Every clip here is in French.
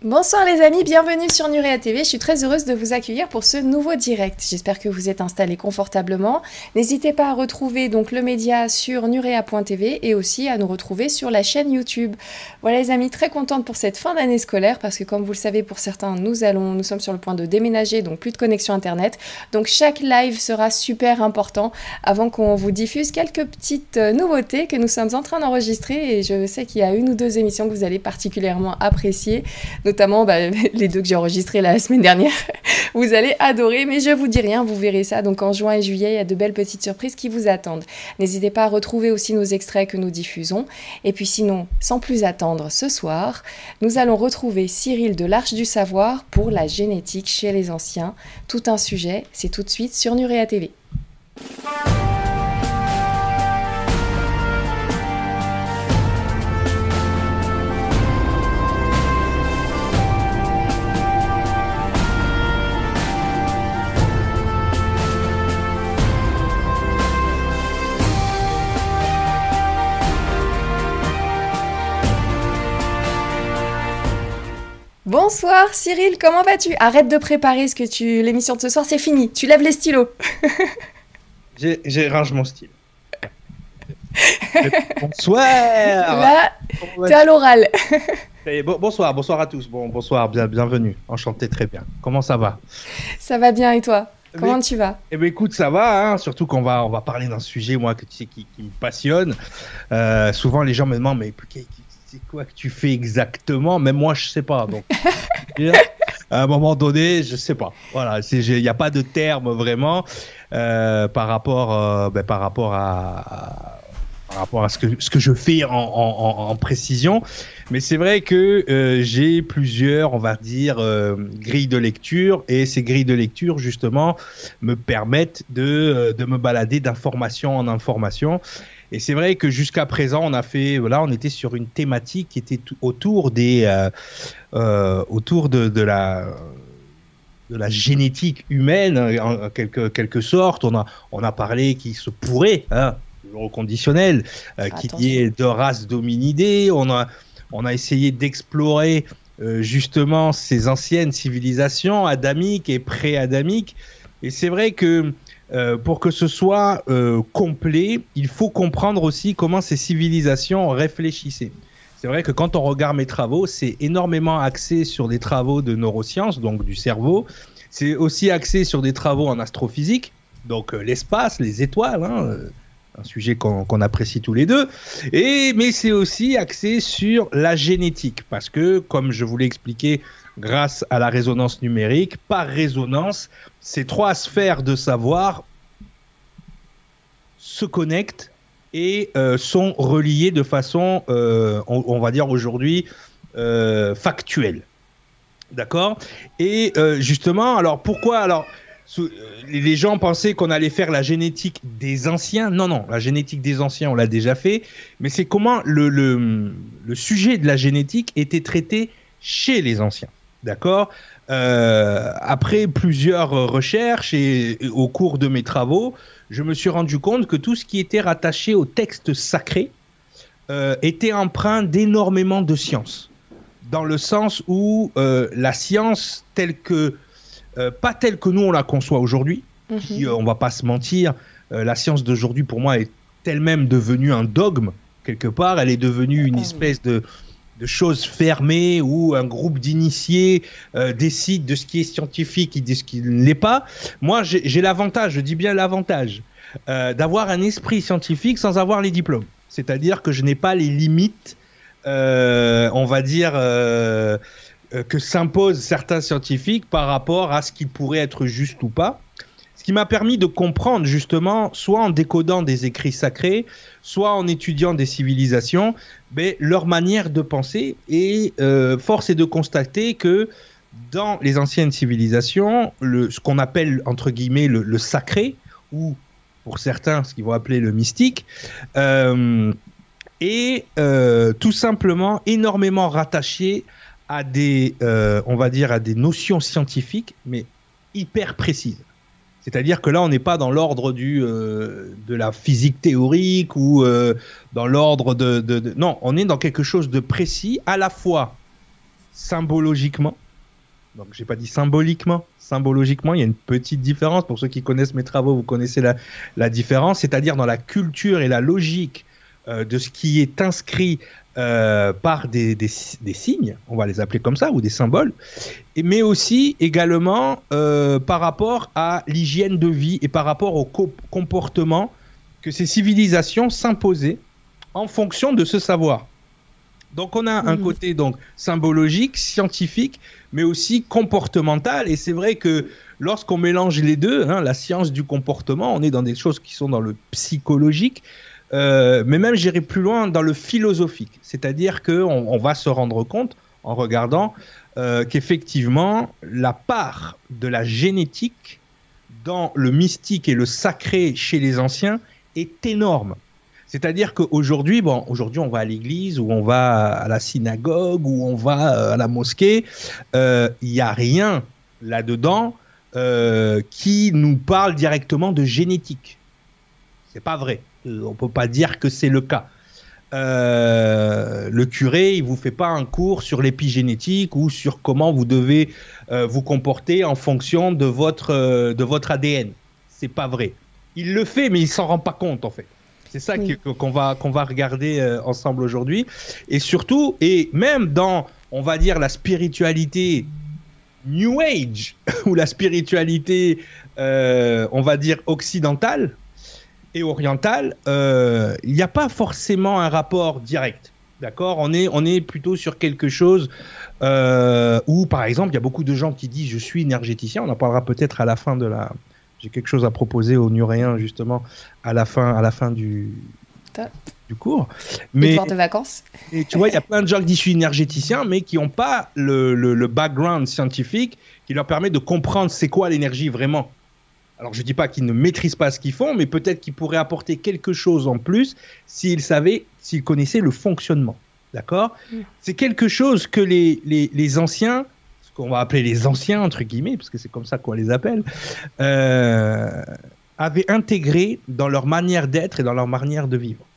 Bonsoir les amis, bienvenue sur Nurea TV, je suis très heureuse de vous accueillir pour ce nouveau direct. J'espère que vous êtes installés confortablement. N'hésitez pas à retrouver donc le média sur nurea.tv et aussi à nous retrouver sur la chaîne YouTube. Voilà les amis, très contente pour cette fin d'année scolaire parce que comme vous le savez pour certains, nous sommes sur le point de déménager, donc plus de connexion internet. Donc chaque live sera super important avant qu'on vous diffuse quelques petites nouveautés que nous sommes en train d'enregistrer et je sais qu'il y a une ou deux émissions que vous allez particulièrement apprécier. Notamment les deux que j'ai enregistrés la semaine dernière. Vous allez adorer, mais je vous dis rien, vous verrez ça. Donc en juin et juillet, il y a de belles petites surprises qui vous attendent. N'hésitez pas à retrouver aussi nos extraits que nous diffusons. Et puis sinon, sans plus attendre, ce soir, nous allons retrouver Cyril de l'Arche du Savoir pour la génétique chez les anciens. Tout un sujet, c'est tout de suite sur Nurea TV. Bonsoir Cyril, comment vas-tu? Arrête de préparer l'émission de ce soir, c'est fini. Tu lèves les stylos. J'ai range mon style. Bonsoir. Là, t'es à l'oral. Bonsoir à tous. Bonsoir, bienvenue. Enchanté, très bien. Comment ça va? Ça va bien et toi? Comment tu vas? Eh ben écoute, ça va, hein, surtout qu'on va parler d'un sujet, moi, que tu sais, qui me passionne. Souvent, les gens me demandent, mais c'est quoi que tu fais exactement? Même moi, je sais pas. Donc, à un moment donné, je sais pas. Voilà, il n'y a pas de terme vraiment par rapport à ce que je fais en précision. Mais c'est vrai que j'ai plusieurs, on va dire, grilles de lecture, et ces grilles de lecture, justement, me permettent de me balader d'information en information. Et c'est vrai que jusqu'à présent, on était sur une thématique qui était autour de la génétique humaine, en quelque sorte. On a parlé qu'il se pourrait, le reconditionnel, qu'il y ait deux races d'hominidés. On a essayé d'explorer justement ces anciennes civilisations adamiques et pré-adamiques. Et c'est vrai que pour que ce soit complet, il faut comprendre aussi comment ces civilisations réfléchissaient. C'est vrai que quand on regarde mes travaux, c'est énormément axé sur des travaux de neurosciences, donc du cerveau. C'est aussi axé sur des travaux en astrophysique, donc l'espace, les étoiles, un sujet qu'on apprécie tous les deux. Mais c'est aussi axé sur la génétique, parce que, comme je vous l'ai expliqué, grâce à la résonance numérique, par résonance, ces trois sphères de savoir se connectent et sont reliées de façon, on va dire aujourd'hui, factuelle. D'accord? Et justement, alors pourquoi les gens pensaient qu'on allait faire la génétique des anciens. Non, la génétique des anciens, on l'a déjà fait. Mais c'est comment le sujet de la génétique était traité chez les anciens. D'accord? Après plusieurs recherches et au cours de mes travaux, je me suis rendu compte que tout ce qui était rattaché au texte sacré était empreint d'énormément de science. Dans le sens où la science pas telle que nous on la conçoit aujourd'hui, on va pas se mentir, la science d'aujourd'hui pour moi est elle-même devenue un dogme quelque part. Elle est devenue une espèce de choses fermées où un groupe d'initiés décide de ce qui est scientifique et de ce qui ne l'est pas. Moi, j'ai l'avantage, je dis bien l'avantage, d'avoir un esprit scientifique sans avoir les diplômes. C'est-à-dire que je n'ai pas les limites, on va dire, que s'imposent certains scientifiques par rapport à ce qui pourrait être juste ou pas. Ce qui m'a permis de comprendre justement, soit en décodant des écrits sacrés, soit en étudiant des civilisations, leur manière de penser. Et force est de constater que dans les anciennes civilisations, ce qu'on appelle entre guillemets le sacré, ou pour certains ce qu'ils vont appeler le mystique, est tout simplement énormément rattaché à on va dire à des notions scientifiques, mais hyper précises. C'est-à-dire que là, on n'est pas dans l'ordre de la physique théorique ou dans l'ordre non, on est dans quelque chose de précis, à la fois symbologiquement. Donc, j'ai pas dit symboliquement. Symbologiquement, il y a une petite différence. Pour ceux qui connaissent mes travaux, vous connaissez la différence. C'est-à-dire dans la culture et la logique de ce qui est inscrit par des signes, on va les appeler comme ça, ou des symboles, mais aussi également par rapport à l'hygiène de vie et par rapport au comportement que ces civilisations s'imposaient en fonction de ce savoir. Donc on a un côté donc symbologique, scientifique, mais aussi comportemental. Et c'est vrai que lorsqu'on mélange les deux, hein, la science du comportement, on est dans des choses qui sont dans le psychologique, mais même j'irai plus loin dans le philosophique. C'est-à-dire qu'on va se rendre compte en regardant qu'effectivement la part de la génétique dans le mystique et le sacré chez les anciens est énorme. C'est-à-dire qu'aujourd'hui, aujourd'hui on va à l'église, ou on va à la synagogue, ou on va à la mosquée, il n'y a rien là-dedans qui nous parle directement de génétique. C'est pas vrai. On peut pas dire que c'est le cas. Le curé, il vous fait pas un cours sur l'épigénétique ou sur comment vous devez vous comporter en fonction de votre ADN. C'est pas vrai. Il le fait, mais il s'en rend pas compte en fait. C'est ça qu'on va regarder ensemble aujourd'hui. Et surtout, et même dans, on va dire, la spiritualité New Age, ou la spiritualité, on va dire, occidentale et orientale, il n'y a pas forcément un rapport direct. D'accord ? On est plutôt sur quelque chose où, par exemple, il y a beaucoup de gens qui disent « je suis énergéticien ». On en parlera peut-être à la fin de la... J'ai quelque chose à proposer aux Nuréens, justement, à la fin du cours. Mais devoir de vacances. Et tu vois, il y a plein de gens qui disent « je suis énergéticien », mais qui n'ont pas le background scientifique qui leur permet de comprendre c'est quoi l'énergie vraiment. Alors, je ne dis pas qu'ils ne maîtrisent pas ce qu'ils font, mais peut-être qu'ils pourraient apporter quelque chose en plus s'ils connaissaient le fonctionnement. D'accord ? C'est quelque chose que les anciens... qu'on va appeler les anciens, entre guillemets, parce que c'est comme ça qu'on les appelle, avaient intégré dans leur manière d'être et dans leur manière de vivre.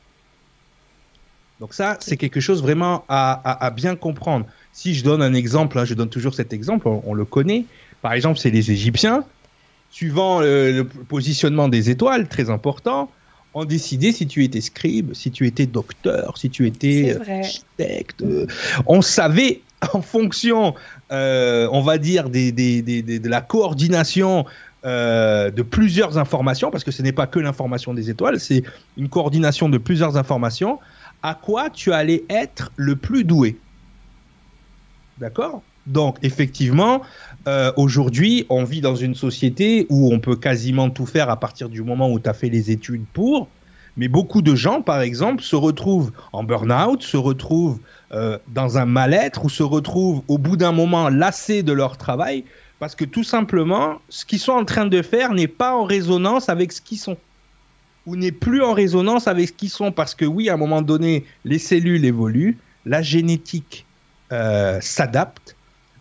Donc ça, c'est quelque chose vraiment à bien comprendre. Si je donne un exemple, hein, je donne toujours cet exemple, on le connaît. Par exemple, c'est les Égyptiens. Suivant le positionnement des étoiles, très important, ont décidé si tu étais scribe, si tu étais docteur, si tu étais architecte. On savait... en fonction, on va dire, de la coordination de plusieurs informations, parce que ce n'est pas que l'information des étoiles, c'est une coordination de plusieurs informations, à quoi tu allais être le plus doué. D'accord ? Donc, effectivement, aujourd'hui, on vit dans une société où on peut quasiment tout faire à partir du moment où tu as fait les études pour. Mais beaucoup de gens, par exemple, se retrouvent en burn-out, se retrouvent dans un mal-être, ou se retrouvent au bout d'un moment lassés de leur travail, parce que tout simplement, ce qu'ils sont en train de faire n'est pas en résonance avec ce qu'ils sont, ou n'est plus en résonance avec ce qu'ils sont, parce que oui, à un moment donné, les cellules évoluent, la génétique s'adapte,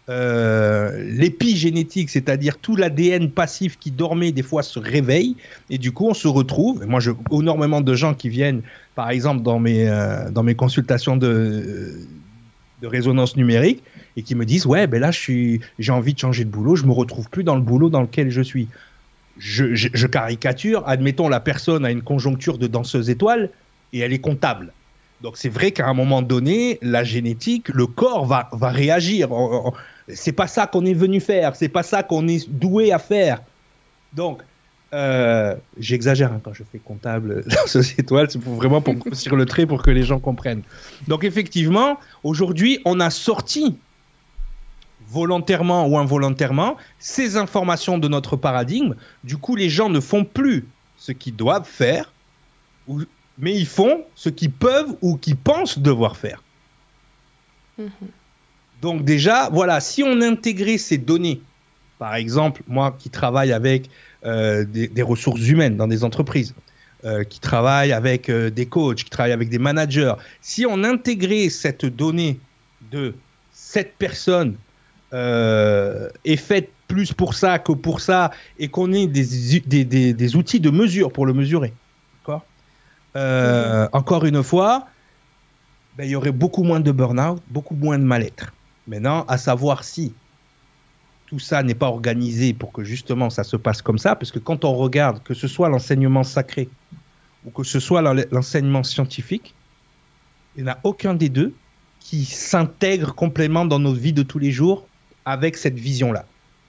l'épigénétique, c'est-à-dire tout l'ADN passif qui dormait, des fois se réveille, et du coup on se retrouve, et moi j'ai énormément de gens qui viennent par exemple dans mes consultations de résonance numérique et qui me disent ouais ben là j'ai envie de changer de boulot, je me retrouve plus dans le boulot dans lequel je suis. Je caricature, admettons la personne a une conjoncture de danseuse étoile et elle est comptable. Donc c'est vrai qu'à un moment donné, la génétique, le corps va réagir. C'est pas ça qu'on est venu faire, c'est pas ça qu'on est doué à faire. Donc, j'exagère hein, quand je fais comptable danseuse étoile, c'est vraiment pour grossir le trait pour que les gens comprennent. Donc effectivement, aujourd'hui, on a sorti volontairement ou involontairement ces informations de notre paradigme. Du coup, les gens ne font plus ce qu'ils doivent faire, mais ils font ce qu'ils peuvent ou qu'ils pensent devoir faire. Donc déjà, voilà, si on intégrait ces données, par exemple, moi qui travaille avec des ressources humaines dans des entreprises, qui travaille avec des coachs, qui travaille avec des managers, si on intégrait cette donnée de cette personne est faite plus pour ça que pour ça, et qu'on ait des outils de mesure pour le mesurer, d'accord ? Encore une fois, il y aurait beaucoup moins de burn-out, beaucoup moins de mal-être. Maintenant, à savoir si tout ça n'est pas organisé pour que justement ça se passe comme ça, parce que quand on regarde, que ce soit l'enseignement sacré ou que ce soit l'enseignement scientifique, il n'y en a aucun des deux qui s'intègre complètement dans nos vies de tous les jours avec cette vision-là.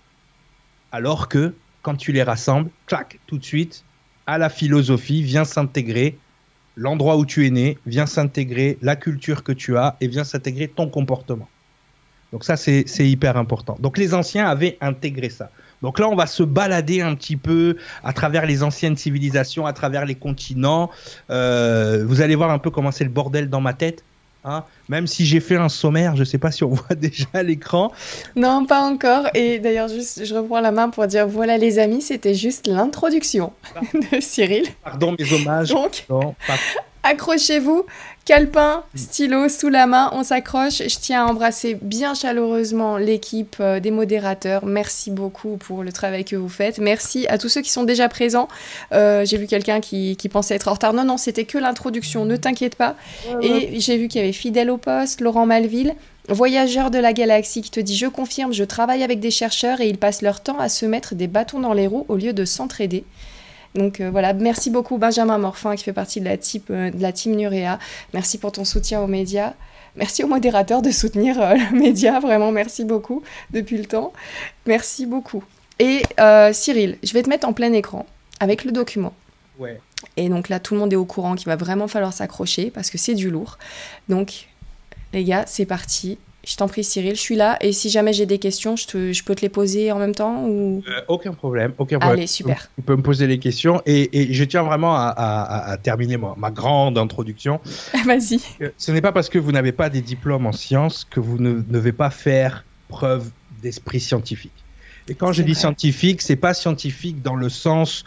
Alors que quand tu les rassembles, clac, tout de suite, à la philosophie vient s'intégrer l'endroit où tu es né, vient s'intégrer la culture que tu as et vient s'intégrer ton comportement. Donc ça, c'est hyper important. Donc les anciens avaient intégré ça. Donc là, on va se balader un petit peu à travers les anciennes civilisations, à travers les continents. Vous allez voir un peu comment c'est le bordel dans ma tête. Hein. Même si j'ai fait un sommaire, je ne sais pas si on voit déjà à l'écran. Non, pas encore. Et d'ailleurs, juste, je reprends la main pour dire, voilà les amis, c'était juste l'introduction de Cyril. Pardon, mes hommages. Donc, non, accrochez-vous, calepin, stylo sous la main, on s'accroche. Je tiens à embrasser bien chaleureusement l'équipe des modérateurs. Merci beaucoup pour le travail que vous faites. Merci à tous ceux qui sont déjà présents. J'ai vu quelqu'un qui pensait être en retard. Non, c'était que l'introduction, ne t'inquiète pas. Et j'ai vu qu'il y avait Fidèle au poste, Laurent Malville, voyageur de la galaxie qui te dit « Je confirme, je travaille avec des chercheurs et ils passent leur temps à se mettre des bâtons dans les roues au lieu de s'entraider. » Donc voilà, merci beaucoup Benjamin Morfin qui fait partie de la team Nurea. Merci pour ton soutien aux médias. Merci aux modérateurs de soutenir le média. Vraiment, merci beaucoup depuis le temps. Merci beaucoup. Et Cyril, je vais te mettre en plein écran avec le document. Ouais. Et donc là, tout le monde est au courant qu'il va vraiment falloir s'accrocher parce que c'est du lourd. Donc, les gars, c'est parti. Je t'en prie, Cyril, je suis là. Et si jamais j'ai des questions, je peux te les poser en même temps ou... Aucun problème. Allez, super. Tu peux me poser les questions. Et je tiens vraiment à terminer ma grande introduction. Vas-y. Ce n'est pas parce que vous n'avez pas des diplômes en sciences que vous ne devez pas faire preuve d'esprit scientifique. Et quand je dis scientifique, c'est pas scientifique dans le sens,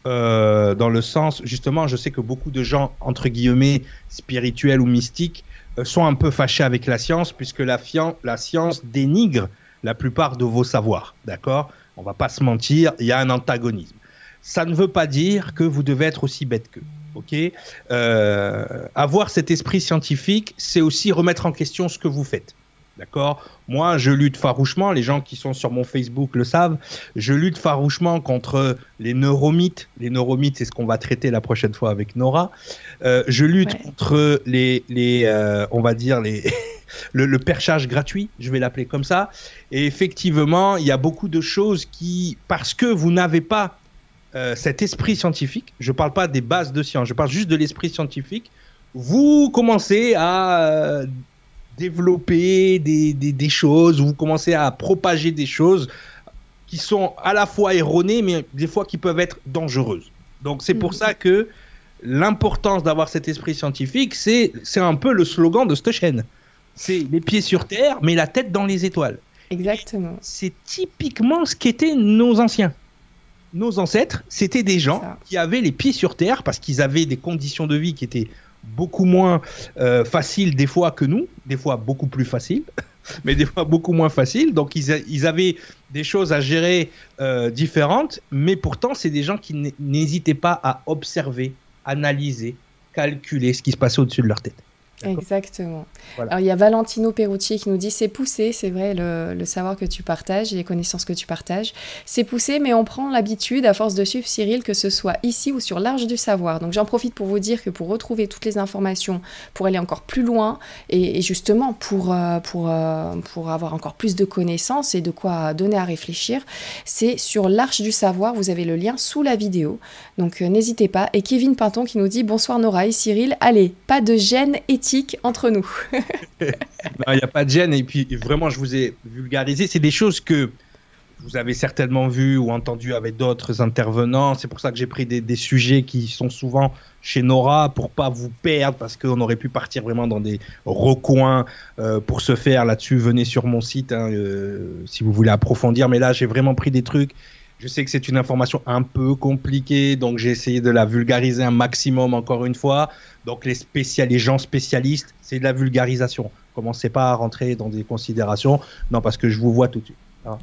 justement, je sais que beaucoup de gens, entre guillemets, spirituels ou mystiques, sont un peu fâchés avec la science, puisque la science dénigre la plupart de vos savoirs, d'accord? On va pas se mentir, il y a un antagonisme. Ça ne veut pas dire que vous devez être aussi bête qu'eux, ok? Avoir cet esprit scientifique, c'est aussi remettre en question ce que vous faites. D'accord? Moi, je lutte farouchement, les gens qui sont sur mon Facebook le savent, je lutte farouchement contre les neuromythes. Les neuromythes, c'est ce qu'on va traiter la prochaine fois avec Nora. Je lutte contre on va dire, le perchage gratuit, je vais l'appeler comme ça. Et effectivement, il y a beaucoup de choses qui, parce que vous n'avez pas cet esprit scientifique, je ne parle pas des bases de science, je parle juste de l'esprit scientifique, vous commencez à... développer des choses, vous commencez à propager des choses qui sont à la fois erronées, mais des fois qui peuvent être dangereuses. Donc c'est pour ça que l'importance d'avoir cet esprit scientifique, c'est un peu le slogan de cette chaîne. C'est les pieds sur terre, mais la tête dans les étoiles. Exactement. C'est typiquement ce qu'étaient nos anciens. Nos ancêtres, c'était des gens qui avaient les pieds sur terre parce qu'ils avaient des conditions de vie qui étaient beaucoup moins facile des fois que nous, des fois beaucoup plus facile, mais des fois beaucoup moins facile. Donc ils avaient des choses à gérer différentes, mais pourtant c'est des gens qui n'hésitaient pas à observer, analyser, calculer ce qui se passait au-dessus de leur tête. Exactement. Voilà. Alors il y a Valentino Perrucci qui nous dit c'est poussé, c'est vrai, le savoir que tu partages et les connaissances que tu partages, c'est poussé, mais on prend l'habitude à force de suivre Cyril, que ce soit ici ou sur l'Arche du Savoir. Donc j'en profite pour vous dire que pour retrouver toutes les informations, pour aller encore plus loin et justement pour avoir encore plus de connaissances et de quoi donner à réfléchir, c'est sur l'Arche du Savoir, vous avez le lien sous la vidéo. Donc n'hésitez pas. Et Kevin Pinton qui nous dit bonsoir Nora et Cyril, allez, pas de gêne éthique entre nous. Non, il n'y a pas de gêne. Et puis, vraiment, je vous ai vulgarisé. C'est des choses que vous avez certainement vues ou entendues avec d'autres intervenants. C'est pour ça que j'ai pris des sujets qui sont souvent chez Nora pour pas vous perdre, parce qu'on aurait pu partir vraiment dans des recoins. Pour ce faire, là-dessus, venez sur mon site si vous voulez approfondir. Mais là, j'ai vraiment pris des trucs. Je sais que c'est une information un peu compliquée, donc j'ai essayé de la vulgariser un maximum encore une fois. Donc les gens spécialistes, c'est de la vulgarisation. Commencez pas à rentrer dans des considérations. Non, parce que je vous vois tout de suite. Hein.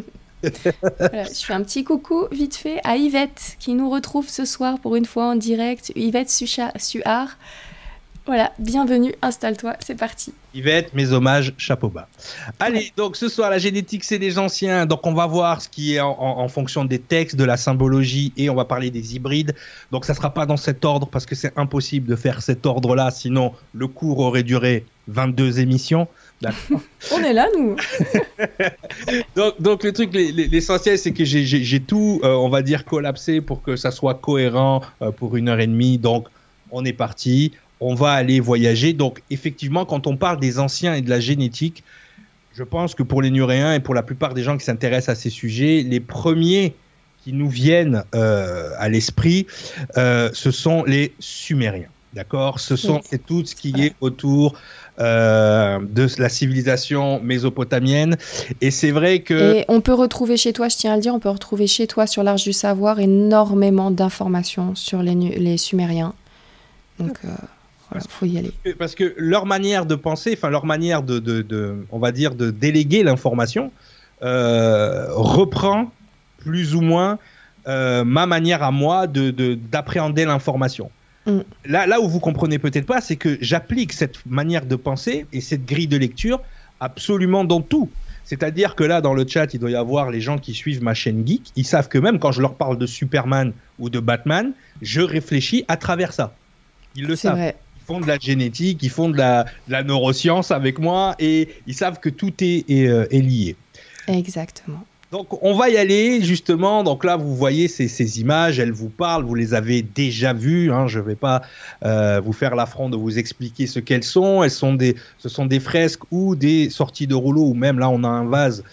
Voilà, je fais un petit coucou vite fait à Yvette qui nous retrouve ce soir pour une fois en direct. Yvette Suard. Voilà, bienvenue, installe-toi, c'est parti. Yvette, mes hommages, chapeau bas. Allez, donc ce soir, la génétique, c'est des anciens. Donc on va voir ce qui est en fonction des textes, de la symbologie, et on va parler des hybrides. Donc ça ne sera pas dans cet ordre, parce que c'est impossible de faire cet ordre-là, sinon le cours aurait duré 22 émissions. D'accord. On est là, nous. donc le truc, l'essentiel, c'est que j'ai tout, on va dire, collapsé pour que ça soit cohérent pour 1h30. Donc on est parti. On va aller voyager. Donc, effectivement, quand on parle des anciens et de la génétique, je pense que pour les Nuréens et pour la plupart des gens qui s'intéressent à ces sujets, les premiers qui nous viennent à l'esprit, ce sont les Sumériens. D'accord ? C'est tout ce qui est autour de la civilisation mésopotamienne. Et c'est vrai que... Et on peut retrouver chez toi, je tiens à le dire, on peut retrouver chez toi sur l'Arche du Savoir énormément d'informations sur les Sumériens. Donc... Voilà, faut y aller. Parce que leur manière de penser, enfin leur manière on va dire, de déléguer l'information reprend plus ou moins ma manière à moi d'appréhender l'information. Là où vous comprenez peut-être pas, c'est que j'applique cette manière de penser et cette grille de lecture absolument dans tout. C'est-à-dire que là, dans le chat, il doit y avoir les gens qui suivent ma chaîne geek. Ils savent que même quand je leur parle de Superman ou de Batman, je réfléchis à travers ça. Ils le savent. Vrai. Ils font de la génétique, ils font de la neuroscience avec moi et ils savent que tout est lié. Exactement. Donc, on va y aller justement. Donc là, vous voyez ces images, elles vous parlent, vous les avez déjà vues. Hein, je ne vais pas vous faire l'affront de vous expliquer ce qu'elles sont. Ce sont des fresques ou des sorties de rouleau, ou même là, on a un vase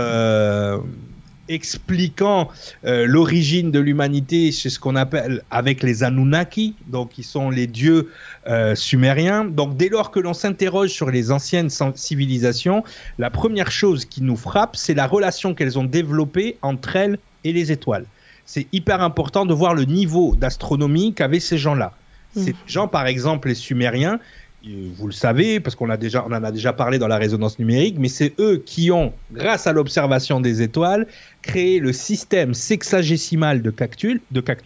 expliquant l'origine de l'humanité chez ce qu'on appelle avec les Anunnaki, donc qui sont les dieux sumériens. Donc dès lors que l'on s'interroge sur les anciennes civilisations, la première chose qui nous frappe, c'est la relation qu'elles ont développée entre elles et les étoiles. C'est hyper important de voir le niveau d'astronomie qu'avaient ces gens-là. Ces gens, par exemple, les Sumériens, vous le savez, parce qu'on en a déjà parlé dans la résonance numérique, mais c'est eux qui ont, grâce à l'observation des étoiles, créé le système sexagésimal de calcul.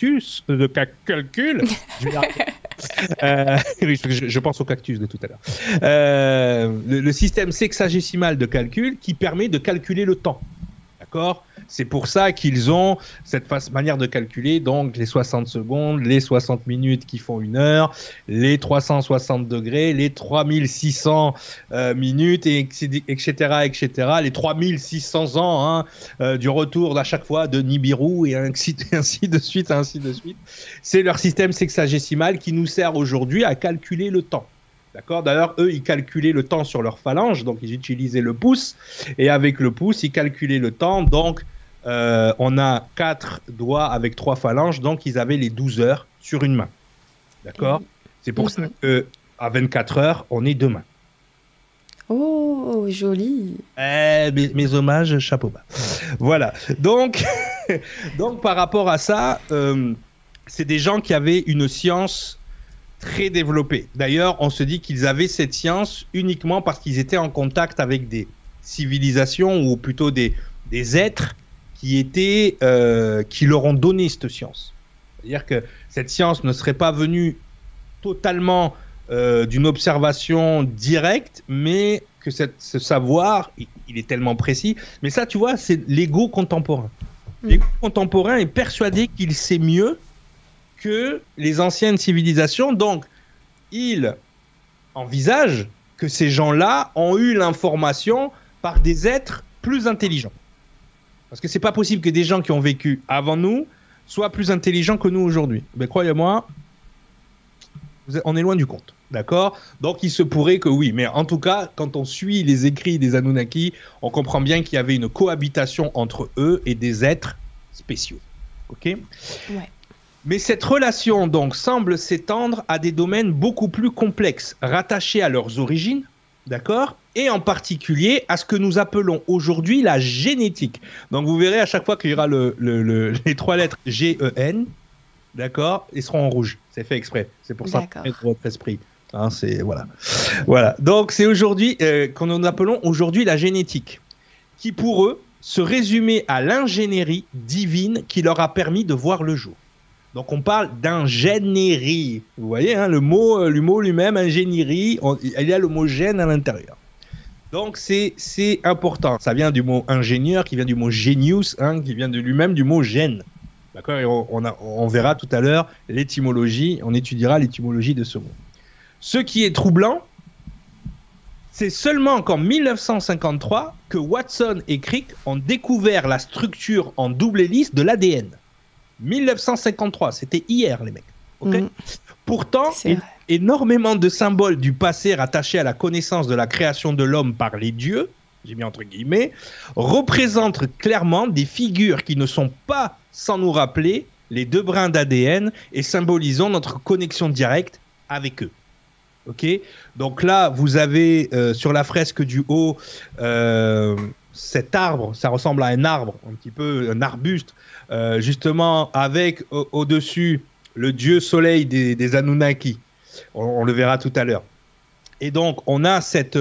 Je pense au cactus de tout à l'heure. Le système sexagésimal de calcul qui permet de calculer le temps. D'accord ? C'est pour ça qu'ils ont cette manière de calculer, donc les 60 secondes, les 60 minutes qui font 1 heure, les 360 degrés, les 3600 minutes, etc., etc., les 3600 ans du retour à chaque fois de Nibiru et ainsi de suite. C'est leur système sexagésimal qui nous sert aujourd'hui à calculer le temps. D'accord ? D'ailleurs, eux, ils calculaient le temps sur leur phalange, donc ils utilisaient le pouce, et avec le pouce, ils calculaient le temps, donc on a 4 doigts avec 3 phalanges, donc ils avaient les 12 heures sur une main. D'accord ? C'est pour ça qu'à 24 heures, on est 2 mains. Oh, joli. Mes hommages, chapeau bas. Voilà. Donc par rapport à ça, c'est des gens qui avaient une science très développée. D'ailleurs, on se dit qu'ils avaient cette science uniquement parce qu'ils étaient en contact avec des civilisations ou plutôt des êtres qui leur ont donné cette science. C'est-à-dire que cette science ne serait pas venue totalement d'une observation directe, mais que ce savoir, il est tellement précis. Mais ça, tu vois, c'est l'ego contemporain. L'ego contemporain est persuadé qu'il sait mieux que les anciennes civilisations, donc il envisage que ces gens-là ont eu l'information par des êtres plus intelligents. Parce que c'est pas possible que des gens qui ont vécu avant nous soient plus intelligents que nous aujourd'hui. Mais croyez-moi, on est loin du compte. D'accord ? Donc il se pourrait que oui, mais en tout cas, quand on suit les écrits des Anunnaki, on comprend bien qu'il y avait une cohabitation entre eux et des êtres spéciaux. Ok ? Ouais. Mais cette relation donc semble s'étendre à des domaines beaucoup plus complexes, rattachés à leurs origines, d'accord ? Et en particulier à ce que nous appelons aujourd'hui la génétique. Donc vous verrez à chaque fois qu'il y aura les 3 lettres G-E-N, d'accord ? Ils seront en rouge. C'est fait exprès. C'est pour ça que votre esprit. Hein, voilà. Donc c'est aujourd'hui qu'on nous appelons aujourd'hui la génétique, qui pour eux se résumait à l'ingénierie divine qui leur a permis de voir le jour. Donc on parle d'ingénierie. Vous voyez, hein, le mot lui-même, ingénierie, il y a le mot gène à l'intérieur. Donc c'est important. Ça vient du mot ingénieur, qui vient du mot genius, hein, qui vient de lui-même du mot gène. D'accord. Et on verra tout à l'heure l'étymologie, on étudiera l'étymologie de ce mot. Ce qui est troublant, c'est seulement qu'en 1953 que Watson et Crick ont découvert la structure en double hélice de l'ADN. 1953, c'était hier les mecs. Okay. Pourtant, énormément de symboles du passé rattachés à la connaissance de la création de l'homme par les dieux, j'ai mis entre guillemets, représentent clairement des figures qui ne sont pas sans nous rappeler les deux brins d'ADN et symbolisant notre connexion directe avec eux. Ok, donc là, vous avez sur la fresque du haut cet arbre, ça ressemble à un arbre, un petit peu un arbuste, justement avec au-dessus le dieu soleil des Anunnaki. On le verra tout à l'heure. Et donc, on a cet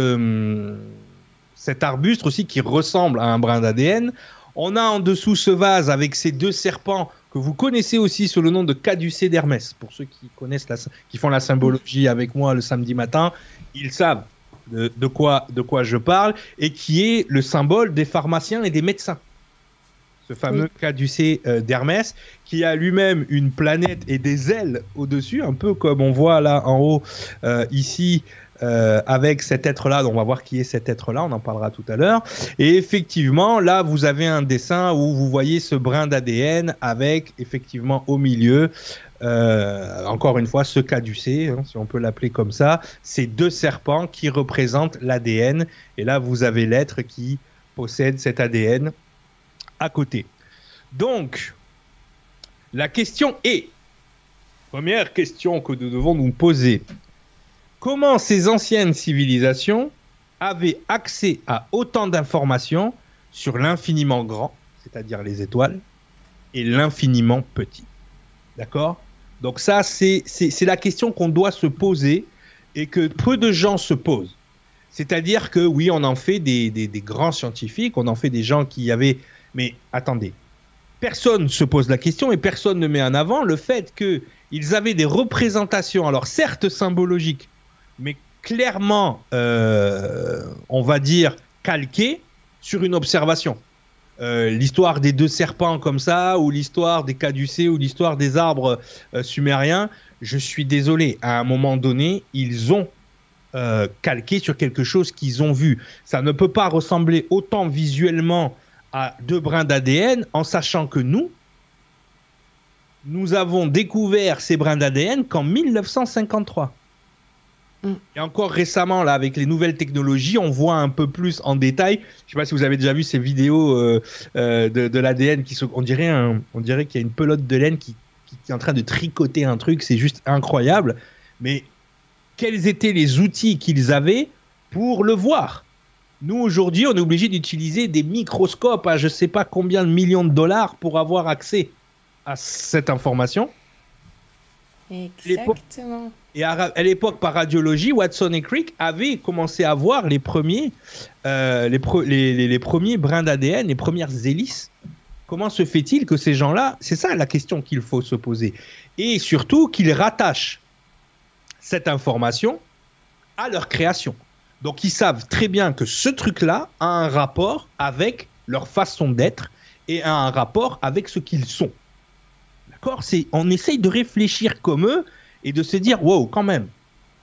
arbuste aussi qui ressemble à un brin d'ADN. On a en dessous ce vase avec ces deux serpents que vous connaissez aussi sous le nom de caducée d'Hermès. Pour ceux qui connaissent qui font la symbologie avec moi le samedi matin, ils savent de quoi je parle, et qui est le symbole des pharmaciens et des médecins. Ce fameux caducée d'Hermès, qui a lui-même une planète et des ailes au-dessus, un peu comme on voit là en haut, ici, avec cet être-là. Donc on va voir qui est cet être-là, on en parlera tout à l'heure. Et effectivement, là, vous avez un dessin où vous voyez ce brin d'ADN avec, effectivement, au milieu, encore une fois, ce caducée, hein, si on peut l'appeler comme ça, ces deux serpents qui représentent l'ADN. Et là, vous avez l'être qui possède cet ADN à côté. Donc, la question est, première question que nous devons nous poser, comment ces anciennes civilisations avaient accès à autant d'informations sur l'infiniment grand, c'est-à-dire les étoiles, et l'infiniment petit? D'accord? Donc ça, c'est la question qu'on doit se poser et que peu de gens se posent. C'est-à-dire que oui, on en fait des grands scientifiques, on en fait des gens qui avaient... Mais attendez, personne ne se pose la question et personne ne met en avant le fait qu'ils avaient des représentations, alors certes symbologiques, mais clairement, on va dire, calquées sur une observation. L'histoire des deux serpents comme ça, ou l'histoire des caducées, ou l'histoire des arbres sumériens, je suis désolé, à un moment donné, ils ont calqué sur quelque chose qu'ils ont vu. Ça ne peut pas ressembler autant visuellement à deux brins d'ADN, en sachant que nous avons découvert ces brins d'ADN qu'en 1953. Et encore récemment, là, avec les nouvelles technologies, on voit un peu plus en détail. Je ne sais pas si vous avez déjà vu ces vidéos de l'ADN on dirait qu'il y a une pelote de laine qui est en train de tricoter un truc. C'est juste incroyable. Mais quels étaient les outils qu'ils avaient pour le voir? Nous, aujourd'hui, on est obligé d'utiliser des microscopes à je ne sais pas combien de millions de dollars pour avoir accès à cette information. Exactement. Et à l'époque, par radiologie, Watson et Crick avaient commencé à voir les premiers brins d'ADN, les premières hélices. Comment se fait-il que ces gens-là, c'est ça la question qu'il faut se poser. Et surtout qu'ils rattachent cette information à leur création. Donc ils savent très bien que ce truc-là a un rapport avec leur façon d'être et a un rapport avec ce qu'ils sont. D'accord ? On essaye de réfléchir comme eux et de se dire, wow, quand même. Hein ?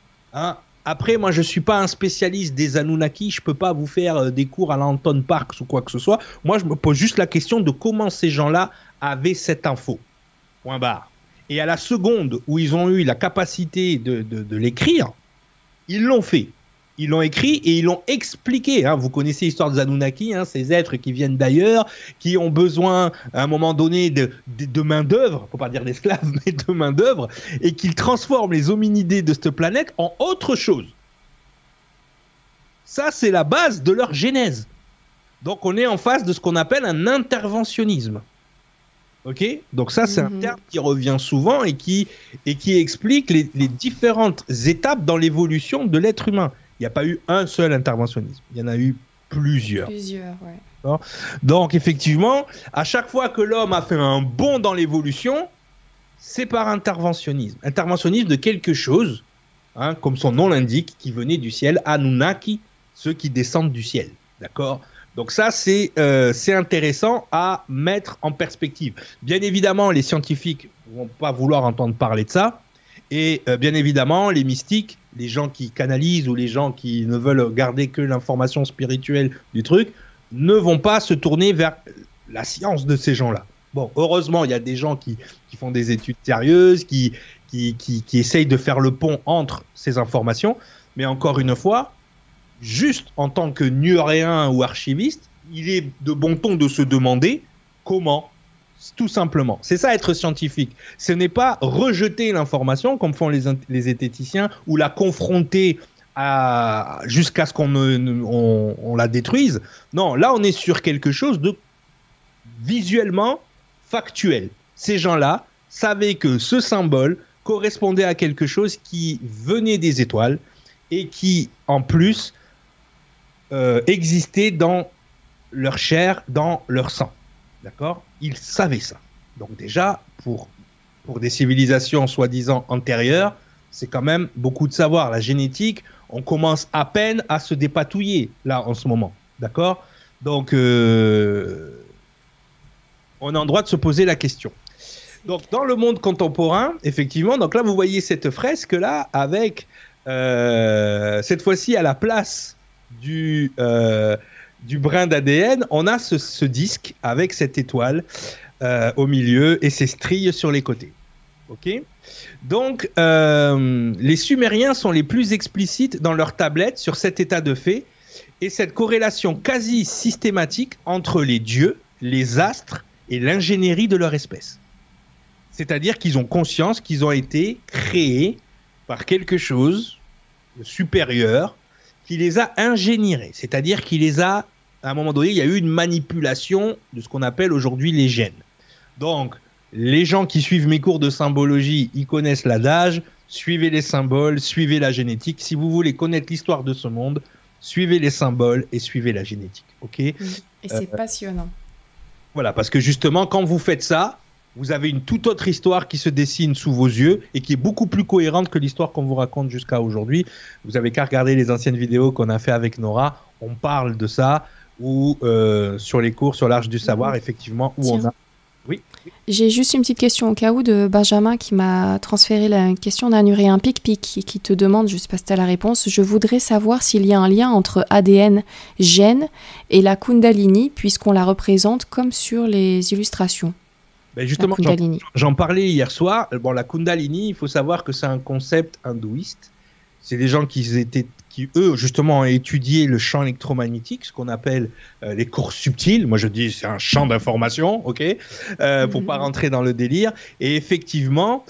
Après, moi, je ne suis pas un spécialiste des Anunnaki, je ne peux pas vous faire des cours à l'Anton Parks ou quoi que ce soit. Moi, je me pose juste la question de comment ces gens-là avaient cette info. Point barre. Et à la seconde où ils ont eu la capacité de l'écrire, ils l'ont fait. Ils l'ont écrit et ils l'ont expliqué. Hein. Vous connaissez l'histoire des Anunnaki, hein, ces êtres qui viennent d'ailleurs, qui ont besoin à un moment donné de main-d'œuvre, il ne faut pas dire d'esclaves, mais de main-d'œuvre, et qu'ils transforment les hominidés de cette planète en autre chose. Ça, c'est la base de leur genèse. Donc, on est en face de ce qu'on appelle un interventionnisme. Ok ? Donc ça, c'est un terme qui revient souvent et qui explique les différentes étapes dans l'évolution de l'être humain. Il n'y a pas eu un seul interventionnisme. Il y en a eu plusieurs. Plusieurs, ouais. Donc, effectivement, à chaque fois que l'homme a fait un bond dans l'évolution, c'est par interventionnisme. Interventionnisme de quelque chose, hein, comme son nom l'indique, qui venait du ciel, Anunnaki, ceux qui descendent du ciel. D'accord ? Donc ça, c'est intéressant à mettre en perspective. Bien évidemment, les scientifiques ne vont pas vouloir entendre parler de ça. Et bien évidemment, les mystiques, les gens qui canalisent ou les gens qui ne veulent garder que l'information spirituelle du truc, ne vont pas se tourner vers la science de ces gens-là. Bon, heureusement, il y a des gens qui font des études sérieuses, qui essayent de faire le pont entre ces informations. Mais encore une fois, juste en tant que nuréen ou archiviste, il est de bon ton de se demander comment, tout simplement. C'est ça être scientifique. Ce n'est pas rejeter l'information comme font les zététiciens ou la confronter jusqu'à ce qu'on la détruise. Non, là on est sur quelque chose de visuellement factuel. Ces gens-là savaient que ce symbole correspondait à quelque chose qui venait des étoiles et qui, en plus, existait dans leur chair, dans leur sang. D'accord ? Ils savaient ça. Donc déjà, pour des civilisations soi-disant antérieures, c'est quand même beaucoup de savoir. La génétique, on commence à peine à se dépatouiller, là, en ce moment. D'accord ? Donc, on a le droit de se poser la question. Donc, dans le monde contemporain, effectivement, donc là, vous voyez cette fresque-là avec, cette fois-ci, à la place du brin d'ADN, on a ce disque avec cette étoile au milieu et ces stries sur les côtés. Ok ? Donc, les Sumériens sont les plus explicites dans leur tablette sur cet état de fait et cette corrélation quasi systématique entre les dieux, les astres et l'ingénierie de leur espèce. C'est-à-dire qu'ils ont conscience qu'ils ont été créés par quelque chose de supérieur qui les a ingénierés. C'est-à-dire qu'il les a, à un moment donné, il y a eu une manipulation de ce qu'on appelle aujourd'hui les gènes. Donc, les gens qui suivent mes cours de symbologie, ils connaissent l'adage, suivez les symboles, suivez la génétique. Si vous voulez connaître l'histoire de ce monde, suivez les symboles et suivez la génétique. Ok ? Et c'est passionnant. Voilà, parce que justement, quand vous faites ça, vous avez une toute autre histoire qui se dessine sous vos yeux et qui est beaucoup plus cohérente que l'histoire qu'on vous raconte jusqu'à aujourd'hui. Vous avez qu'à regarder les anciennes vidéos qu'on a fait avec Nora. On parle de ça, ou sur les cours sur l'Arche du Savoir, effectivement, où on a... Oui. J'ai juste une petite question au cas où de Benjamin qui m'a transféré la question d'un Nuréen Pic-Pic et qui te demande, je ne sais pas si tu as la réponse, je voudrais savoir s'il y a un lien entre ADN, gènes et la Kundalini, puisqu'on la représente comme sur les illustrations. Ben justement, j'en parlais hier soir. Bon, la Kundalini, il faut savoir que c'est un concept hindouiste. C'est des gens qui eux, justement, ont étudié le champ électromagnétique, ce qu'on appelle les cours subtils. Moi, je dis c'est un champ d'information, ok, pour pas rentrer dans le délire. Et effectivement,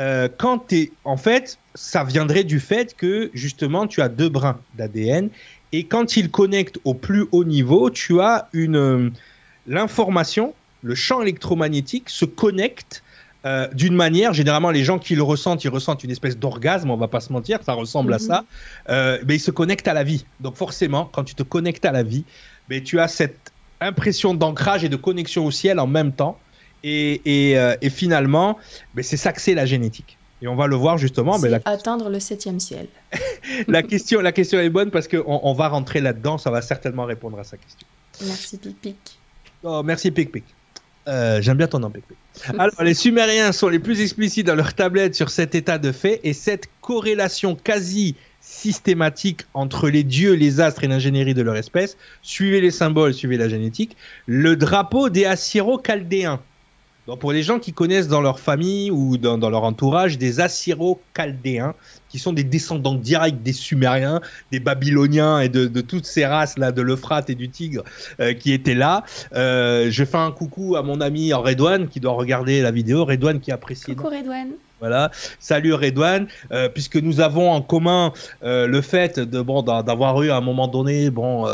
en fait, ça viendrait du fait que, justement, tu as 2 brins d'ADN. Et quand ils connectent au plus haut niveau, tu as l'information, le champ électromagnétique se connecte d'une manière, généralement les gens qui le ressentent, ils ressentent une espèce d'orgasme, on va pas se mentir, ça ressemble à ça, mais ils se connectent à la vie. Donc forcément, quand tu te connectes à la vie, mais tu as cette impression d'ancrage et de connexion au ciel en même temps, et finalement, c'est ça que c'est la génétique. Et on va le voir justement. C'est atteindre le 7e ciel. la question est bonne parce qu'on va rentrer là-dedans, ça va certainement répondre à sa question. Merci Pic-Pic. Oh, merci Pic-Pic. J'aime bien ton nom, Pic-Pic. Alors, les Sumériens sont les plus explicites dans leur tablette sur cet état de fait et cette corrélation quasi systématique entre les dieux, les astres et l'ingénierie de leur espèce. Suivez les symboles, suivez la génétique. Le drapeau des Assyro-Chaldéens. Donc, pour les gens qui connaissent dans leur famille ou dans leur entourage des Assyro-Chaldéens, qui sont des descendants directs des Sumériens, des Babyloniens et de toutes ces races-là, de l'Euphrate et du Tigre qui étaient là. Je fais un coucou à mon ami Redouane qui doit regarder la vidéo. Redouane qui apprécie. Coucou Redouane. Voilà, salut Redouane, puisque nous avons en commun le fait d'avoir eu à un moment donné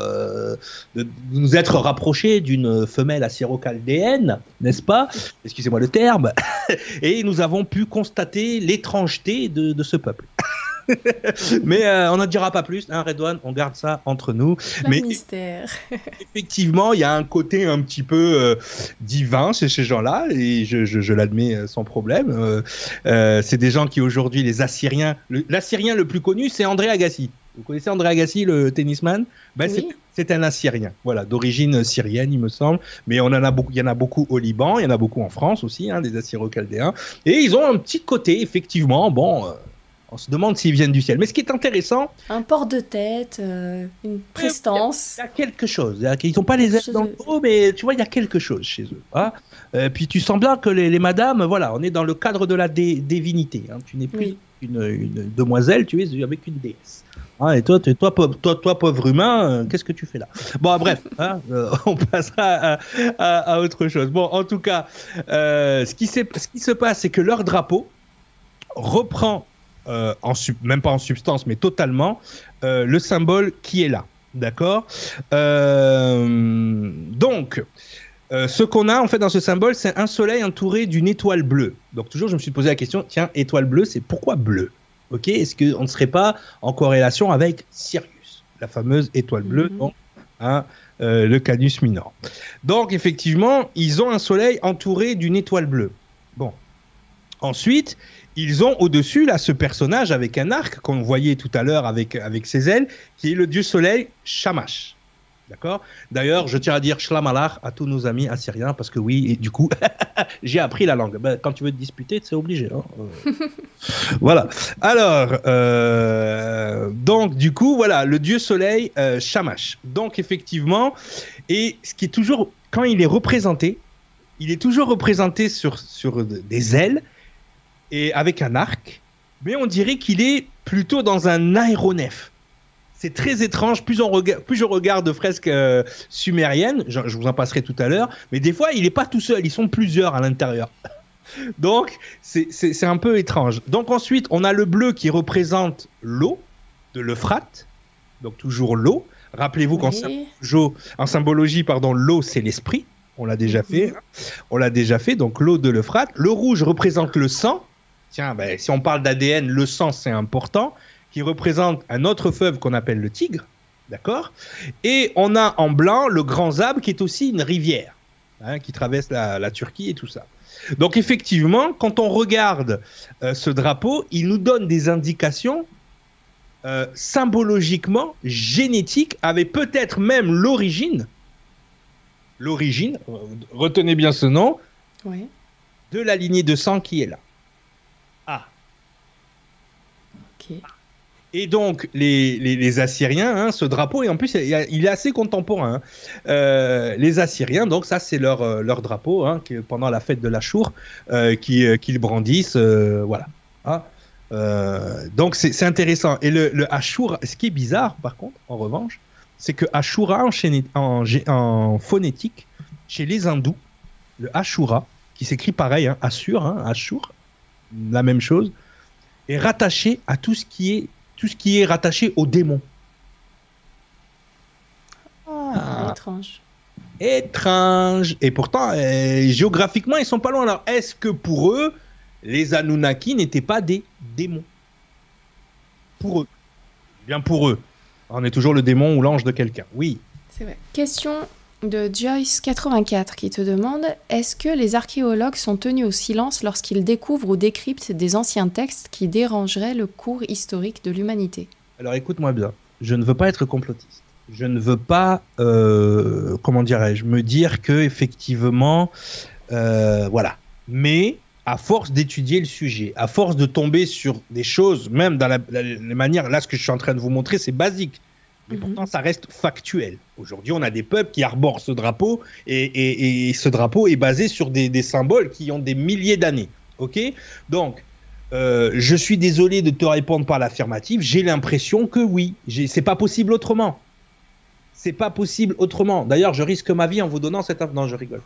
de nous être rapprochés d'une femelle assyro-chaldéenne, n'est-ce pas? Excusez-moi le terme. Et nous avons pu constater l'étrangeté de ce peuple. Mais on n'en dira pas plus, hein, Redouane, on garde ça entre nous. Mais mystère. Effectivement, il y a un côté un petit peu divin chez ces gens-là, et je l'admets sans problème. C'est des gens qui aujourd'hui, les Assyriens, l'Assyrien le plus connu, c'est André Agassi. Vous connaissez André Agassi, le tennisman? Oui. C'est un Assyrien, voilà, d'origine syrienne, il me semble. Mais il y en a beaucoup au Liban, il y en a beaucoup en France aussi, hein, des Assyro-Chaldéens. Et ils ont un petit côté, effectivement, on se demande s'ils viennent du ciel. Mais ce qui est intéressant... Un port de tête, une prestance. Il y a quelque chose. Ils n'ont pas les ailes dans le dos, mais tu vois, il y a quelque chose chez eux. Hein. Puis tu sens bien que les madames, voilà, on est dans le cadre de la divinité. Hein. Tu n'es plus une demoiselle, tu es avec une déesse. Hein, et toi, pauvre humain, qu'est-ce que tu fais là? Bon, bref, hein, on passera à autre chose. Bon, en tout cas, ce qui se passe, c'est que leur drapeau reprend... même pas en substance, mais totalement, le symbole qui est là. D'accord. Donc, ce qu'on a en fait dans ce symbole, c'est un soleil entouré d'une étoile bleue. Donc, toujours, je me suis posé la question, tiens, étoile bleue, c'est pourquoi bleu? Ok, est-ce qu'on ne serait pas en corrélation avec Sirius, la fameuse étoile bleue, donc, hein, le Canis Minor. Donc, effectivement, ils ont un soleil entouré d'une étoile bleue. Bon. Ensuite, ils ont au-dessus là ce personnage avec un arc qu'on voyait tout à l'heure avec ses ailes, qui est le dieu soleil Shamash. D'accord. D'ailleurs, je tiens à dire Shlamalach à tous nos amis assyriens parce que oui, et du coup, j'ai appris la langue. Ben, quand tu veux te disputer, c'est obligé. Hein. Voilà. Alors, donc du coup, voilà, le dieu soleil Shamash. Donc effectivement, et ce qui est toujours, quand il est représenté sur des ailes. Et avec un arc, mais on dirait qu'il est plutôt dans un aéronef. C'est très étrange, plus je regarde de fresques sumériennes, je vous en passerai tout à l'heure, mais des fois, il n'est pas tout seul, ils sont plusieurs à l'intérieur. Donc, c'est un peu étrange. Donc ensuite, on a le bleu qui représente l'eau, de l'Euphrate, donc toujours l'eau. Rappelez-vous qu'en symbologie, l'eau, c'est l'esprit. On l'a déjà fait, donc l'eau de l'Euphrate. Le rouge représente le sang. Tiens, ben, si on parle d'ADN, le sang, c'est important, qui représente un autre fleuve qu'on appelle le Tigre, d'accord? Et on a en blanc le Grand Zab, qui est aussi une rivière, hein, qui traverse la Turquie et tout ça. Donc effectivement, quand on regarde ce drapeau, il nous donne des indications symbologiquement, génétiques, avec peut-être même l'origine, retenez bien ce nom, de la lignée de sang qui est là. Okay. Et donc, les Assyriens, hein, ce drapeau, et en plus, il est assez contemporain. Hein. Les Assyriens, donc ça, c'est leur drapeau, hein, pendant la fête de l'Achour, qu'ils brandissent. Voilà. Hein. Donc, c'est intéressant. Et le Achour, ce qui est bizarre, par contre, en revanche, c'est que Ashura, en phonétique, chez les hindous, le Ashura, qui s'écrit pareil, hein, Ashur, la même chose, est rattaché à tout ce qui est rattaché aux démons. Étrange. Et pourtant, géographiquement, ils sont pas loin. Alors, est-ce que pour eux, les Anunnaki n'étaient pas des démons? Pour eux. Bien pour eux. On est toujours le démon ou l'ange de quelqu'un. Oui. C'est vrai. Question de Joyce84 qui te demande: est-ce que les archéologues sont tenus au silence lorsqu'ils découvrent ou décryptent des anciens textes qui dérangeraient le cours historique de l'humanité? Alors écoute-moi bien, je ne veux pas être complotiste. Je ne veux pas, comment dirais-je, me dire que effectivement, voilà. Mais à force d'étudier le sujet, à force de tomber sur des choses, même dans la manière, là ce que je suis en train de vous montrer, c'est basique. Mais pourtant, ça reste factuel. Aujourd'hui, on a des peuples qui arborent ce drapeau et ce drapeau est basé sur des symboles qui ont des milliers d'années. Ok ? Donc, je suis désolé de te répondre par l'affirmative. J'ai l'impression que oui. C'est pas possible autrement. C'est pas possible autrement. D'ailleurs, je risque ma vie en vous donnant cette info. Non, je rigole.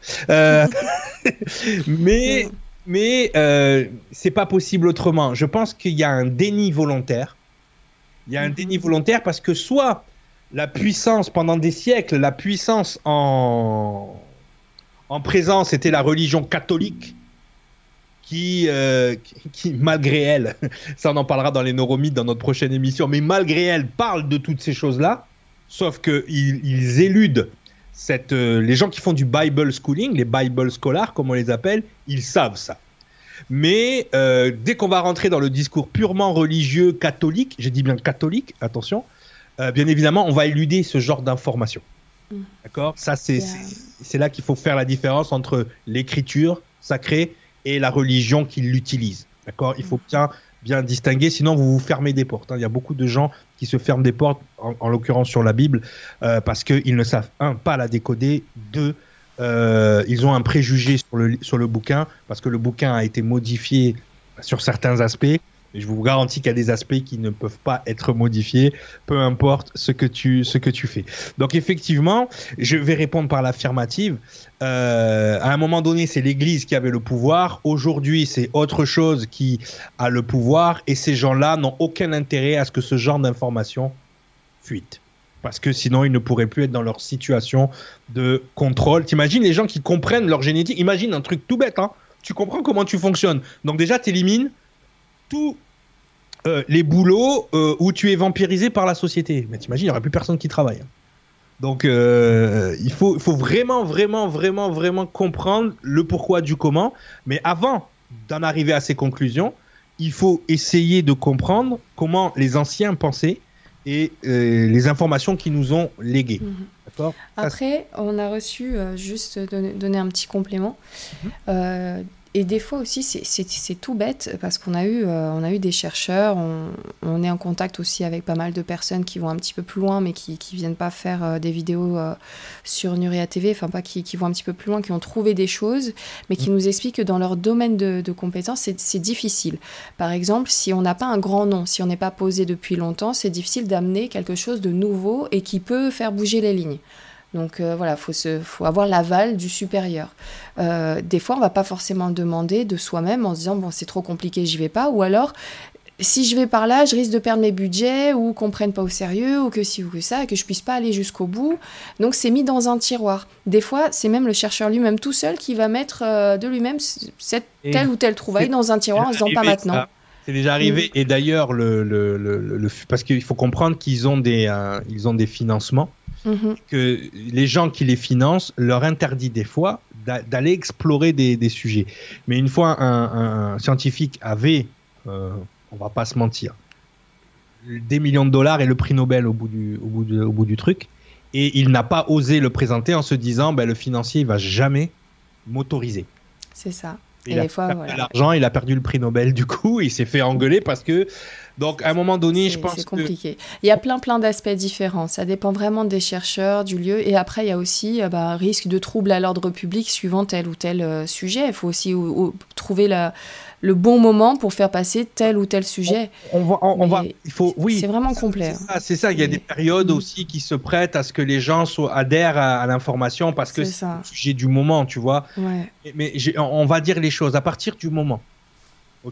Mais c'est pas possible autrement. Je pense qu'il y a un déni volontaire. Il y a un déni volontaire parce que soit la puissance, pendant des siècles, la puissance en présence était la religion catholique qui, malgré elle, ça on en parlera dans les neuromythes dans notre prochaine émission, mais malgré elle parle de toutes ces choses-là, sauf qu'ils éludent les gens qui font du Bible schooling, les Bible scholars comme on les appelle, ils savent ça. Mais dès qu'on va rentrer dans le discours purement religieux catholique, j'ai dit bien catholique, attention, bien évidemment on va éluder ce genre d'informations. D'accord ? Ça c'est là qu'il faut faire la différence entre l'écriture sacrée et la religion qui l'utilise. D'accord ? Il faut bien distinguer, sinon vous vous fermez des portes. Il y a beaucoup de gens qui se ferment des portes, en l'occurrence sur la Bible, parce qu'ils ne savent, pas la décoder, deux, ils ont un préjugé sur le bouquin, parce que le bouquin a été modifié sur certains aspects. Et je vous garantis qu'il y a des aspects qui ne peuvent pas être modifiés, peu importe ce que tu fais. Donc effectivement, je vais répondre par l'affirmative. À un moment donné, c'est l'Église qui avait le pouvoir. Aujourd'hui, c'est autre chose qui a le pouvoir. Et ces gens-là n'ont aucun intérêt à ce que ce genre d'information fuite. Parce que sinon, ils ne pourraient plus être dans leur situation de contrôle. T'imagines les gens qui comprennent leur génétique. Imagine un truc tout bête. Hein. Tu comprends comment tu fonctionnes. Donc déjà, tu élimines tous les boulots où tu es vampirisé par la société. Mais t'imagines, il n'y aurait plus personne qui travaille. Donc, il faut vraiment comprendre le pourquoi du comment. Mais avant d'en arriver à ces conclusions, il faut essayer de comprendre comment les anciens pensaient et les informations qu'ils nous ont léguées. D'accord ? Après, on a reçu, juste donner un petit complément, et des fois aussi, c'est tout bête, parce qu'on a eu des chercheurs, on est en contact aussi avec pas mal de personnes qui vont un petit peu plus loin, mais qui viennent pas faire des vidéos sur Nurea TV, enfin pas qui vont un petit peu plus loin, qui ont trouvé des choses, mais qui nous expliquent que dans leur domaine de compétences, c'est difficile. Par exemple, si on n'a pas un grand nom, si on n'est pas posé depuis longtemps, c'est difficile d'amener quelque chose de nouveau et qui peut faire bouger les lignes. Donc voilà, faut avoir l'aval du supérieur. Des fois, on va pas forcément le demander de soi-même en se disant bon, c'est trop compliqué, j'y vais pas. Ou alors, si je vais par là, je risque de perdre mes budgets, ou qu'on prenne pas au sérieux, ou que ci ou que ça, et que je puisse pas aller jusqu'au bout. Donc c'est mis dans un tiroir. Des fois, c'est même le chercheur lui-même tout seul qui va mettre de lui-même telle ou telle trouvaille dans un tiroir en se disant pas maintenant. Ça. C'est déjà arrivé. Et d'ailleurs, parce qu'il faut comprendre qu'ils ont des financements. Que les gens qui les financent leur interdit des fois d'aller explorer des sujets. Mais une fois un scientifique avait, on va pas se mentir, des millions de dollars et le prix Nobel au bout du truc, et il n'a pas osé le présenter en se disant le financier il va jamais m'autoriser. C'est ça. Il a perdu l'argent, il a perdu le prix Nobel du coup, il s'est fait engueuler parce que donc à un moment donné, je pense que c'est compliqué. Il y a plein d'aspects différents. Ça dépend vraiment des chercheurs, du lieu, et après il y a aussi risque de trouble à l'ordre public suivant tel ou tel sujet. Il faut aussi trouver le bon moment pour faire passer tel ou tel sujet. C'est vraiment complet. C'est ça. Il y a des périodes aussi qui se prêtent à ce que les gens adhèrent à l'information parce que c'est le sujet du moment, tu vois. Ouais. Mais on va dire les choses à partir du moment. Ok ?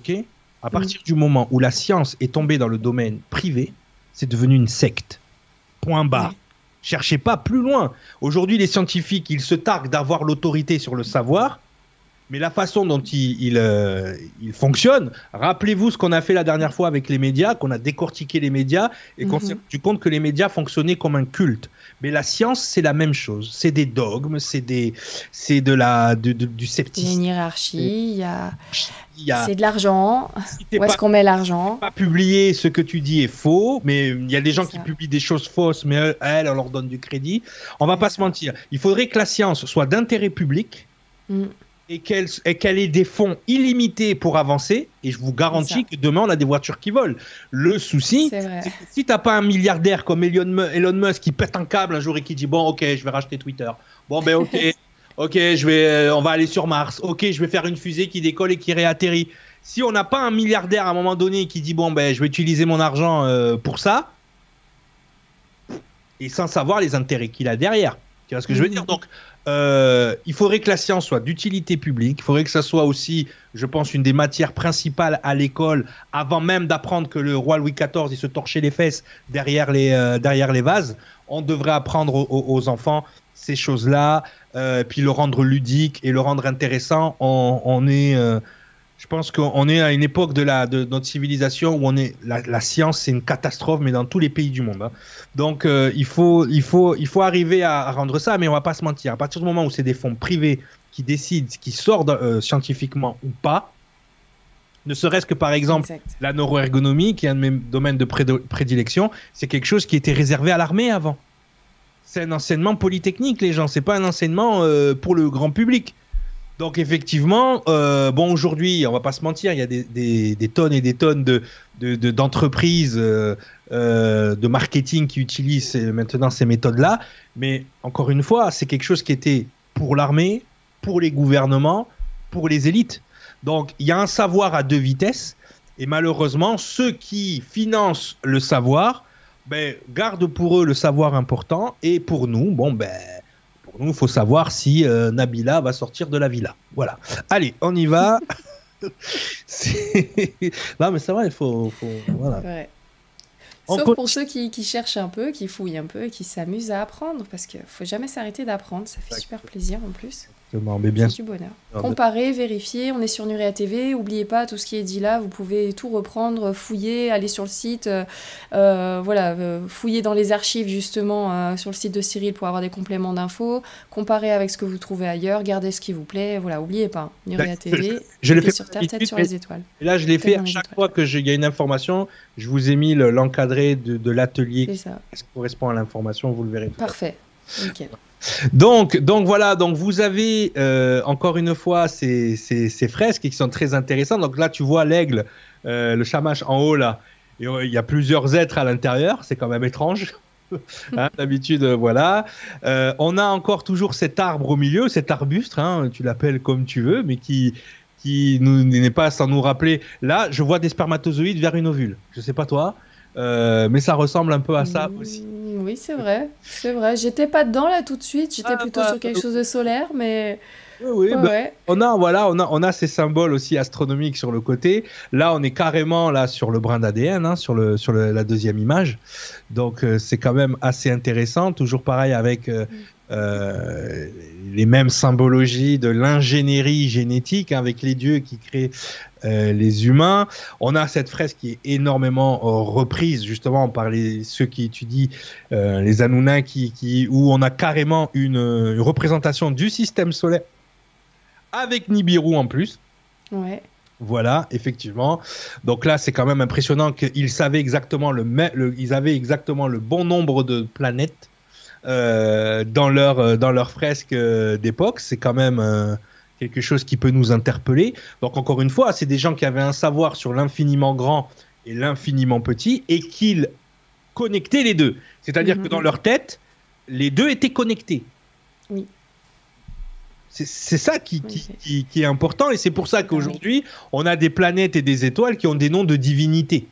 À partir du moment où la science est tombée dans le domaine privé, c'est devenu une secte. Point barre. Ouais. Cherchez pas plus loin. Aujourd'hui, les scientifiques, ils se targuent d'avoir l'autorité sur le savoir, mais la façon dont ils fonctionnent, rappelez-vous ce qu'on a fait la dernière fois avec les médias, qu'on a décortiqué les médias et qu'on s'est rendu compte que les médias fonctionnaient comme un culte. Mais la science, c'est la même chose. C'est des dogmes, c'est du scepticisme. Il y a une hiérarchie, c'est de l'argent. Où est-ce qu'on met l'argent ? Pas publier ce que tu dis est faux, mais il y a des gens qui publient des choses fausses, mais elles, on leur donne du crédit. On va pas se mentir. Il faudrait que la science soit d'intérêt public. Et qu'elle ait des fonds illimités pour avancer, et je vous garantis que demain on a des voitures qui volent. Le souci, c'est que si t'as pas un milliardaire comme Elon Musk qui pète un câble un jour et qui dit bon ok je vais racheter Twitter, bon ben ok on va aller sur Mars, ok je vais faire une fusée qui décolle et qui réatterrit. Si on n'a pas un milliardaire à un moment donné qui dit bon ben je vais utiliser mon argent pour ça, et sans savoir les intérêts qu'il a derrière, tu vois ce que je veux dire. Donc il faudrait que la science soit d'utilité publique, il faudrait que ça soit aussi, je pense, une des matières principales à l'école, avant même d'apprendre que le roi Louis XIV il se torchait les fesses derrière les vases. On devrait apprendre aux enfants ces choses-là, puis le rendre ludique et le rendre intéressant. Je pense qu'on est à une époque de notre civilisation où la science, c'est une catastrophe, mais dans tous les pays du monde. Hein. Donc, il faut arriver à rendre ça, mais on va pas se mentir. À partir du moment où c'est des fonds privés qui décident ce qui sort scientifiquement ou pas, ne serait-ce que par exemple la neuroergonomie, qui est un de mes domaines de prédilection, c'est quelque chose qui était réservé à l'armée avant. C'est un enseignement polytechnique, les gens. C'est pas un enseignement pour le grand public. Donc effectivement, bon aujourd'hui, on va pas se mentir, il y a des tonnes et des tonnes d'entreprises de marketing qui utilisent maintenant ces méthodes-là. Mais encore une fois, c'est quelque chose qui était pour l'armée, pour les gouvernements, pour les élites. Donc il y a un savoir à deux vitesses. Et malheureusement, ceux qui financent le savoir, gardent pour eux le savoir important. Et pour nous, il faut savoir si Nabila va sortir de la villa. Voilà. Allez, on y va. Non, mais c'est vrai, il faut voilà. Ouais. Sauf pour ceux qui cherchent un peu, qui fouillent un peu et qui s'amusent à apprendre, parce qu'il ne faut jamais s'arrêter d'apprendre, ça fait super plaisir en plus. Mais bien c'est du bonheur. Comparer, vérifier, on est sur Nurea TV, n'oubliez pas tout ce qui est dit là, vous pouvez tout reprendre, fouiller, aller sur le site, fouiller dans les archives justement sur le site de Cyril pour avoir des compléments d'infos, comparer avec ce que vous trouvez ailleurs, gardez ce qui vous plaît, voilà, n'oubliez pas, Nurea TV, je l'ai fait sur Terre, tête sur les étoiles. Et là je l'ai fait à chaque fois qu'il y a une information, je vous ai mis l'encadré de l'atelier qui correspond à l'information, vous le verrez. Parfait, nickel. Donc voilà, donc vous avez encore une fois ces fresques qui sont très intéressantes. Donc là, tu vois l'aigle, le shamash en haut là, et il y a plusieurs êtres à l'intérieur, c'est quand même étrange. Hein, d'habitude, voilà. On a encore toujours cet arbre au milieu, cet arbuste, hein, tu l'appelles comme tu veux, mais qui n'est pas sans nous rappeler. Là, je vois des spermatozoïdes vers une ovule. Je sais pas toi. Mais ça ressemble un peu à ça aussi. Oui, c'est vrai. J'étais pas dedans là tout de suite. J'étais plutôt sur quelque chose de solaire, mais. Oui, ouais. On a ces symboles aussi astronomiques sur le côté. Là, on est carrément là sur le brin d'ADN, hein, sur la deuxième image. Donc, c'est quand même assez intéressant. Toujours pareil avec les mêmes symbologies de l'ingénierie génétique, hein, avec les dieux qui créent les humains. On a cette fresque qui est énormément reprise justement par ceux qui étudient les Anunnaki, où on a carrément une représentation du système solaire avec Nibiru en plus. Ouais. Voilà, effectivement. Donc là, c'est quand même impressionnant qu'ils savaient exactement ils avaient exactement le bon nombre de planètes dans leur fresque d'époque. C'est quand même quelque chose qui peut nous interpeller. Donc encore une fois, c'est des gens qui avaient un savoir sur l'infiniment grand et l'infiniment petit et qu'ils connectaient les deux. C'est-à-dire que dans leur tête, les deux étaient connectés. Oui. C'est ça qui est important et c'est pour ça qu'aujourd'hui, on a des planètes et des étoiles qui ont des noms de divinités.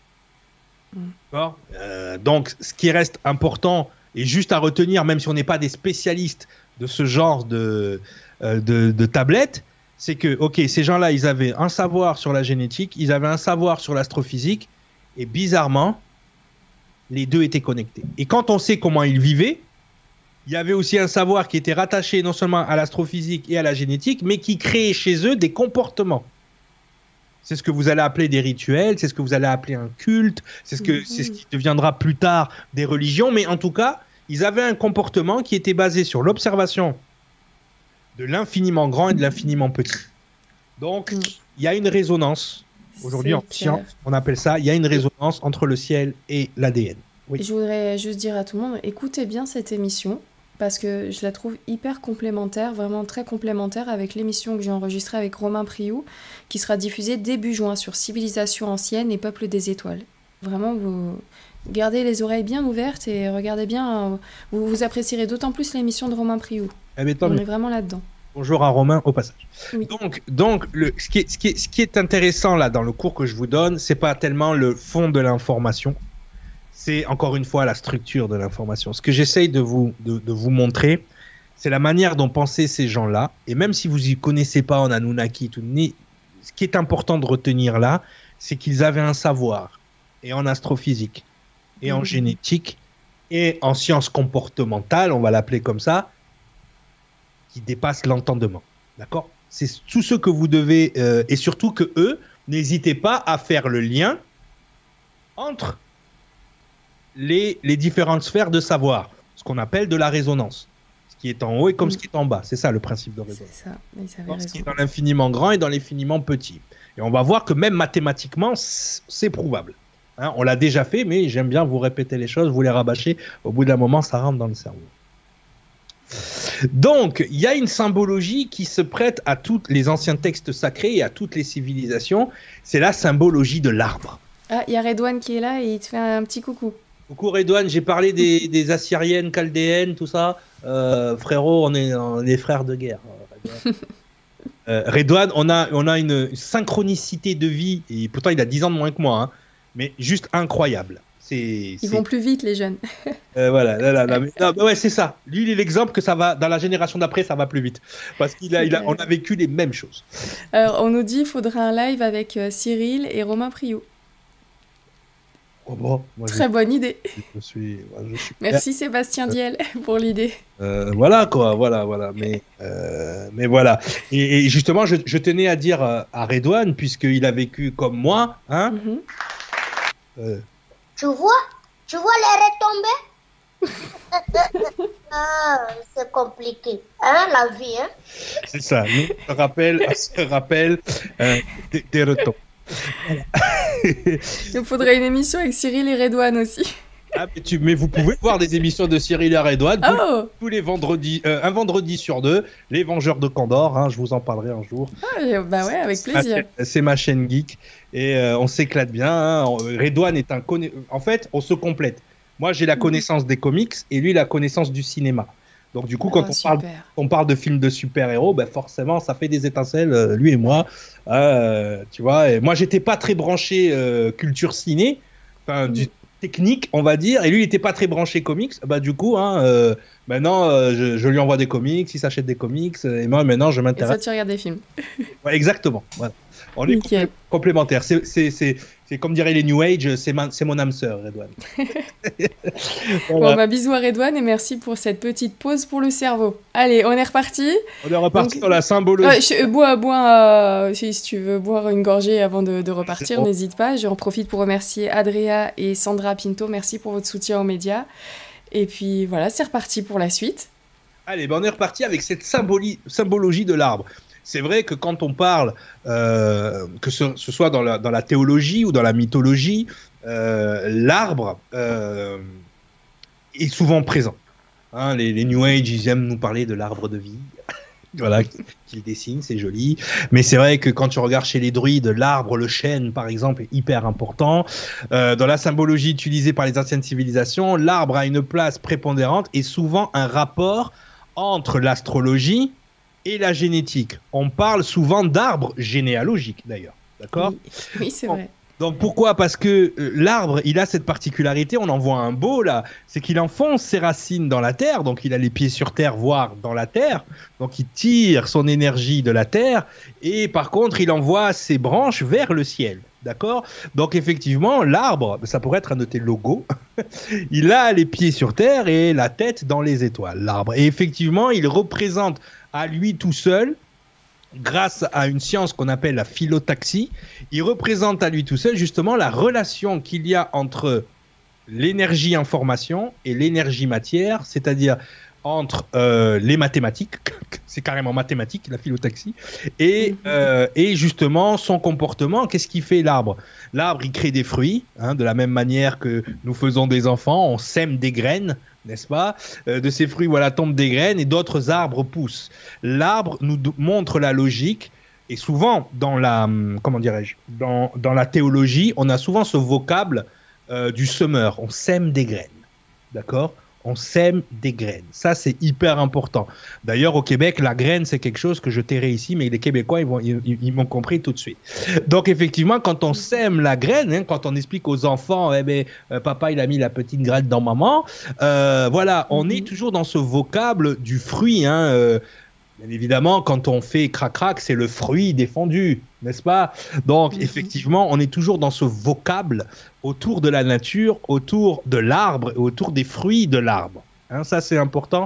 Donc, ce qui reste important et juste à retenir, même si on n'est pas des spécialistes de ce genre de tablettes, c'est que, ces gens-là, ils avaient un savoir sur la génétique, ils avaient un savoir sur l'astrophysique et bizarrement, les deux étaient connectés. Et quand on sait comment ils vivaient, il y avait aussi un savoir qui était rattaché non seulement à l'astrophysique et à la génétique, mais qui créait chez eux des comportements. C'est ce que vous allez appeler des rituels, c'est ce que vous allez appeler un culte, c'est ce qui deviendra plus tard des religions, mais en tout cas, ils avaient un comportement qui était basé sur l'observation de l'infiniment grand et de l'infiniment petit. Donc, il y a une résonance. Aujourd'hui, en science, on appelle ça, il y a une résonance entre le ciel et l'ADN. Oui. Je voudrais juste dire à tout le monde, écoutez bien cette émission, parce que je la trouve hyper complémentaire, vraiment très complémentaire avec l'émission que j'ai enregistrée avec Romain Priou, qui sera diffusée début juin sur Civilisation ancienne et Peuple des étoiles. Vraiment, vous gardez les oreilles bien ouvertes et regardez bien, vous apprécierez d'autant plus l'émission de Romain Priou. On est vraiment là-dedans. Bonjour à Romain au passage. Oui. Donc ce qui est intéressant là dans le cours que je vous donne, c'est pas tellement le fond de l'information, c'est encore une fois la structure de l'information. Ce que j'essaye de vous montrer, c'est la manière dont pensaient ces gens-là. Et même si vous y connaissez pas en Anunnaki, ce qui est important de retenir là, c'est qu'ils avaient un savoir, et en astrophysique, et en génétique, et en sciences comportementales, on va l'appeler comme ça, qui dépasse l'entendement. D'accord ? c'est tout ce que vous devez, et surtout que eux, n'hésitez pas à faire le lien entre les différentes sphères de savoir, ce qu'on appelle de la résonance. Ce qui est en haut et comme ce qui est en bas. C'est ça le principe de résonance. C'est ça, ils avaient raison. Ce qui est dans l'infiniment grand et dans l'infiniment petit. Et on va voir que même mathématiquement, c'est prouvable. Hein, on l'a déjà fait, mais j'aime bien vous répéter les choses, vous les rabâcher. Au bout d'un moment, ça rentre dans le cerveau. Donc, il y a une symbologie qui se prête à tous les anciens textes sacrés et à toutes les civilisations. C'est la symbologie de l'arbre. Ah, il y a Redouane qui est là et il te fait un petit coucou. Coucou Redouane, j'ai parlé des Assyriennes, Chaldéennes, tout ça. Frérot, on est frères de guerre. Redouane, on a une synchronicité de vie, et pourtant il a 10 ans de moins que moi, hein, mais juste incroyable. Ils vont plus vite, les jeunes. Voilà, ouais, c'est ça. Lui, il est l'exemple que ça va, dans la génération d'après, ça va plus vite. Parce on a vécu les mêmes choses. Alors, on nous dit qu'il faudra un live avec Cyril et Romain Priou. Oh bon, Très bonne idée. Je suis Merci Sébastien Diel pour l'idée. Voilà quoi, voilà. Mais voilà. Et justement, je tenais à dire à Redouane, puisqu'il a vécu comme moi, hein. Tu vois les retombées. C'est compliqué, hein, la vie, hein. C'est ça. Nous, on se rappelle des retombées. Il faudrait une émission avec Cyril et Redouane aussi. Ah, mais vous pouvez voir des émissions de Cyril et Redouane tous les vendredis, un vendredi sur deux, les Vengeurs de Candor, hein, je vous en parlerai un jour. Ah, bah ouais, avec plaisir. C'est ma chaîne geek et on s'éclate bien. Hein. Redouane est en fait, on se complète. Moi, j'ai la connaissance des comics et lui, la connaissance du cinéma. Donc du coup, quand on parle de films de super-héros, ben forcément, ça fait des étincelles, lui et moi. Tu vois, et moi, j'étais pas très branché culture ciné, du technique, on va dire, et lui, il était pas très branché comics. Bah du coup, hein, maintenant, je lui envoie des comics, il s'achète des comics, et moi, maintenant, je m'intéresse. Et ça, tu regardes des films. Ouais, exactement. Voilà. On est complémentaires. C'est comme dirait les New Age, c'est mon âme sœur, Redouane. Voilà. Bon, bisous à Redouane et merci pour cette petite pause pour le cerveau. Allez, on est reparti. On est reparti dans la symbologie. Si tu veux boire une gorgée avant de repartir, n'hésite pas. J'en profite pour remercier Adria et Sandra Pinto. Merci pour votre soutien aux médias. Et puis voilà, c'est reparti pour la suite. Allez, on est reparti avec cette symbologie de l'arbre. C'est vrai que quand on parle, que ce soit dans la théologie ou dans la mythologie, l'arbre est souvent présent. Hein, les New Age, ils aiment nous parler de l'arbre de vie. Voilà, qu'ils dessinent, c'est joli. Mais c'est vrai que quand tu regardes chez les druides, l'arbre, le chêne, par exemple, est hyper important. Dans la symbologie utilisée par les anciennes civilisations, l'arbre a une place prépondérante et souvent un rapport entre l'astrologie et la génétique. On parle souvent d'arbres généalogiques, d'ailleurs. D'accord ? Oui, c'est vrai. Donc pourquoi ? Parce que l'arbre, il a cette particularité, on en voit un beau là, c'est qu'il enfonce ses racines dans la terre, donc il a les pieds sur terre, voire dans la terre, donc il tire son énergie de la terre, et par contre il envoie ses branches vers le ciel. D'accord ? Donc effectivement, l'arbre, ça pourrait être un de tes logos, il a les pieds sur terre et la tête dans les étoiles, l'arbre. Et effectivement, il représente à lui tout seul, grâce à une science qu'on appelle la phyllotaxie, il représente à lui tout seul justement la relation qu'il y a entre l'énergie information et l'énergie matière, c'est-à-dire entre les mathématiques, c'est carrément mathématique la phyllotaxie, et justement son comportement. Qu'est-ce qui fait l'arbre ? L'arbre, il crée des fruits, hein, de la même manière que nous faisons des enfants, on sème des graines, n'est-ce pas ? De ces fruits, voilà, tombent des graines et d'autres arbres poussent. L'arbre nous montre la logique et souvent dans la, dans la théologie, on a souvent ce vocable du semeur. On sème des graines, d'accord ? On sème des graines. Ça, c'est hyper important. D'ailleurs, au Québec, la graine, c'est quelque chose que je tairai ici, mais les Québécois, ils m'ont compris tout de suite. Donc, effectivement, quand on sème la graine, hein, quand on explique aux enfants, papa, il a mis la petite graine dans maman, voilà, on est toujours dans ce vocable du fruit, hein, bien évidemment, quand on fait crac-crac, c'est le fruit défendu, n'est-ce pas ? Donc, effectivement, on est toujours dans ce vocable autour de la nature, autour de l'arbre et autour des fruits de l'arbre. Hein, ça, c'est important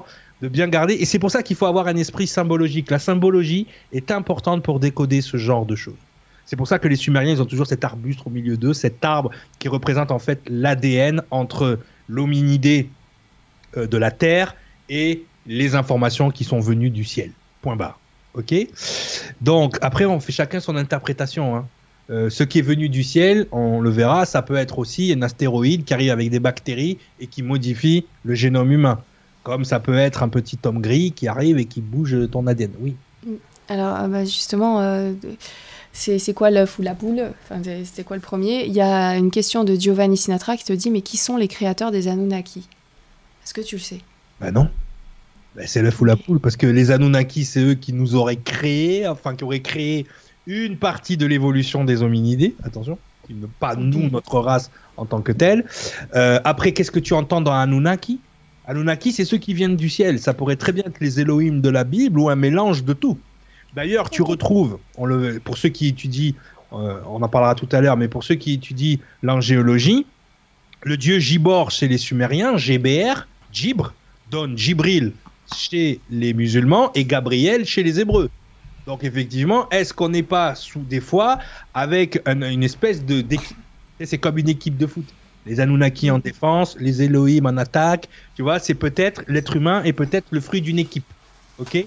de bien garder. Et c'est pour ça qu'il faut avoir un esprit symbologique. La symbologie est importante pour décoder ce genre de choses. C'est pour ça que les Sumériens, ils ont toujours cet arbuste au milieu d'eux, cet arbre qui représente en fait l'ADN entre l'hominidé de la Terre et les informations qui sont venues du ciel. Point barre. Ok ? Donc, après, on fait chacun son interprétation. Hein. Ce qui est venu du ciel, on le verra, ça peut être aussi un astéroïde qui arrive avec des bactéries et qui modifie le génome humain. Comme ça peut être un petit homme gris qui arrive et qui bouge ton ADN. Oui. Alors, justement, c'est quoi l'œuf ou la poule ? Enfin, c'était quoi le premier ? Il y a une question de Giovanni Sinatra qui te dit « Mais qui sont les créateurs des Anunnaki ?» Est-ce que tu le sais ? Ben non. Ben c'est l'œuf ou la poule, parce que les Anunnaki, c'est eux qui nous auraient créé, enfin qui auraient créé une partie de l'évolution des hominidés. Attention, pas nous, notre race en tant que telle. Après, qu'est-ce que tu entends dans Anunnaki ? Anunnaki, c'est ceux qui viennent du ciel. Ça pourrait très bien être les Elohim de la Bible ou un mélange de tout. D'ailleurs, tu retrouves, pour ceux qui étudient, on en parlera tout à l'heure, mais pour ceux qui étudient l'angéologie, le dieu Gibor chez les Sumériens, GBR, Djibre, donne Djibril chez les musulmans et Gabriel chez les Hébreux. Donc effectivement, est-ce qu'on n'est pas des fois avec une espèce d'équipe ? C'est comme une équipe de foot. Les Anunnaki en défense, les Elohim en attaque. Tu vois, c'est peut-être l'être humain est peut-être le fruit d'une équipe. Ok.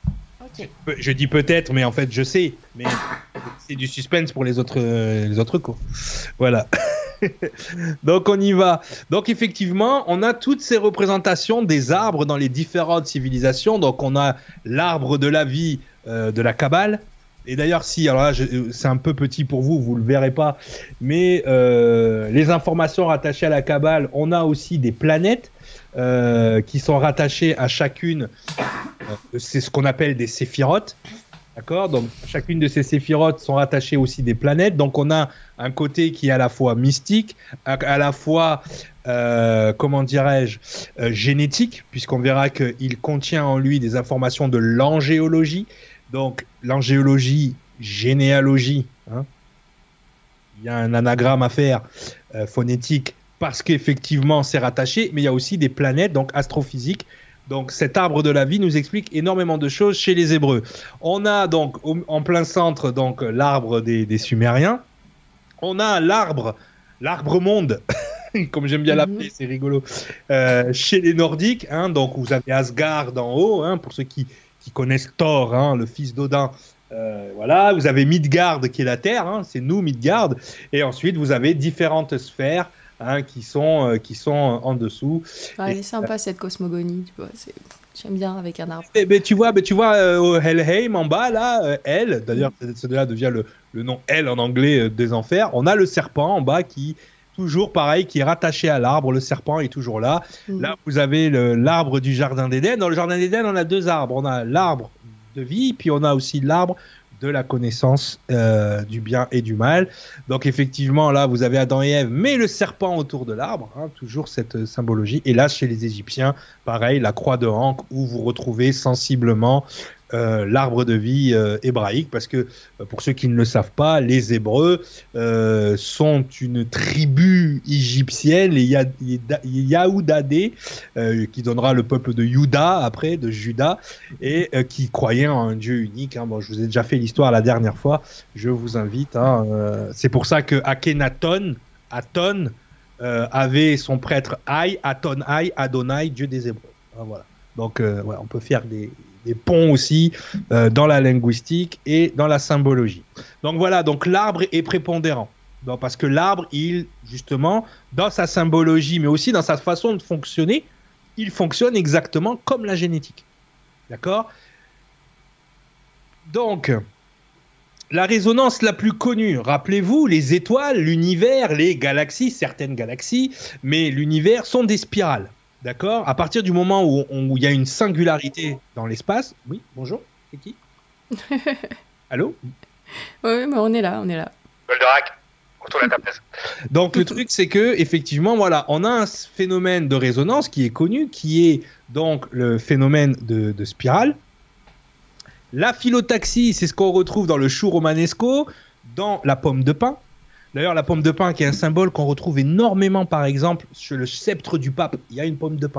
Je dis peut-être, mais en fait je sais. Mais c'est du suspense pour les autres cours. Voilà. Donc on y va. Donc effectivement, on a toutes ces représentations des arbres dans les différentes civilisations. Donc on a l'arbre de la vie de la Kabbale. Et d'ailleurs, alors là, c'est un peu petit pour vous, vous le verrez pas, mais les informations rattachées à la Kabbale, on a aussi des planètes qui sont rattachées à chacune. C'est ce qu'on appelle des séphirotes. D'accord ? Donc, chacune de ces séphirotes sont rattachées aussi des planètes. Donc, on a un côté qui est à la fois mystique, à la fois, comment dirais-je, génétique, puisqu'on verra qu'il contient en lui des informations de l'angéologie. Donc, l'angéologie, généalogie, hein. Il y a un anagramme à faire, phonétique, parce qu'effectivement, c'est rattaché, mais il y a aussi des planètes, donc astrophysique. Donc cet arbre de la vie nous explique énormément de choses chez les Hébreux. On a donc en plein centre donc l'arbre des Sumériens. On a l'arbre monde, comme j'aime bien l'appeler, c'est rigolo. Chez les Nordiques, hein, donc vous avez Asgard en haut, hein, pour ceux qui connaissent Thor, hein, le fils d'Odin. Voilà, vous avez Midgard qui est la Terre, hein, c'est nous Midgard. Et ensuite vous avez différentes sphères. Hein, qui sont en dessous. Ouais, elle est sympa cette cosmogonie, tu vois. J'aime bien avec un arbre. Mais tu vois au Helheim en bas là, Hel, d'ailleurs cela devient le nom Hel en anglais des enfers. On a le serpent en bas qui toujours pareil, qui est rattaché à l'arbre. Le serpent est toujours là. Là vous avez l'arbre du jardin d'Éden. Dans le jardin d'Éden, on a deux arbres. On a l'arbre de vie, puis on a aussi l'arbre de la connaissance du bien et du mal. Donc effectivement, là, vous avez Adam et Ève, mais le serpent autour de l'arbre, hein, toujours cette symbologie. Et là, chez les Égyptiens, pareil, la croix de Ankh, où vous retrouvez sensiblement l'arbre de vie hébraïque, parce que pour ceux qui ne le savent pas, les Hébreux sont une tribu égyptienne, les Yahoudadé, qui donnera le peuple de Juda après, de Juda, et qui croyaient en un Dieu unique. Hein. Bon, je vous ai déjà fait l'histoire la dernière fois, je vous invite. Hein, c'est pour ça que Akhenaton, Aton, avait son prêtre Aton-Ai, Adonai, Dieu des Hébreux. Hein, voilà. Donc, ouais, on peut faire des ponts aussi dans la linguistique et dans la symbologie. Donc voilà, donc l'arbre est prépondérant. Donc, parce que l'arbre, justement, dans sa symbologie, mais aussi dans sa façon de fonctionner, il fonctionne exactement comme la génétique. D'accord ? Donc, la résonance la plus connue, rappelez-vous, les étoiles, l'univers, les galaxies, certaines galaxies, mais l'univers sont des spirales. D'accord ? À partir du moment où il y a une singularité dans l'espace. Oui, bonjour, c'est qui ? Allô ? Oui, mais on est là. Goldorak, retourne à ta place. Donc le truc, c'est que effectivement, voilà, on a un phénomène de résonance qui est connu, qui est donc le phénomène de spirale. La phyllotaxie, c'est ce qu'on retrouve dans le chou romanesco, dans la pomme de pin. D'ailleurs, la pomme de pin qui est un symbole qu'on retrouve énormément, par exemple, sur le sceptre du pape, il y a une pomme de pin.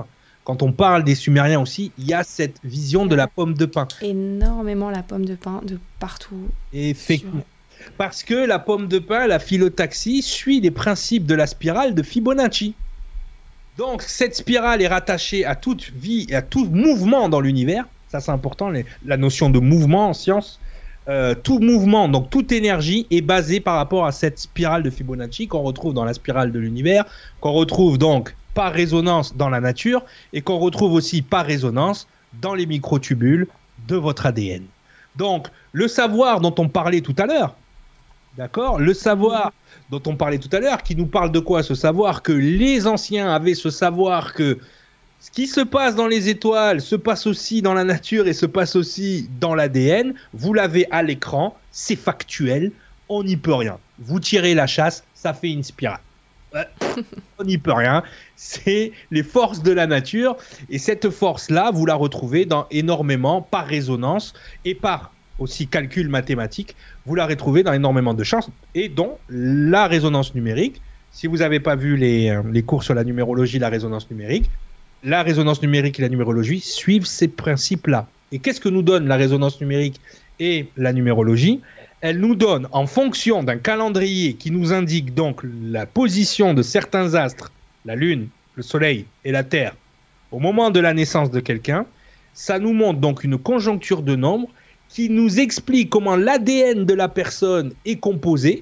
quand on parle des Sumériens aussi, il y a cette vision de la pomme de pin. Énormément la pomme de pin de partout. Effectivement. Parce que la pomme de pin, la phyllotaxie, suit les principes de la spirale de Fibonacci. Donc, cette spirale est rattachée à toute vie et à tout mouvement dans l'univers. Ça, c'est important, la notion de mouvement en science. Tout mouvement, donc toute énergie, est basée par rapport à cette spirale de Fibonacci qu'on retrouve dans la spirale de l'univers, qu'on retrouve donc par résonance dans la nature et qu'on retrouve aussi par résonance dans les microtubules de votre ADN. Donc, le savoir dont on parlait tout à l'heure, d'accord, le savoir dont on parlait tout à l'heure, qui nous parle de quoi, ce savoir que les anciens avaient, ce savoir que ce qui se passe dans les étoiles se passe aussi dans la nature et se passe aussi dans l'ADN, vous l'avez à l'écran, c'est factuel, on n'y peut rien. Vous tirez la chasse, ça fait une spirale. On n'y peut rien, c'est les forces de la nature, et cette force-là, vous la retrouvez dans énormément, par résonance et par aussi calcul mathématique, vous la retrouvez dans énormément de champs, et dont la résonance numérique. Si vous n'avez pas vu les cours sur la numérologie, la résonance numérique et la numérologie suivent ces principes-là. Et qu'est-ce que nous donne la résonance numérique et la numérologie? Elle nous donne, en fonction d'un calendrier qui nous indique donc la position de certains astres, la Lune, le Soleil et la Terre, au moment de la naissance de quelqu'un, ça nous montre donc une conjoncture de nombres qui nous explique comment l'ADN de la personne est composé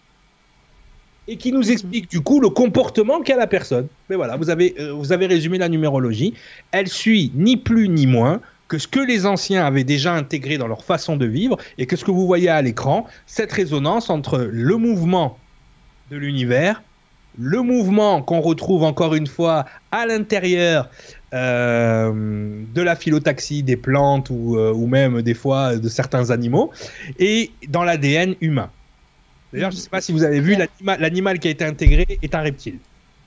et qui nous explique du coup le comportement qu'a la personne. Mais voilà, vous avez résumé la numérologie. Elle suit ni plus ni moins que ce que les anciens avaient déjà intégré dans leur façon de vivre et que ce que vous voyez à l'écran, cette résonance entre le mouvement de l'univers, le mouvement qu'on retrouve encore une fois à l'intérieur de la phyllotaxie des plantes ou même des fois de certains animaux et dans l'ADN humain. D'ailleurs, je ne sais pas si vous avez vu, l'animal qui a été intégré est un reptile.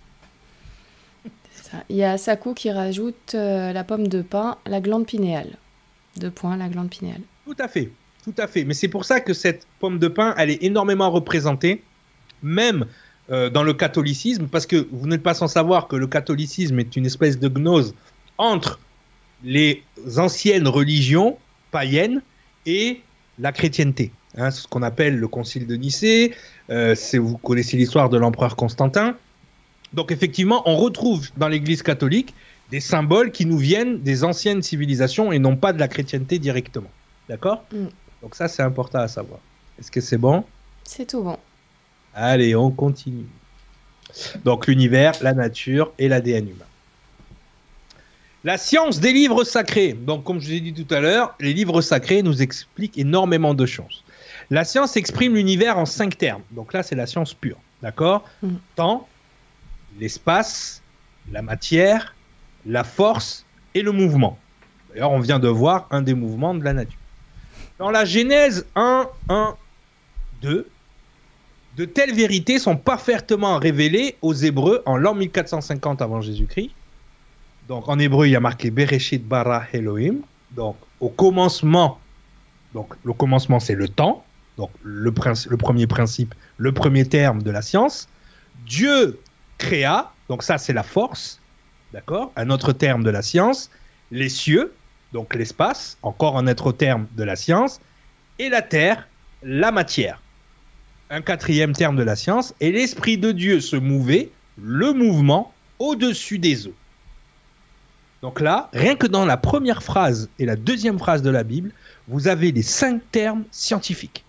Ça. Il y a Sakou qui rajoute la pomme de pin, la glande pinéale. 2 points, la glande pinéale. Tout à fait, tout à fait. Mais c'est pour ça que cette pomme de pin, elle est énormément représentée, même dans le catholicisme, parce que vous n'êtes pas sans savoir que le catholicisme est une espèce de gnose entre les anciennes religions païennes et la chrétienté. Hein, c'est ce qu'on appelle le concile de Nicée. Vous connaissez l'histoire de l'empereur Constantin. Donc effectivement, on retrouve dans l'Église catholique des symboles qui nous viennent des anciennes civilisations et non pas de la chrétienté directement. D'accord ? Donc ça, c'est important à savoir. Est-ce que c'est bon ? C'est tout bon. Allez, on continue. Donc l'univers, la nature et l'ADN humain. La science des livres sacrés. Donc comme je vous ai dit tout à l'heure, les livres sacrés nous expliquent énormément de choses. La science exprime l'univers en 5 termes. Donc là, c'est la science pure. D'accord ? Temps, l'espace, la matière, la force et le mouvement. D'ailleurs, on vient de voir un des mouvements de la nature. Dans la Genèse 1, 2, de telles vérités sont parfaitement révélées aux Hébreux en l'an 1450 avant Jésus-Christ. Donc en hébreu, il y a marqué Bereshit bara Elohim. Donc au commencement, le commencement c'est le temps. Donc le premier principe, le premier terme de la science. Dieu créa, donc ça c'est la force, d'accord ? Un autre terme de la science. Les cieux, donc l'espace, encore un autre terme de la science. Et la terre, la matière. Un 4e terme de la science. Et l'esprit de Dieu se mouvait, le mouvement, au-dessus des eaux. Donc là, rien que dans la première phrase et la deuxième phrase de la Bible, vous avez les 5 termes scientifiques.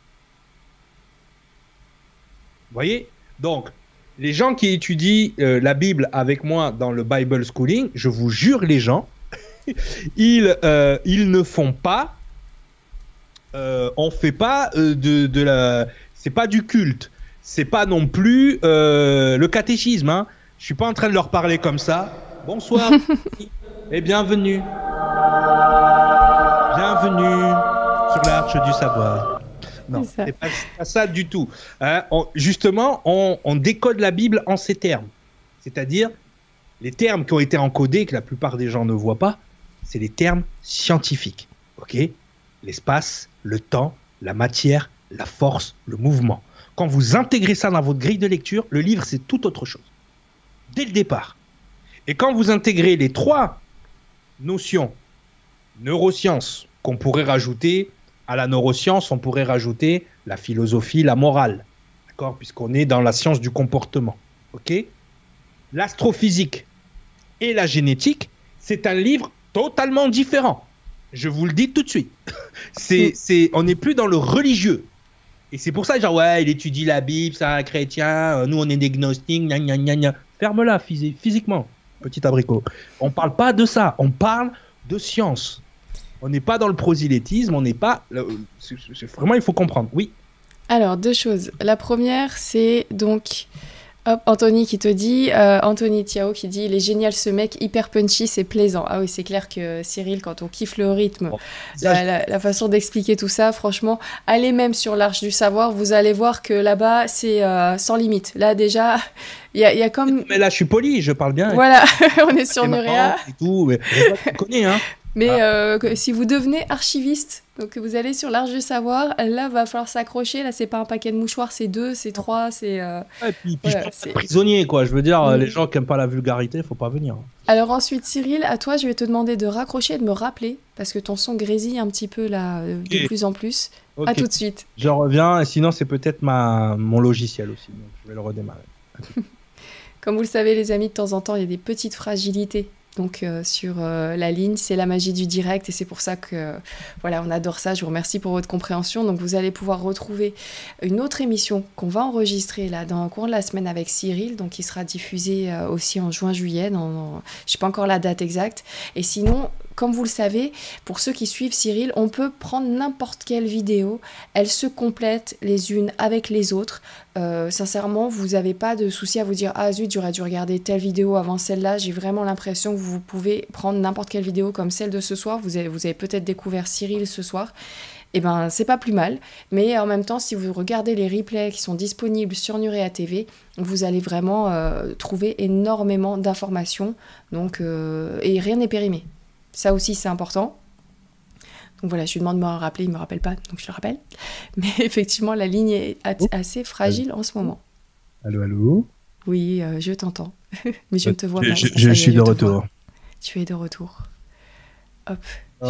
Vous voyez ? Donc, les gens qui étudient la Bible avec moi dans le Bible Schooling, je vous jure les gens, ils ne font pas, on fait pas de la, c'est pas du culte, c'est pas non plus le catéchisme. Hein. Je suis pas en train de leur parler comme ça. Bonsoir et bienvenue, bienvenue sur l'Arche du Savoir. Non, c'est pas ça du tout. Hein, justement, on décode la Bible en ces termes. C'est-à-dire, les termes qui ont été encodés, que la plupart des gens ne voient pas, c'est les termes scientifiques. Okay ? L'espace, le temps, la matière, la force, le mouvement. Quand vous intégrez ça dans votre grille de lecture, le livre, c'est tout autre chose. Dès le départ. Et quand vous intégrez les 3 notions. Neurosciences, qu'on pourrait rajouter à la neuroscience, on pourrait rajouter la philosophie, la morale, d'accord, puisqu'on est dans la science du comportement. Ok. L'astrophysique et la génétique, c'est un livre totalement différent. Je vous le dis tout de suite. On n'est plus dans le religieux. Et c'est pour ça, genre, ouais, il étudie la Bible, c'est un chrétien, nous on est des gnostiques, gna gna gna gna. Ferme-la physiquement, petit abricot. On parle pas de ça, on parle de science. On n'est pas dans le prosélytisme, on n'est pas. Vraiment, il faut comprendre. Oui. Alors, deux choses. La première, c'est donc. Hop, Anthony qui te dit, Anthony Tiao qui dit, il est génial ce mec, hyper punchy, c'est plaisant. Ah oui, c'est clair que Cyril, quand on kiffe le rythme, la façon d'expliquer tout ça, franchement, allez même sur l'Arche du Savoir, vous allez voir que là-bas, c'est sans limite. Là, déjà, il y a comme... Mais là, je suis poli, je parle bien. Voilà, on est sur Nurea. Et tout, mais tu connais, hein. Mais si vous devenez archiviste, donc vous allez sur l'Arche du Savoir, là va falloir s'accrocher. Là, c'est pas un paquet de mouchoirs, c'est 2, c'est 3, c'est. Et puis voilà, je pense c'est prisonnier, quoi. Je veux dire, les gens qui aiment pas la vulgarité, faut pas venir. Alors ensuite, Cyril, à toi, je vais te demander de raccrocher et de me rappeler parce que ton son grésille un petit peu là, de plus en plus. À tout de suite. Je reviens. Et sinon, c'est peut-être mon logiciel aussi. Donc je vais le redémarrer. Comme vous le savez, les amis, de temps en temps, il y a des petites fragilités. Donc sur la ligne, c'est la magie du direct et c'est pour ça que voilà, on adore ça. Je vous remercie pour votre compréhension. Donc vous allez pouvoir retrouver une autre émission qu'on va enregistrer là dans le cours de la semaine avec Cyril, donc qui sera diffusée aussi en juin-juillet. Je ne sais pas encore la date exacte. Et sinon, comme vous le savez, pour ceux qui suivent Cyril, on peut prendre n'importe quelle vidéo. Elles se complètent les unes avec les autres. Sincèrement, vous n'avez pas de souci à vous dire « Ah zut, j'aurais dû regarder telle vidéo avant celle-là ». J'ai vraiment l'impression que vous pouvez prendre n'importe quelle vidéo comme celle de ce soir. Vous avez peut-être découvert Cyril ce soir. Eh ben, c'est pas plus mal. Mais en même temps, si vous regardez les replays qui sont disponibles sur Nurea TV, vous allez vraiment trouver énormément d'informations. Donc, et rien n'est périmé. Ça aussi, c'est important. Donc voilà, je lui demande de me rappeler, il ne me rappelle pas, donc je le rappelle. Mais effectivement, la ligne est assez fragile en ce moment. Allô, allô. Oui, je t'entends. Mais je ne te vois pas. Je suis de retour. Tu es de retour. Hop.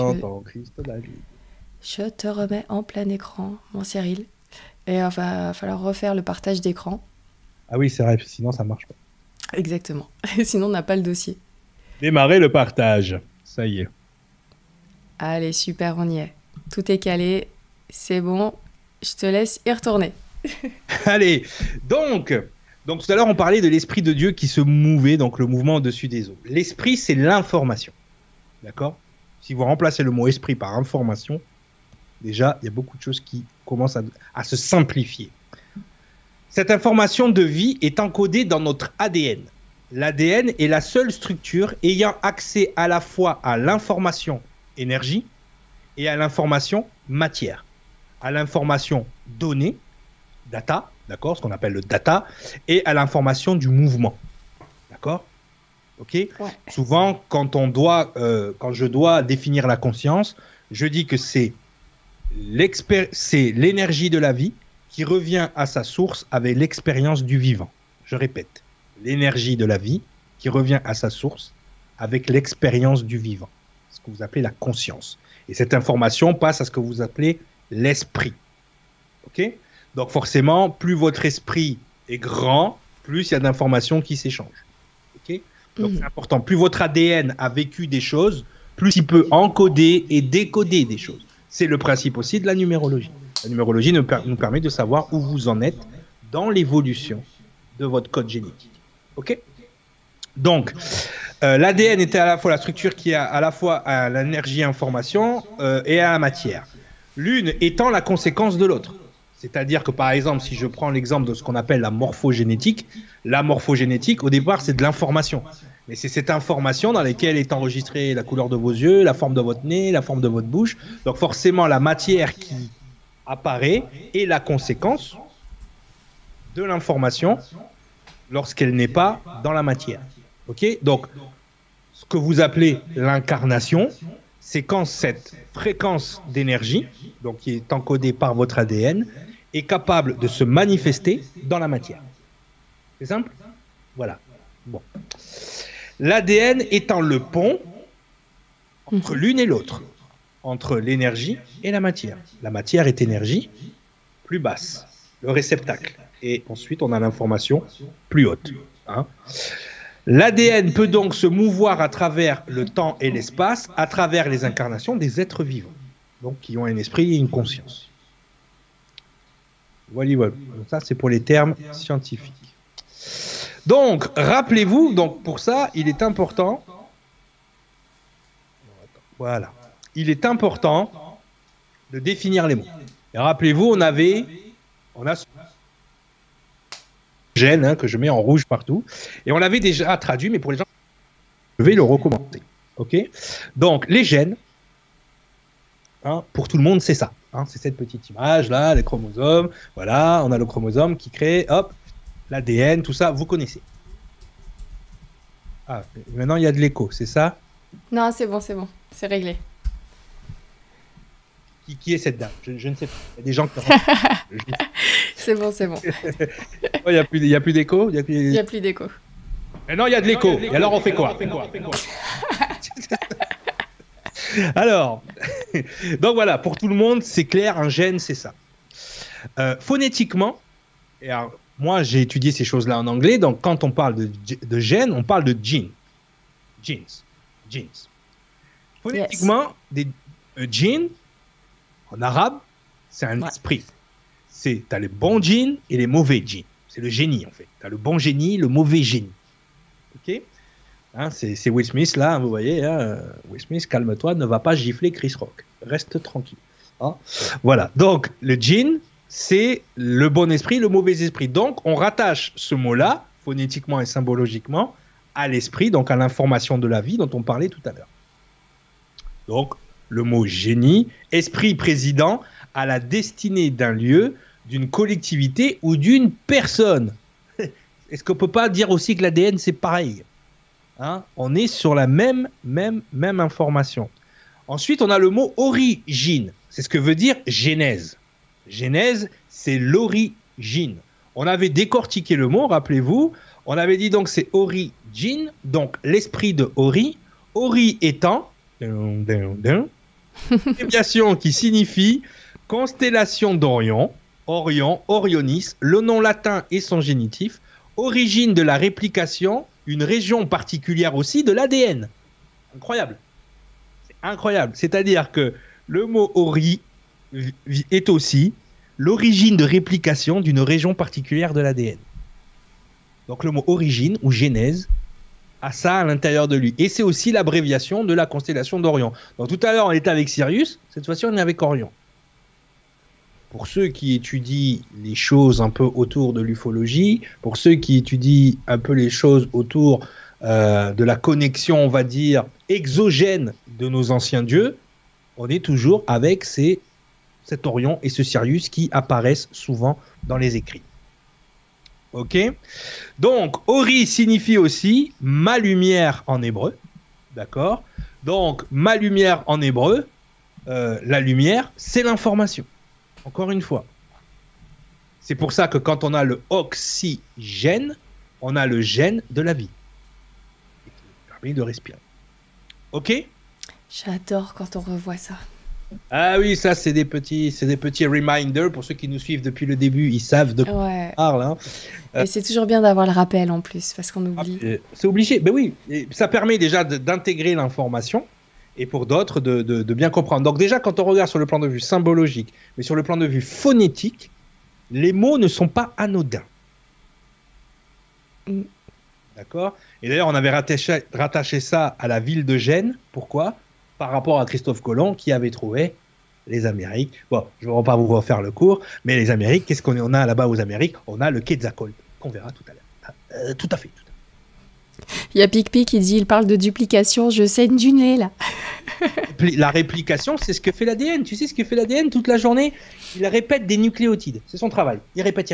Je te remets en plein écran, mon Cyril. Et il va falloir refaire le partage d'écran. Ah oui, c'est vrai, sinon ça ne marche pas. Exactement. Sinon, on n'a pas le dossier. Démarrer le partage. Ça y est. Allez, super, on y est. Tout est calé, c'est bon. Je te laisse y retourner. Allez, donc tout à l'heure, on parlait de l'Esprit de Dieu qui se mouvait, donc le mouvement au-dessus des eaux. L'Esprit, c'est l'information. D'accord ? Si vous remplacez le mot esprit par information, déjà, il y a beaucoup de choses qui commencent à se simplifier. Cette information de vie est encodée dans notre ADN. L'ADN est la seule structure ayant accès à la fois à l'information énergie et à l'information matière. À l'information donnée, data, d'accord, ce qu'on appelle le data, et à l'information du mouvement. D'accord ? Ok ? Ouais. Souvent, quand je dois définir la conscience, je dis que c'est l'énergie de la vie qui revient à sa source avec l'expérience du vivant. Je répète. L'énergie de la vie qui revient à sa source avec l'expérience du vivant, ce que vous appelez la conscience. Et cette information passe à ce que vous appelez l'esprit. Ok ? Donc forcément, plus votre esprit est grand, plus il y a d'informations qui s'échangent. Ok ? Donc c'est important. Plus votre ADN a vécu des choses, plus il peut encoder et décoder des choses. C'est le principe aussi de la numérologie. La numérologie nous permet de savoir où vous en êtes dans l'évolution de votre code génétique. Ok ? Donc, l'ADN était à la fois la structure qui a à la fois à l'énergie information et à la matière. L'une étant la conséquence de l'autre. C'est-à-dire que par exemple, si je prends l'exemple de ce qu'on appelle la morphogénétique, au départ, c'est de l'information. Mais c'est cette information dans laquelle est enregistrée la couleur de vos yeux, la forme de votre nez, la forme de votre bouche. Donc forcément, la matière qui apparaît est la conséquence de l'information lorsqu'elle n'est pas dans la matière. Ok ? Donc, ce que vous appelez l'incarnation, c'est quand cette fréquence d'énergie, donc qui est encodée par votre ADN, est capable de se manifester dans la matière. C'est simple ? Voilà. Bon. L'ADN étant le pont entre l'une et l'autre, entre l'énergie et la matière. La matière est énergie plus basse, le réceptacle. Et ensuite, on a l'information plus haute. Hein. L'ADN peut donc se mouvoir à travers le temps et l'espace, à travers les incarnations des êtres vivants, donc qui ont un esprit et une conscience. Voilà. Donc ça, c'est pour les termes scientifiques. Donc, rappelez-vous, donc pour ça, il est important. Voilà. Il est important de définir les mots. Et rappelez-vous, on a gène hein, que je mets en rouge partout, et on l'avait déjà traduit, mais pour les gens, je vais le recommencer. Ok. Donc, les gènes, hein, pour tout le monde, c'est ça. Hein, c'est cette petite image là, les chromosomes. Voilà, on a le chromosome qui crée, hop, l'ADN, tout ça, vous connaissez. Ah, maintenant il y a de l'écho, c'est ça? Non, c'est bon, c'est réglé. Qui est cette dame? Je ne sais pas. Il y a des gens qui... C'est bon. Il n'y a plus d'écho? Il n'y a plus d'écho. Maintenant il y a de l'écho. Et alors on fait quoi? Alors, donc voilà, pour tout le monde, c'est clair, un gène, c'est ça. Phonétiquement, et alors, moi j'ai étudié ces choses-là en anglais, donc quand on parle de gène, on parle de gene. Genes. Phonétiquement, des gene, en arabe, c'est un esprit. Tu as les bons gènes et les mauvais gènes. C'est le génie en fait. Tu as le bon génie, le mauvais génie. Ok? Hein, c'est Will Smith là, hein, vous voyez, hein, Will Smith, calme-toi, ne va pas gifler Chris Rock, reste tranquille. Hein. Voilà, donc le djinn, c'est le bon esprit, le mauvais esprit. Donc on rattache ce mot-là, phonétiquement et symbologiquement, à l'esprit, donc à l'information de la vie dont on parlait tout à l'heure. Donc le mot génie, esprit président à la destinée d'un lieu, d'une collectivité ou d'une personne. Est-ce qu'on ne peut pas dire aussi que l'ADN c'est pareil? Hein, on est sur la même information. Ensuite, on a le mot origine. C'est ce que veut dire genèse. Genèse, c'est l'origine. On avait décortiqué le mot, rappelez-vous. On avait dit donc c'est origine, donc l'esprit de Ori. Ori étant abréviation qui signifie constellation d'Orion, Orion, Orionis, le nom latin et son génitif, origine de la réplication, une région particulière aussi de l'ADN. Incroyable. C'est incroyable. C'est-à-dire que le mot ori est aussi l'origine de réplication d'une région particulière de l'ADN. Donc le mot origine ou genèse a ça à l'intérieur de lui. Et c'est aussi l'abréviation de la constellation d'Orion. Donc tout à l'heure on était avec Sirius, cette fois-ci on est avec Orion. Pour ceux qui étudient les choses un peu autour de l'ufologie, pour ceux qui étudient un peu les choses autour de la connexion, on va dire, exogène de nos anciens dieux, on est toujours avec cet Orion et ce Sirius qui apparaissent souvent dans les écrits. Ok? Donc, Ori signifie aussi ma lumière en hébreu. D'accord? Donc, ma lumière en hébreu, la lumière, c'est l'information. Encore une fois. C'est pour ça que quand on a le oxygène, on a le gène de la vie. Qui permet de respirer. Ok? J'adore quand on revoit ça. Ah oui, ça c'est des petits reminders pour ceux qui nous suivent depuis le début, ils savent de quoi on parle. Hein. Et c'est toujours bien d'avoir le rappel en plus, parce qu'on oublie. C'est obligé, ben oui, et ça permet déjà d'intégrer l'information et pour d'autres de bien comprendre. Donc déjà, quand on regarde sur le plan de vue symbologique, mais sur le plan de vue phonétique, les mots ne sont pas anodins. D'accord? Et d'ailleurs, on avait rattaché ça à la ville de Gênes. Pourquoi? Par rapport à Christophe Colomb qui avait trouvé les Amériques. Bon, je ne vais pas vous refaire le cours, mais les Amériques, qu'est-ce qu'on a là-bas aux Amériques? On a le Quetzalcoatl, qu'on verra tout à l'heure. Tout à fait. Il y a Pic qui dit, il parle de duplication, je saigne du nez là. La réplication, c'est ce que fait l'ADN. Tu sais ce que fait l'ADN toute la journée? Il répète des nucléotides. C'est son travail. Il répète.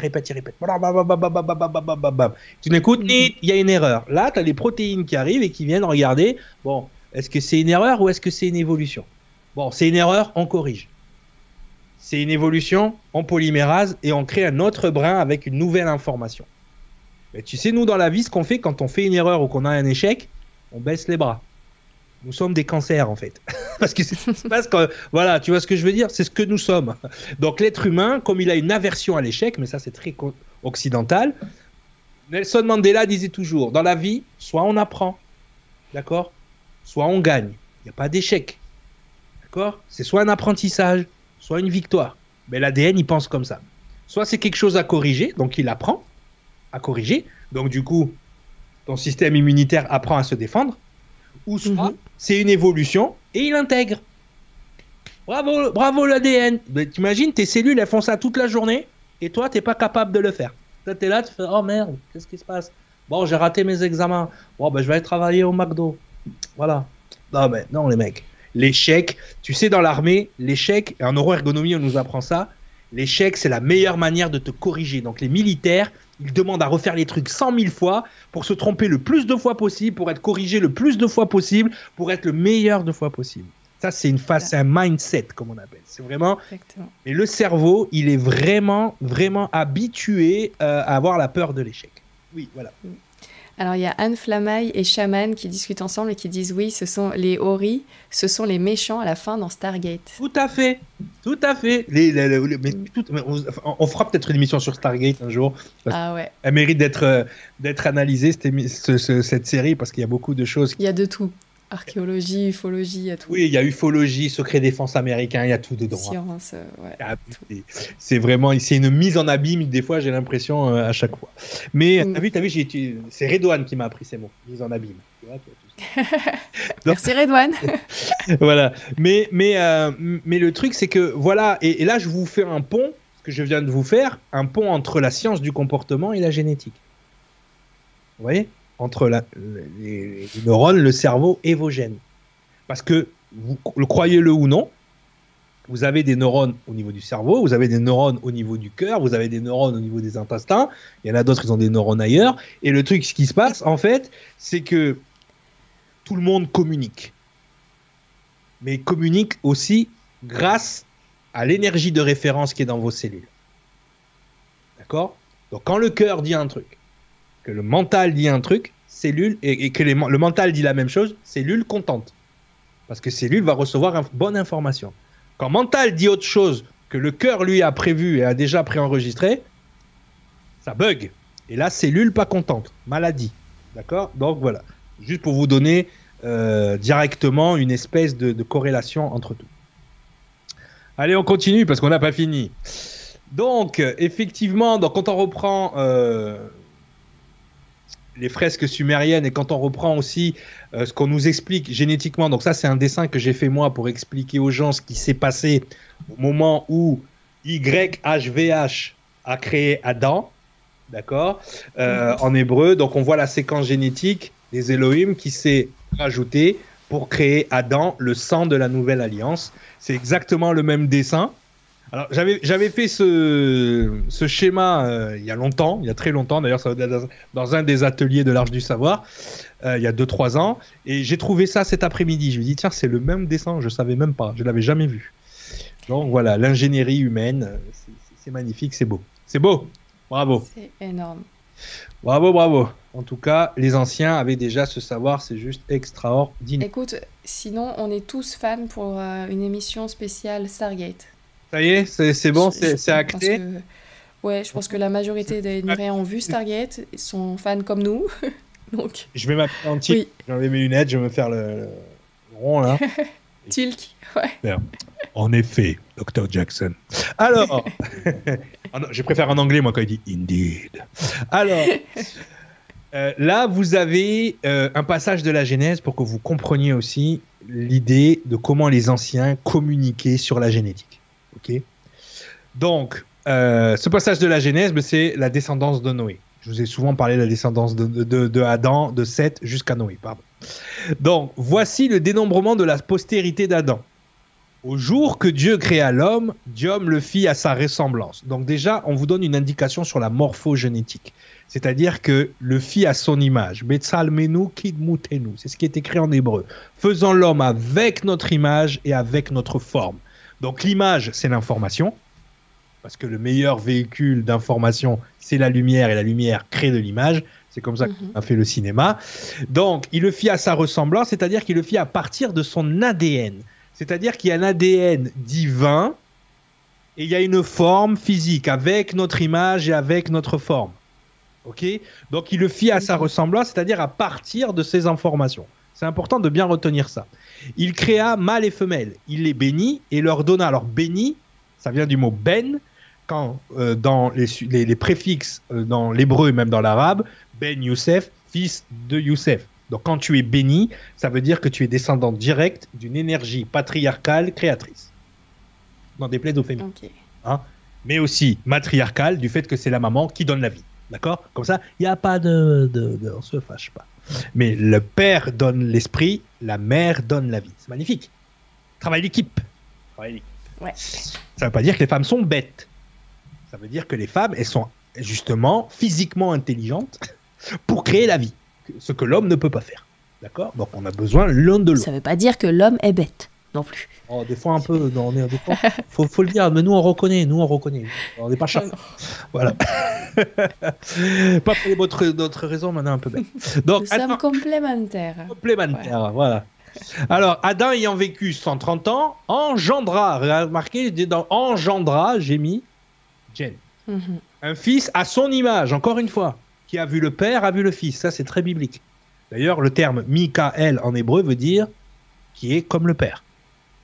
Tu n'écoutes, il y a une erreur. Là, tu as les protéines qui arrivent et qui viennent regarder. Bon, est-ce que c'est une erreur ou est-ce que c'est une évolution? Bon, c'est une erreur, on corrige. C'est une évolution, on polymérase et on crée un autre brin avec une nouvelle information. Mais tu sais, nous, dans la vie, ce qu'on fait quand on fait une erreur ou qu'on a un échec, on baisse les bras. Nous sommes des cancers, en fait. Parce que c'est ce qui se passe quand... Voilà, tu vois ce que je veux dire? C'est ce que nous sommes. Donc, l'être humain, comme il a une aversion à l'échec, mais ça, c'est très occidental, Nelson Mandela disait toujours, dans la vie, soit on apprend, d'accord? Soit on gagne. Il n'y a pas d'échec. D'accord? C'est soit un apprentissage, soit une victoire. Mais l'ADN, il pense comme ça. Soit c'est quelque chose à corriger, donc il apprend à corriger. Donc, du coup, ton système immunitaire apprend à se défendre. Ou soit c'est une évolution et il intègre. Bravo, bravo l'ADN. T'imagines, tes cellules, elles font ça toute la journée et toi, t'es pas capable de le faire. Toi, t'es là, tu fais oh merde, qu'est-ce qui se passe? Bon, j'ai raté mes examens. Bon, ben, je vais aller travailler au McDo. Voilà. Non, mais non, les mecs. L'échec, tu sais, dans l'armée, l'échec, et en neuroergonomie, on nous apprend ça. L'échec, c'est la meilleure manière de te corriger. Donc, les militaires, ils demandent à refaire les trucs 100 000 fois pour se tromper le plus de fois possible, pour être corrigé le plus de fois possible, pour être le meilleur de fois possible. Ça, c'est une phase, c'est un mindset, comme on appelle. C'est vraiment. Exactement. Et le cerveau, il est vraiment, vraiment habitué à avoir la peur de l'échec. Oui, voilà. Alors, il y a Anne Flamaille et Shaman qui discutent ensemble et qui disent oui, ce sont les Ori, ce sont les méchants à la fin dans Stargate. Tout à fait, tout à fait. On fera peut-être une émission sur Stargate un jour. Ah ouais. Elle mérite d'être analysée, cette série, parce qu'il y a beaucoup de choses. Il y a de tout. Archéologie, ufologie, il y a tout. Oui, il y a ufologie, secret défense américain, il y a tout dedans. Science, ouais. C'est vraiment, c'est une mise en abîme, des fois, j'ai l'impression, à chaque fois. Mais t'as vu, c'est Redouane qui m'a appris ces mots, mise en abîme. Tu vois, merci Redouane. Voilà. Mais le truc, c'est que, voilà, et là, je vous fais un pont, ce que je viens de vous faire, un pont entre la science du comportement et la génétique. Vous voyez ? Entre les neurones, le cerveau et vos gènes. Parce que, croyez-le ou non, vous avez des neurones au niveau du cerveau, vous avez des neurones au niveau du cœur, vous avez des neurones au niveau des intestins, il y en a d'autres qui ont des neurones ailleurs, et le truc, ce qui se passe, en fait, c'est que tout le monde communique. Mais communique aussi grâce à l'énergie de référence qui est dans vos cellules. D'accord? Donc, quand le cœur dit un truc, que le mental dit un truc, cellule, et que le mental dit la même chose, cellule contente. Parce que cellule va recevoir une bonne information. Quand mental dit autre chose que le cœur lui a prévu et a déjà préenregistré, ça bug. Et là, cellule pas contente. Maladie. D'accord? Donc voilà. Juste pour vous donner directement une espèce de corrélation entre tout. Allez, on continue parce qu'on n'a pas fini. Donc, effectivement, quand on reprend les fresques sumériennes et quand on reprend aussi ce qu'on nous explique génétiquement, donc ça c'est un dessin que j'ai fait moi pour expliquer aux gens ce qui s'est passé au moment où YHVH a créé Adam, d'accord, en hébreu. Donc on voit la séquence génétique des Elohim qui s'est rajoutée pour créer Adam, le sang de la nouvelle alliance. C'est exactement le même dessin. Alors, j'avais fait ce schéma il y a longtemps, il y a très longtemps, d'ailleurs, ça va être dans un des ateliers de l'Arche du Savoir, il y a 2-3 ans, et j'ai trouvé ça cet après-midi. Je me dis, tiens, c'est le même dessin, je ne savais même pas, je ne l'avais jamais vu. Donc voilà, l'ingénierie humaine, c'est magnifique, c'est beau. C'est beau, bravo. C'est énorme. Bravo, bravo. En tout cas, les anciens avaient déjà ce savoir, c'est juste extraordinaire. Écoute, sinon, on est tous fans pour une émission spéciale Stargate. Ça y est, c'est bon, c'est acté. Ouais, je pense que la majorité des Nuréens ont vu Stargate, ils sont fans comme nous. Donc... Je vais m'appeler en tilt, j'enlève mes lunettes, je vais me faire le rond là. Tilk, ouais. En effet, Dr. Jackson. Alors, je préfère en anglais moi quand il dit Indeed. Alors, là vous avez un passage de la Genèse pour que vous compreniez aussi l'idée de comment les anciens communiquaient sur la génétique. Ok. Donc, ce passage de la Genèse, c'est la descendance de Noé. Je vous ai souvent parlé de la descendance de Adam, de Seth jusqu'à Noé. Pardon. Donc, voici le dénombrement de la postérité d'Adam. Au jour que Dieu créa l'homme, Dieu le fit à sa ressemblance. Donc déjà, on vous donne une indication sur la morphogénétique. C'est-à-dire que le fit à son image. Betsalmenu kidmutenu. C'est ce qui est écrit en hébreu. Faisant l'homme avec notre image et avec notre forme. Donc l'image, c'est l'information. parce que le meilleur véhicule d'information, c'est la lumière, et la lumière crée de l'image. C'est comme ça qu'on a fait le cinéma. Donc, il le fit à sa ressemblance, c'est-à-dire qu'il le fit à partir de son ADN. C'est-à-dire qu'il y a un ADN divin, et il y a une forme physique, avec notre image et avec notre forme. Ok ? Donc, il le fit à sa ressemblance, c'est-à-dire à partir de ces informations. C'est important de bien retenir ça. Il créa mâle et femelle. Il les bénit et leur donna. Alors, béni, ça vient du mot ben, quand dans les préfixes, dans l'hébreu et même dans l'arabe, ben Youssef, fils de Youssef. Donc, quand tu es béni, ça veut dire que tu es descendant direct d'une énergie patriarcale créatrice. N'en déplaise aux féminins. Ok. Hein, mais aussi matriarcale du fait que c'est la maman qui donne la vie. D'accord ? Comme ça, il n'y a pas on se fâche pas. Mais le père donne l'esprit, la mère donne la vie. C'est magnifique. Travail d'équipe. Ouais. Ça ne veut pas dire que les femmes sont bêtes. Ça veut dire que les femmes, elles sont justement physiquement intelligentes pour créer la vie. Ce que l'homme ne peut pas faire. D'accord ? Donc on a besoin l'un de l'autre. Ça veut pas dire que l'homme est bête non plus. Oh, des fois un peu, non, des fois, faut le dire, mais nous on reconnaît, on n'est pas chat. Voilà. Pas pour d'autres raisons, mais on est un peu bête. Donc, Nous sommes complémentaires. Complémentaires, voilà. Alors, Adam ayant vécu 130 ans, engendra, remarquez, dans engendra, j'ai mis Jen. Un fils à son image, encore une fois, qui a vu le père, a vu le fils. Ça, c'est très biblique. D'ailleurs, le terme Mikaël en hébreu veut dire qui est comme le père. D'accord ?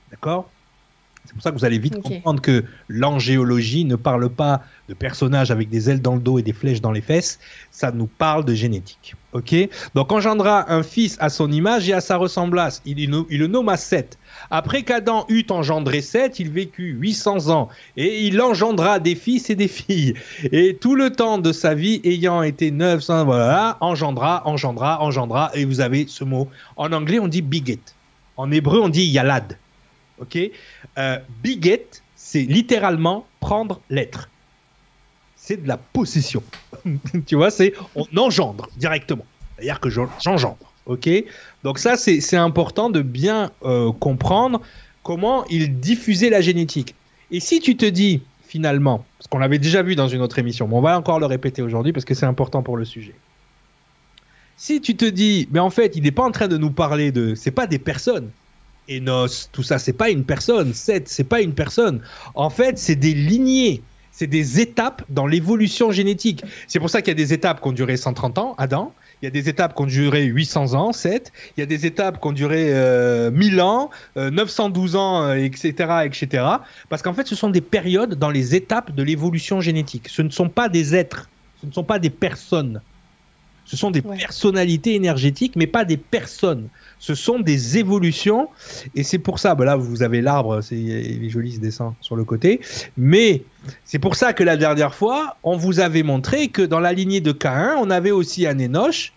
C'est pour ça que vous allez vite comprendre que l'angéologie ne parle pas de personnages avec des ailes dans le dos et des flèches dans les fesses, ça nous parle de génétique. Ok ? Donc engendra un fils à son image et à sa ressemblance. Il le nomma Seth. Après qu'Adam eut engendré Seth, il vécut 800 ans et il engendra des fils et des filles. Et tout le temps de sa vie ayant été 900, voilà, engendra, et vous avez ce mot. En anglais, on dit beget. En hébreu, on dit yalad. Ok, beget, c'est littéralement prendre l'être. C'est de la possession. Tu vois, on engendre directement. C'est-à-dire que j'engendre. Ok, donc ça, c'est important de bien comprendre comment il diffusait la génétique. Et si tu te dis, finalement, parce qu'on l'avait déjà vu dans une autre émission, mais on va encore le répéter aujourd'hui parce que c'est important pour le sujet. Si tu te dis, mais en fait, il n'est pas en train de nous parler c'est pas des personnes. Enos, tout ça, c'est pas une personne. Seth, c'est pas une personne. En fait, c'est des lignées. C'est des étapes dans l'évolution génétique. C'est pour ça qu'il y a des étapes qui ont duré 130 ans, Adam. Il y a des étapes qui ont duré 800 ans, Seth. Il y a des étapes qui ont duré 1000 ans, 912 ans, etc., etc. Parce qu'en fait, ce sont des périodes dans les étapes de l'évolution génétique. Ce ne sont pas des êtres. Ce ne sont pas des personnes. Ce sont des personnalités énergétiques, mais pas des personnes. Ce sont des évolutions. Et c'est pour ça, là, vous avez l'arbre, il est joli ce dessin sur le côté. Mais c'est pour ça que la dernière fois, on vous avait montré que dans la lignée de Caïn, on avait aussi un Énoch.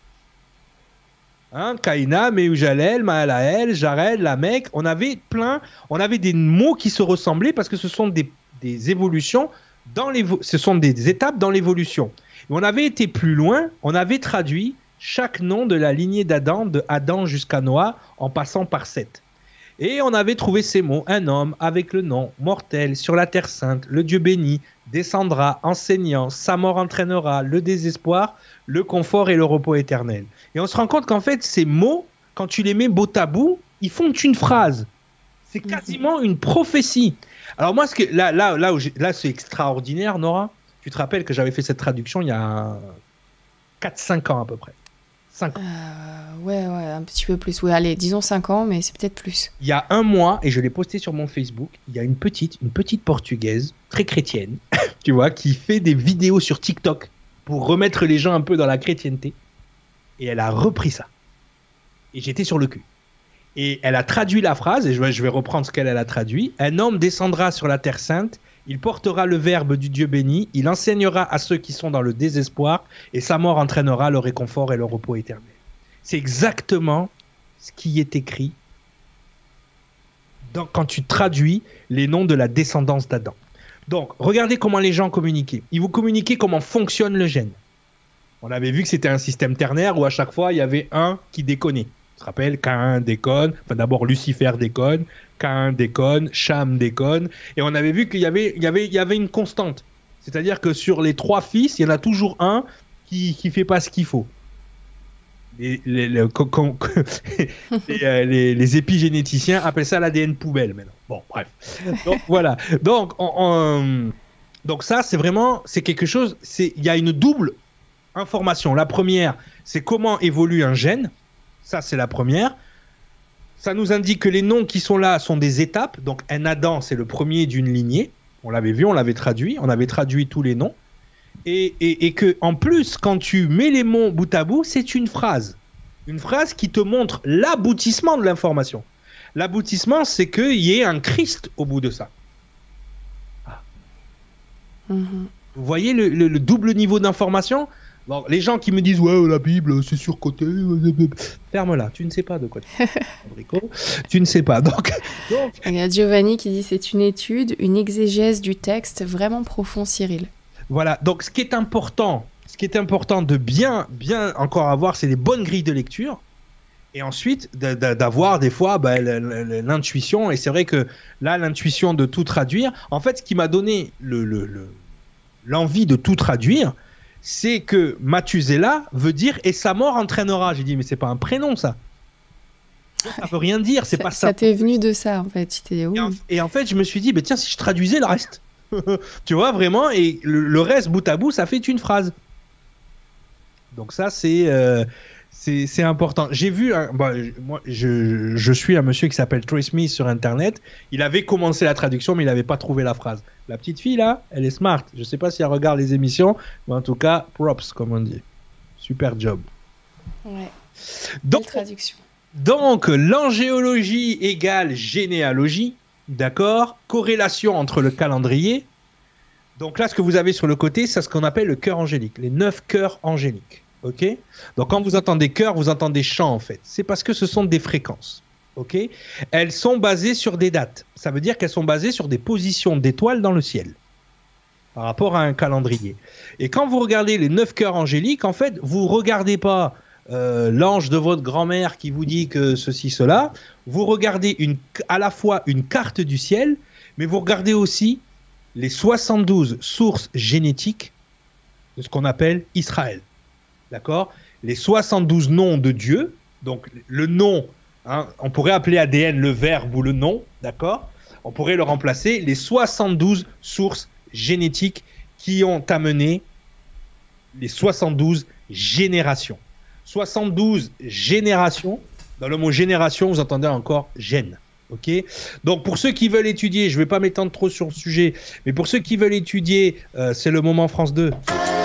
Caïna, Méhujalel, Mahalaël, Jared, Lamech. On avait des mots qui se ressemblaient parce que ce sont des évolutions, ce sont des étapes dans l'évolution. On avait été plus loin, on avait traduit chaque nom de la lignée d'Adam, de Adam jusqu'à Noah, en passant par Seth. Et on avait trouvé ces mots, un homme avec le nom mortel sur la terre sainte, le Dieu béni, descendra, enseignant, sa mort entraînera, le désespoir, le confort et le repos éternel. Et on se rend compte qu'en fait, ces mots, quand tu les mets bout à bout, ils font une phrase. C'est quasiment une prophétie. Alors moi, là, c'est extraordinaire, Nora. Tu te rappelles que j'avais fait cette traduction il y a 4-5 ans à peu près. 5 ans. Ouais, un petit peu plus. Oui, allez, disons 5 ans, mais c'est peut-être plus. Il y a un mois, et je l'ai posté sur mon Facebook, il y a une petite portugaise, très chrétienne, tu vois, qui fait des vidéos sur TikTok pour remettre les gens un peu dans la chrétienté. Et elle a repris ça. Et j'étais sur le cul. Et elle a traduit la phrase, et je vais reprendre ce qu'elle a traduit. Un homme descendra sur la terre sainte. Il portera le verbe du Dieu béni, il enseignera à ceux qui sont dans le désespoir, et sa mort entraînera le réconfort et le repos éternel. C'est exactement ce qui est écrit quand tu traduis les noms de la descendance d'Adam. Donc, regardez comment les gens communiquaient. Ils vous communiquaient comment fonctionne le gène. On avait vu que c'était un système ternaire où à chaque fois, il y avait un qui déconnait. Tu te rappelles, Caïn déconne, enfin d'abord Lucifer déconne, Caïn déconne, Cham déconne, et on avait vu qu'il y avait une constante. C'est-à-dire que sur les 3 fils, il y en a toujours un qui fait pas ce qu'il faut. Les épigénéticiens appellent ça l'ADN poubelle maintenant. Bon, bref. Donc voilà. Donc ça, c'est quelque chose. Il y a une double information. La première, c'est comment évolue un gène. Ça, c'est la première. Ça nous indique que les noms qui sont là sont des étapes. Donc un Adam, c'est le premier d'une lignée. On l'avait vu, on l'avait traduit. On avait traduit tous les noms. Et que en plus, quand tu mets les mots bout à bout, c'est une phrase. Une phrase qui te montre l'aboutissement de l'information. L'aboutissement, c'est qu'il y ait un Christ au bout de ça. Ah. Vous voyez le double niveau d'information? Bon, les gens qui me disent ouais, la Bible c'est surcoté, ferme-la, tu ne sais pas de quoi tu ne sais pas. Donc il y a Giovanni qui dit c'est une étude, une exégèse du texte vraiment profond, Cyril. Voilà, donc ce qui est important de bien encore avoir, c'est des bonnes grilles de lecture. Et ensuite, d'avoir des fois l'intuition. Et c'est vrai que là, l'intuition de tout traduire. En fait, ce qui m'a donné l'envie de tout traduire, c'est que Mathusélah veut dire « et sa mort entraînera ». J'ai dit « mais c'est pas un prénom, ça ». Ça veut rien dire, c'est pas ça. Ça t'est venu de ça, en fait. Et en fait, je me suis dit « tiens, si je traduisais le reste ». Tu vois, vraiment, et le reste, bout à bout, ça fait une phrase. Donc ça, c'est important. J'ai vu, moi, je suis un monsieur qui s'appelle Troy Smith sur Internet. Il avait commencé la traduction, mais il n'avait pas trouvé la phrase. La petite fille, là, elle est smart. Je ne sais pas si elle regarde les émissions, mais en tout cas, props, comme on dit. Super job. Ouais. Donc, traduction. Donc, l'angéologie égale généalogie. D'accord? Corrélation entre le calendrier. Donc là, ce que vous avez sur le côté, c'est ce qu'on appelle le cœur angélique. Les 9 cœurs angéliques. Ok? Donc quand vous entendez cœur, vous entendez chant en fait. C'est parce que ce sont des fréquences. Ok? Elles sont basées sur des dates. Ça veut dire qu'elles sont basées sur des positions d'étoiles dans le ciel. Par rapport à un calendrier. Et quand vous regardez les 9 cœurs angéliques, en fait, vous regardez pas l'ange de votre grand-mère qui vous dit que ceci, cela. Vous regardez à la fois une carte du ciel, mais vous regardez aussi les 72 sources génétiques de ce qu'on appelle Israël. D'accord? Les 72 noms de Dieu, donc le nom, hein, on pourrait appeler ADN le verbe ou le nom, d'accord? On pourrait le remplacer, les 72 sources génétiques qui ont amené les 72 générations. 72 générations, dans le mot génération, vous entendez encore gène. Ok, donc pour ceux qui veulent étudier, je ne vais pas m'étendre trop sur le sujet, mais pour ceux qui veulent étudier, c'est le moment France 2.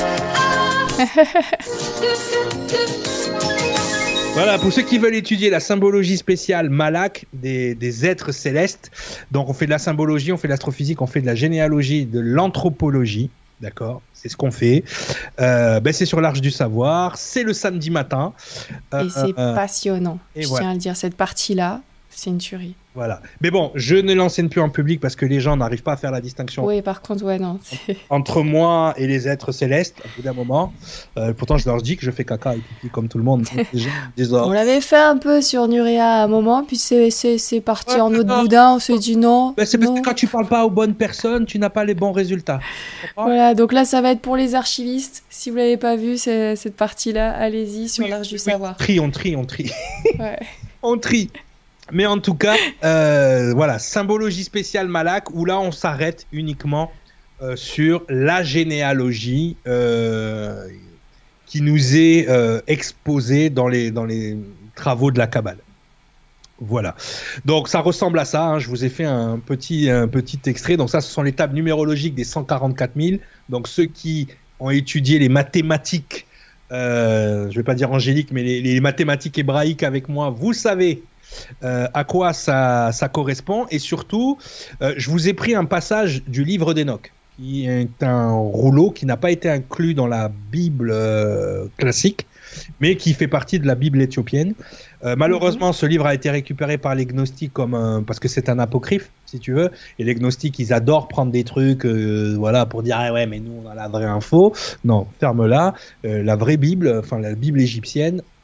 Voilà, pour ceux qui veulent étudier la symbologie spéciale Malak des êtres célestes, donc on fait de la symbologie, on fait de l'astrophysique, on fait de la généalogie, de l'anthropologie. D'accord, c'est ce qu'on fait. C'est sur l'Arche du Savoir, c'est le samedi matin. Et c'est passionnant. Je tiens à le dire, cette partie-là, c'est une tuerie. Voilà. Mais bon, je ne l'enseigne plus en public parce que les gens n'arrivent pas à faire la distinction. Oui, par contre, ouais, non. Entre moi et les êtres célestes, au bout d'un moment. Pourtant, je leur dis que je fais caca et pipi comme tout le monde. On l'avait fait un peu sur Nurea à un moment, puis c'est parti en autre boudin. On s'est dit non. C'est parce que quand tu parles pas aux bonnes personnes, tu n'as pas les bons résultats. Voilà, donc là, ça va être pour les archivistes. Si vous l'avez pas vu, cette partie-là, allez-y sur l'Arche du Savoir. On trie. Ouais. On trie. Mais en tout cas, voilà, symbologie spéciale Malak, où là on s'arrête uniquement sur la généalogie qui nous est exposée dans les travaux de la Kabbale. Voilà. Donc ça ressemble à ça, hein. Je vous ai fait un petit extrait. Donc ça, ce sont les tables numérologiques des 144 000. Donc ceux qui ont étudié les mathématiques, je ne vais pas dire angéliques, mais les mathématiques hébraïques avec moi, vous savez à quoi ça correspond. Et surtout, je vous ai pris un passage du livre d'Enoch, qui est un rouleau qui n'a pas été inclus dans la Bible classique, mais qui fait partie de la Bible éthiopienne. Malheureusement, ce livre a été récupéré par les gnostiques parce que c'est un apocryphe, si tu veux. Et les gnostiques, ils adorent prendre des trucs voilà, pour dire ah ouais, mais nous, on a la vraie info. Non, ferme-la. La vraie Bible, enfin la Bible égyptienne,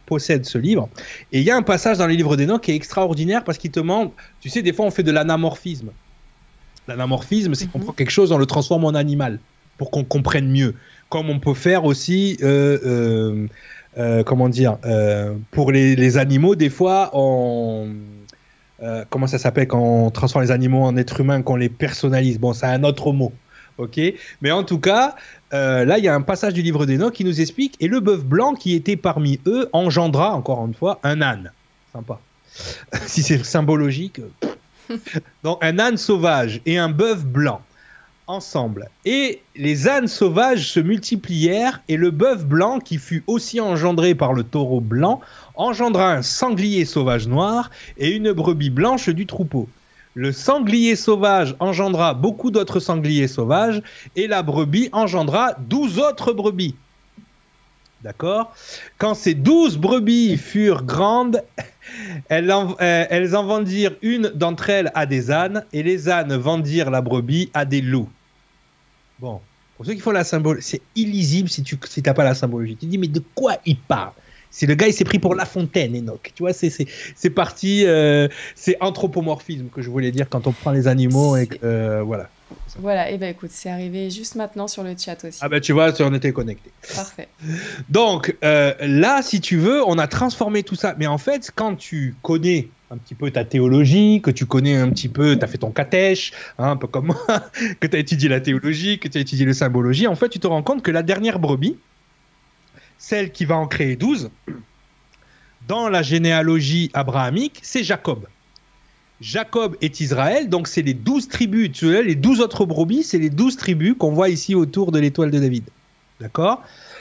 possède ce livre. Et il y a un passage dans les livres d'Enoch qui est extraordinaire parce qu'il te demande, tu sais, des fois on fait de l'anamorphisme. L'anamorphisme, c'est qu'on prend quelque chose, on le transforme en animal pour qu'on comprenne mieux. Comme on peut faire aussi, comment dire, pour les animaux, des fois, comment ça s'appelle quand on transforme les animaux en êtres humains, qu'on les personnalise. Bon, c'est un autre mot. Ok, mais en tout cas, là, il y a un passage du livre d'Enoch qui nous explique, et le bœuf blanc qui était parmi eux engendra, encore une fois, un âne. Sympa. Si c'est symbologique. Donc, un âne sauvage et un bœuf blanc ensemble. Et les ânes sauvages se multiplièrent, et le bœuf blanc, qui fut aussi engendré par le taureau blanc, engendra un sanglier sauvage noir et une brebis blanche du troupeau. Le sanglier sauvage engendra beaucoup d'autres sangliers sauvages, et la brebis engendra 12 autres brebis. D'accord ? Quand ces 12 brebis furent grandes, elles en vendirent une d'entre elles à des ânes, et les ânes vendirent la brebis à des loups. Bon, pour ceux qui font la symbologie, c'est illisible si tu n'as pas la symbologie. Tu te dis, mais de quoi il parle ? C'est le gars, il s'est pris pour La Fontaine, Enoch. Tu vois, c'est parti, c'est anthropomorphisme que je voulais dire quand on prend les animaux et voilà. Voilà, et ben écoute, c'est arrivé juste maintenant sur le chat aussi. Ah ben tu vois, on était connectés. Parfait. Donc là, si tu veux, on a transformé tout ça. Mais en fait, quand tu connais un petit peu ta théologie, que tu connais un petit peu, tu as fait ton catèche, hein, un peu comme moi, que tu as étudié la théologie, que tu as étudié la symbologie, en fait, tu te rends compte que la dernière brebis, celle qui va en créer 12, dans la généalogie abrahamique, c'est Jacob. Jacob est Israël, donc c'est les 12 tribus. Tu vois, les 12 autres brebis, c'est les 12 tribus qu'on voit ici autour de l'étoile de David. D'accord ?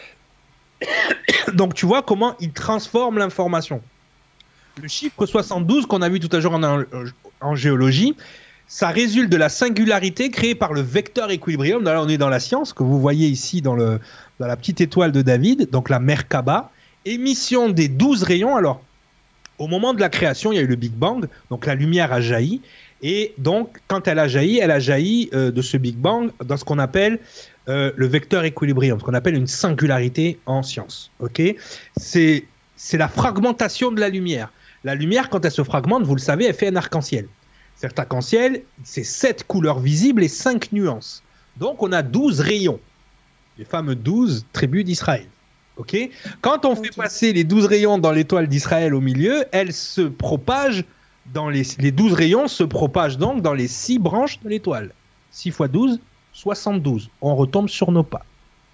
Donc tu vois comment il transforme l'information. Le chiffre 72 qu'on a vu tout à l'heure en géologie, ça résulte de la singularité créée par le vecteur équilibrium. Là, on est dans la science, que vous voyez ici dans la petite étoile de David, donc la Merkaba. Émission des 12 rayons. Alors, au moment de la création, il y a eu le Big Bang, donc la lumière a jailli. Et donc, quand elle a jailli de ce Big Bang dans ce qu'on appelle le vecteur équilibrium, ce qu'on appelle une singularité en science. Okay ? C'est la fragmentation de la lumière. La lumière, quand elle se fragmente, vous le savez, elle fait un arc-en-ciel. Cet arc-en-ciel, c'est 7 couleurs visibles et 5 nuances. Donc, on a 12 rayons, les fameux 12 tribus d'Israël. Okay ? Quand on fait passer les 12 rayons dans l'étoile d'Israël au milieu, elles se propagent dans les 12 rayons se propagent donc dans les 6 branches de l'étoile. 6 x 12, 72. On retombe sur nos pas.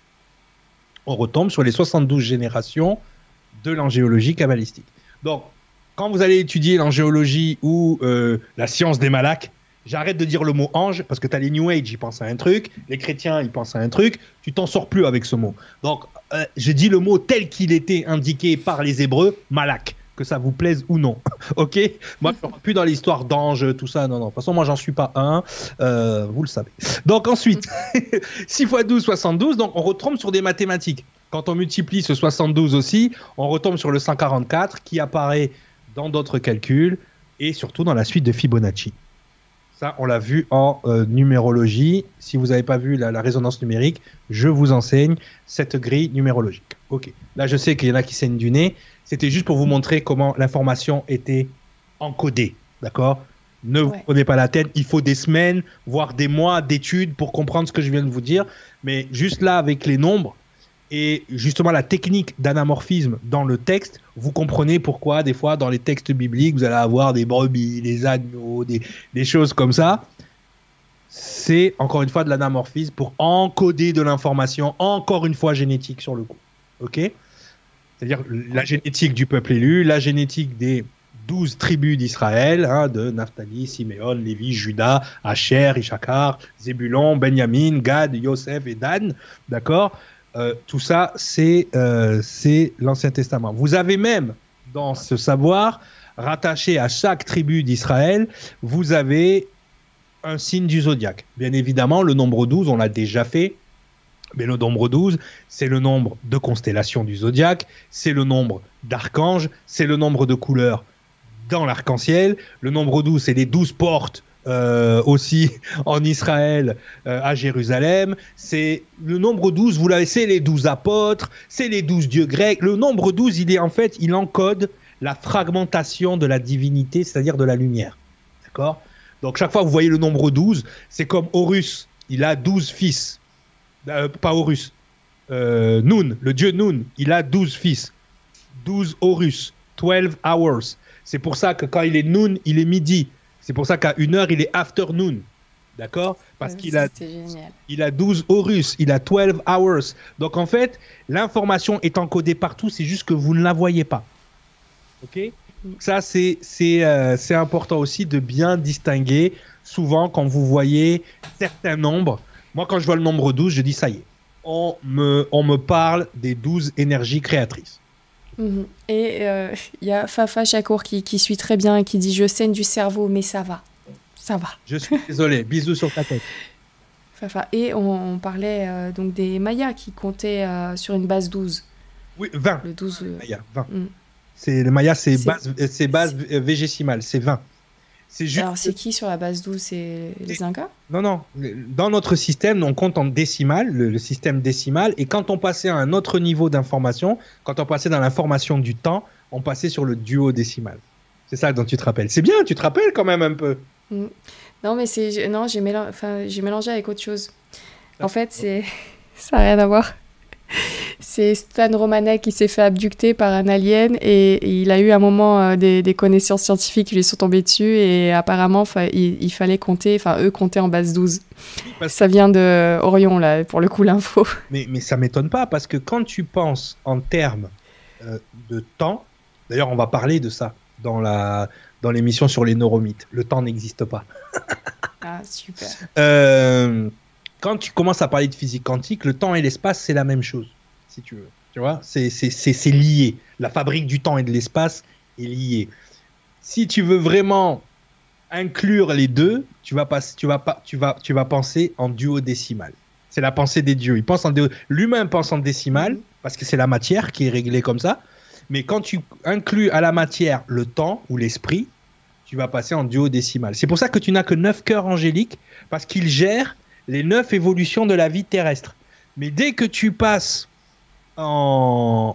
On retombe sur les 72 générations de l'angéologie kabbalistique. Donc, quand vous allez étudier l'angéologie ou la science des Malaks, j'arrête de dire le mot ange parce que tu as les New Age, ils pensent à un truc, les chrétiens, ils pensent à un truc, tu t'en sors plus avec ce mot. Donc, je dis le mot tel qu'il était indiqué par les Hébreux, Malak, que ça vous plaise ou non. Ok ? Moi, je ne suis plus dans l'histoire d'ange, tout ça, non. De toute façon, moi, j'en suis pas un, vous le savez. Donc, ensuite, 6 x 12, 72, donc on retombe sur des mathématiques. Quand on multiplie ce 72 aussi, on retombe sur le 144 qui apparaît dans d'autres calculs et surtout dans la suite de Fibonacci. Ça, on l'a vu en numérologie. Si vous n'avez pas vu la résonance numérique, je vous enseigne cette grille numérologique. Ok. Là, je sais qu'il y en a qui saignent du nez. C'était juste pour vous montrer comment l'information était encodée. D'accord ? Ne vous prenez pas la tête. Il faut des semaines, voire des mois d'études pour comprendre ce que je viens de vous dire. Mais juste là, avec les nombres et justement la technique d'anamorphisme dans le texte, vous comprenez pourquoi des fois dans les textes bibliques vous allez avoir des brebis, des agneaux, des choses comme ça. C'est encore une fois de l'anamorphisme pour encoder de l'information, encore une fois génétique sur le coup. Ok ? C'est-à-dire la génétique du peuple élu, la génétique des 12 tribus d'Israël, hein, de Naphtali, Siméon, Lévi, Juda, Asher, Issachar, Zébulon, Benjamin, Gad, Yosef et Dan. D'accord ? Tout ça, c'est l'Ancien Testament. Vous avez même, dans ce savoir, rattaché à chaque tribu d'Israël, vous avez un signe du zodiaque. Bien évidemment, le nombre 12, on l'a déjà fait, mais le nombre 12, c'est le nombre de constellations du zodiaque, c'est le nombre d'archanges, c'est le nombre de couleurs dans l'arc-en-ciel. Le nombre 12, c'est les 12 portes aussi en Israël, à Jérusalem. C'est le nombre 12, vous l'avez, c'est les 12 apôtres, c'est les 12 dieux grecs. Le nombre 12, il encode la fragmentation de la divinité, c'est-à-dire de la lumière. D'accord ? Donc chaque fois que vous voyez le nombre 12, c'est comme Horus, il a 12 fils. Pas Horus. Nun, le dieu Nun, il a 12 fils. 12 Horus, 12 hours. C'est pour ça que quand il est Nun, il est midi. C'est pour ça qu'à 1h, il est afternoon. D'accord ? Parce qu'il a 12 Horus, il a 12 hours. Donc en fait, l'information est encodée partout, c'est juste que vous ne la voyez pas. Ok ? Ça, c'est important aussi de bien distinguer. Souvent, quand vous voyez certains nombres, moi, quand je vois le nombre 12, je dis ça y est. On me parle des 12 énergies créatrices. Et il y a Fafa Chakour qui suit très bien et qui dit « Je saigne du cerveau, mais ça va. Ça va. » Je suis désolé. Bisous sur ta tête. Fafa. Et on parlait donc des Mayas qui comptaient sur une base 12. Oui, 20. Le 12. Maya, 20. Le Maya, c'est base végésimale, c'est 20. C'est juste... Alors, c'est qui sur la base 12 ? C'est les Incas ? Non. Dans notre système, on compte en décimale, le système décimal. Et quand on passait à un autre niveau d'information, quand on passait dans l'information du temps, on passait sur le duodécimal. C'est ça dont tu te rappelles. C'est bien, tu te rappelles quand même un peu. Non, mais j'ai mélangé avec autre chose. En fait, ça n'a rien à voir. C'est Stan Romanek qui s'est fait abducter par un alien et il a eu un moment des connaissances scientifiques qui lui sont tombées dessus et apparemment il fallait compter, eux comptaient en base 12. Ça vient de Orion là, pour le coup l'info. Mais ça m'étonne pas parce que quand tu penses en termes de temps, d'ailleurs on va parler de ça dans l'émission sur les neuromythes, le temps n'existe pas. Ah super. Quand tu commences à parler de physique quantique, le temps et l'espace, c'est la même chose, si tu veux. Tu vois, c'est lié. La fabrique du temps et de l'espace est liée. Si tu veux vraiment inclure les deux, tu vas penser en duodécimal. C'est la pensée des dieux. L'humain pense en décimal, parce que c'est la matière qui est réglée comme ça. Mais quand tu inclus à la matière le temps ou l'esprit, tu vas passer en duodécimal. C'est pour ça que tu n'as que 9 cœurs angéliques, parce qu'ils gèrent les 9 évolutions de la vie terrestre. Mais dès que tu passes en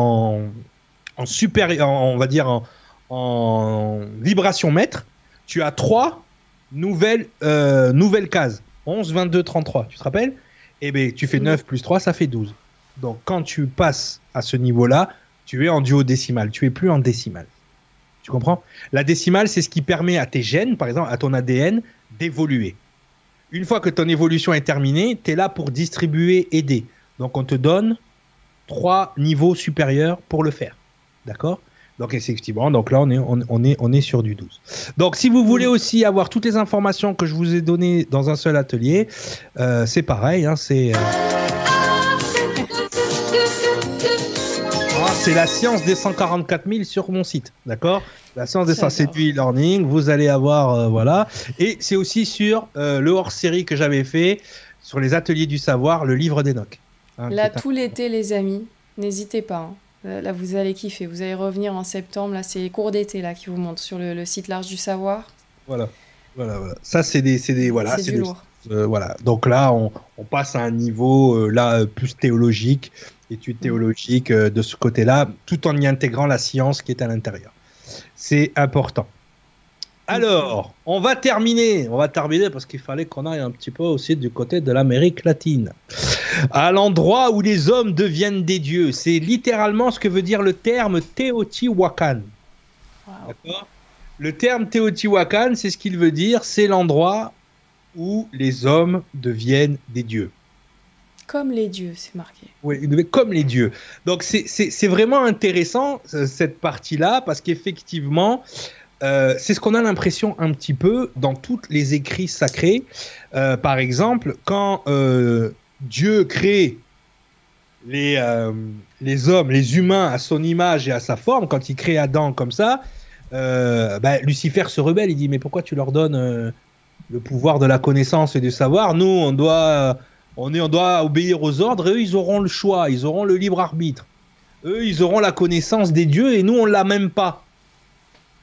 vibration mètre, tu as 3 nouvelles cases. 11, 22, 33. Tu te rappelles ? Eh bien, tu fais 9 plus 3, ça fait 12. Donc, quand tu passes à ce niveau-là, tu es en duodécimal. Tu es plus en décimal. Tu comprends ? La décimale, c'est ce qui permet à tes gènes, par exemple, à ton ADN, d'évoluer. Une fois que ton évolution est terminée, tu es là pour distribuer, aider. Donc, on te donne 3 niveaux supérieurs pour le faire. D'accord ? Donc, effectivement, donc là, on est sur du 12. Donc, si vous voulez aussi avoir toutes les informations que je vous ai données dans un seul atelier, c'est pareil. C'est la science des 144 000 sur mon site, d'accord ? La science des 100, c'est du e-learning, vous allez avoir, voilà. Et c'est aussi sur le hors-série que j'avais fait sur les ateliers du savoir, le livre d'Enoch. Là, tout l'été, les amis, n'hésitez pas. Là, vous allez kiffer. Vous allez revenir en septembre. Là, c'est les cours d'été là qui vous montrent sur le site L'Arche du Savoir. Voilà. Ça, c'est du lourd. Voilà. Donc là, on passe à un niveau plus théologique. Études théologiques de ce côté-là, tout en y intégrant la science qui est à l'intérieur. C'est important. Alors, on va terminer parce qu'il fallait qu'on aille un petit peu aussi du côté de l'Amérique latine. À l'endroit où les hommes deviennent des dieux. C'est littéralement ce que veut dire le terme Teotihuacan. Wow. D'accord ? Le terme Teotihuacan, c'est ce qu'il veut dire, c'est l'endroit où les hommes deviennent des dieux. Comme les dieux, c'est marqué. Oui, comme les dieux. Donc, c'est vraiment intéressant, cette partie-là, parce qu'effectivement, c'est ce qu'on a l'impression un petit peu dans tous les écrits sacrés. Par exemple, quand Dieu crée les hommes, les humains à son image et à sa forme, quand il crée Adam comme ça, Lucifer se rebelle, il dit « Mais pourquoi tu leur donnes le pouvoir de la connaissance et du savoir ? Nous, on doit obéir aux ordres, et eux, ils auront le choix, ils auront le libre arbitre. Eux, ils auront la connaissance des dieux, et nous, on ne l'a même pas. »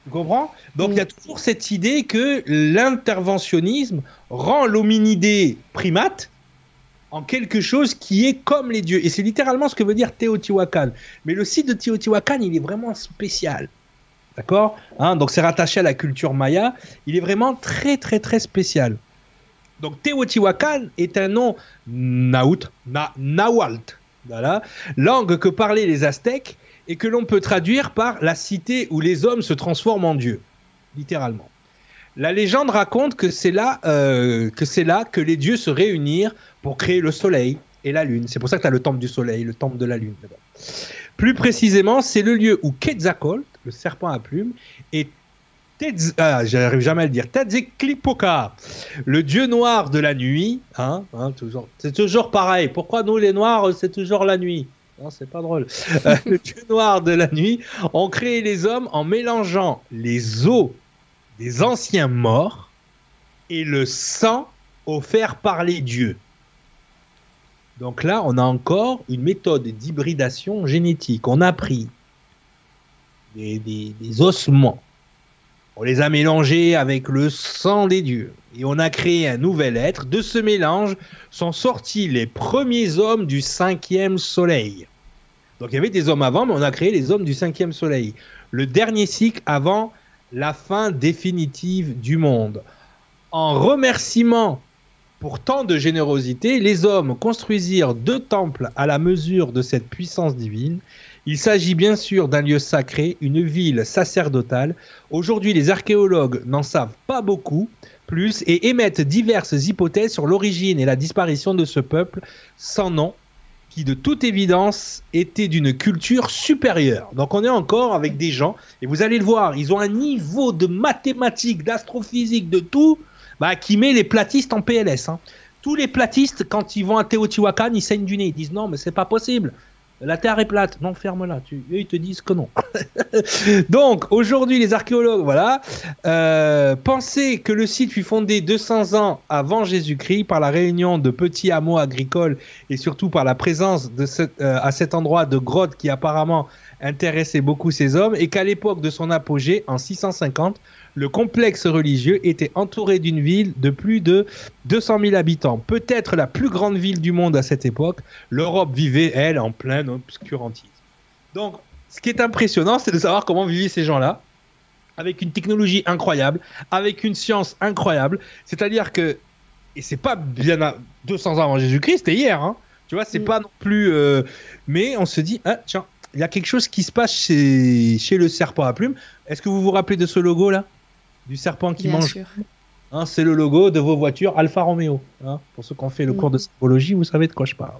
Tu comprends? Donc il y a toujours cette idée que l'interventionnisme rend l'hominidé primate en quelque chose qui est comme les dieux. Et c'est littéralement ce que veut dire Teotihuacan. Mais le site de Teotihuacan, il est vraiment spécial. D'accord, hein, donc c'est rattaché à la culture maya. Il est vraiment très très très spécial. Donc Teotihuacan est un nom nahuatl, voilà, langue que parlaient les Aztèques et que l'on peut traduire par la cité où les hommes se transforment en dieux, littéralement. La légende raconte que c'est là que les dieux se réunirent pour créer le soleil et la lune. C'est pour ça que tu as le temple du soleil, le temple de la lune. Plus précisément, c'est le lieu où Quetzalcoatl, le serpent à plumes, et j'arrive jamais à le dire, Tezcatlipoca, le dieu noir de la nuit, toujours, c'est toujours pareil. Pourquoi nous les noirs, c'est toujours la nuit? Non, c'est pas drôle. Le dieu noir de la nuit ont créé les hommes en mélangeant les os des anciens morts et le sang offert par les dieux. Donc là, on a encore une méthode d'hybridation génétique. On a pris des ossements, on les a mélangés avec le sang des dieux et on a créé un nouvel être. De ce mélange sont sortis les premiers hommes du 5e soleil. Donc il y avait des hommes avant, mais on a créé les hommes du 5e soleil. Le dernier cycle avant la fin définitive du monde. En remerciement pour tant de générosité, les hommes construisirent 2 temples à la mesure de cette puissance divine. Il s'agit bien sûr d'un lieu sacré, une ville sacerdotale. Aujourd'hui, les archéologues n'en savent pas beaucoup plus et émettent diverses hypothèses sur l'origine et la disparition de ce peuple sans nom, qui de toute évidence était d'une culture supérieure. Donc on est encore avec des gens, et vous allez le voir, ils ont un niveau de mathématiques, d'astrophysique, de tout, qui met les platistes en PLS. Tous les platistes, quand ils vont à Teotihuacan, ils saignent du nez, ils disent non mais c'est pas possible. La Terre est plate. Non, ferme-la. Eux, ils te disent que non. Donc, aujourd'hui, les archéologues, pensaient que le site fut fondé 200 ans avant Jésus-Christ par la réunion de petits hameaux agricoles et surtout par la présence à cet endroit de grottes qui apparemment intéressaient beaucoup ces hommes et qu'à l'époque de son apogée, en 650, le complexe religieux était entouré d'une ville de plus de 200 000 habitants. Peut-être la plus grande ville du monde à cette époque. L'Europe vivait, elle, en plein obscurantisme. Donc, ce qui est impressionnant, c'est de savoir comment vivaient ces gens-là, avec une technologie incroyable, avec une science incroyable. C'est-à-dire que, et c'est pas bien à 200 ans avant Jésus-Christ, c'était hier, tu vois, c'est pas non plus... mais on se dit, tiens, il y a quelque chose qui se passe chez le serpent à plumes. Est-ce que vous vous rappelez de ce logo-là? Du serpent qui mange. Bien sûr. C'est le logo de vos voitures Alfa Romeo. Pour ceux qui ont fait le cours de symbologie, vous savez de quoi je parle.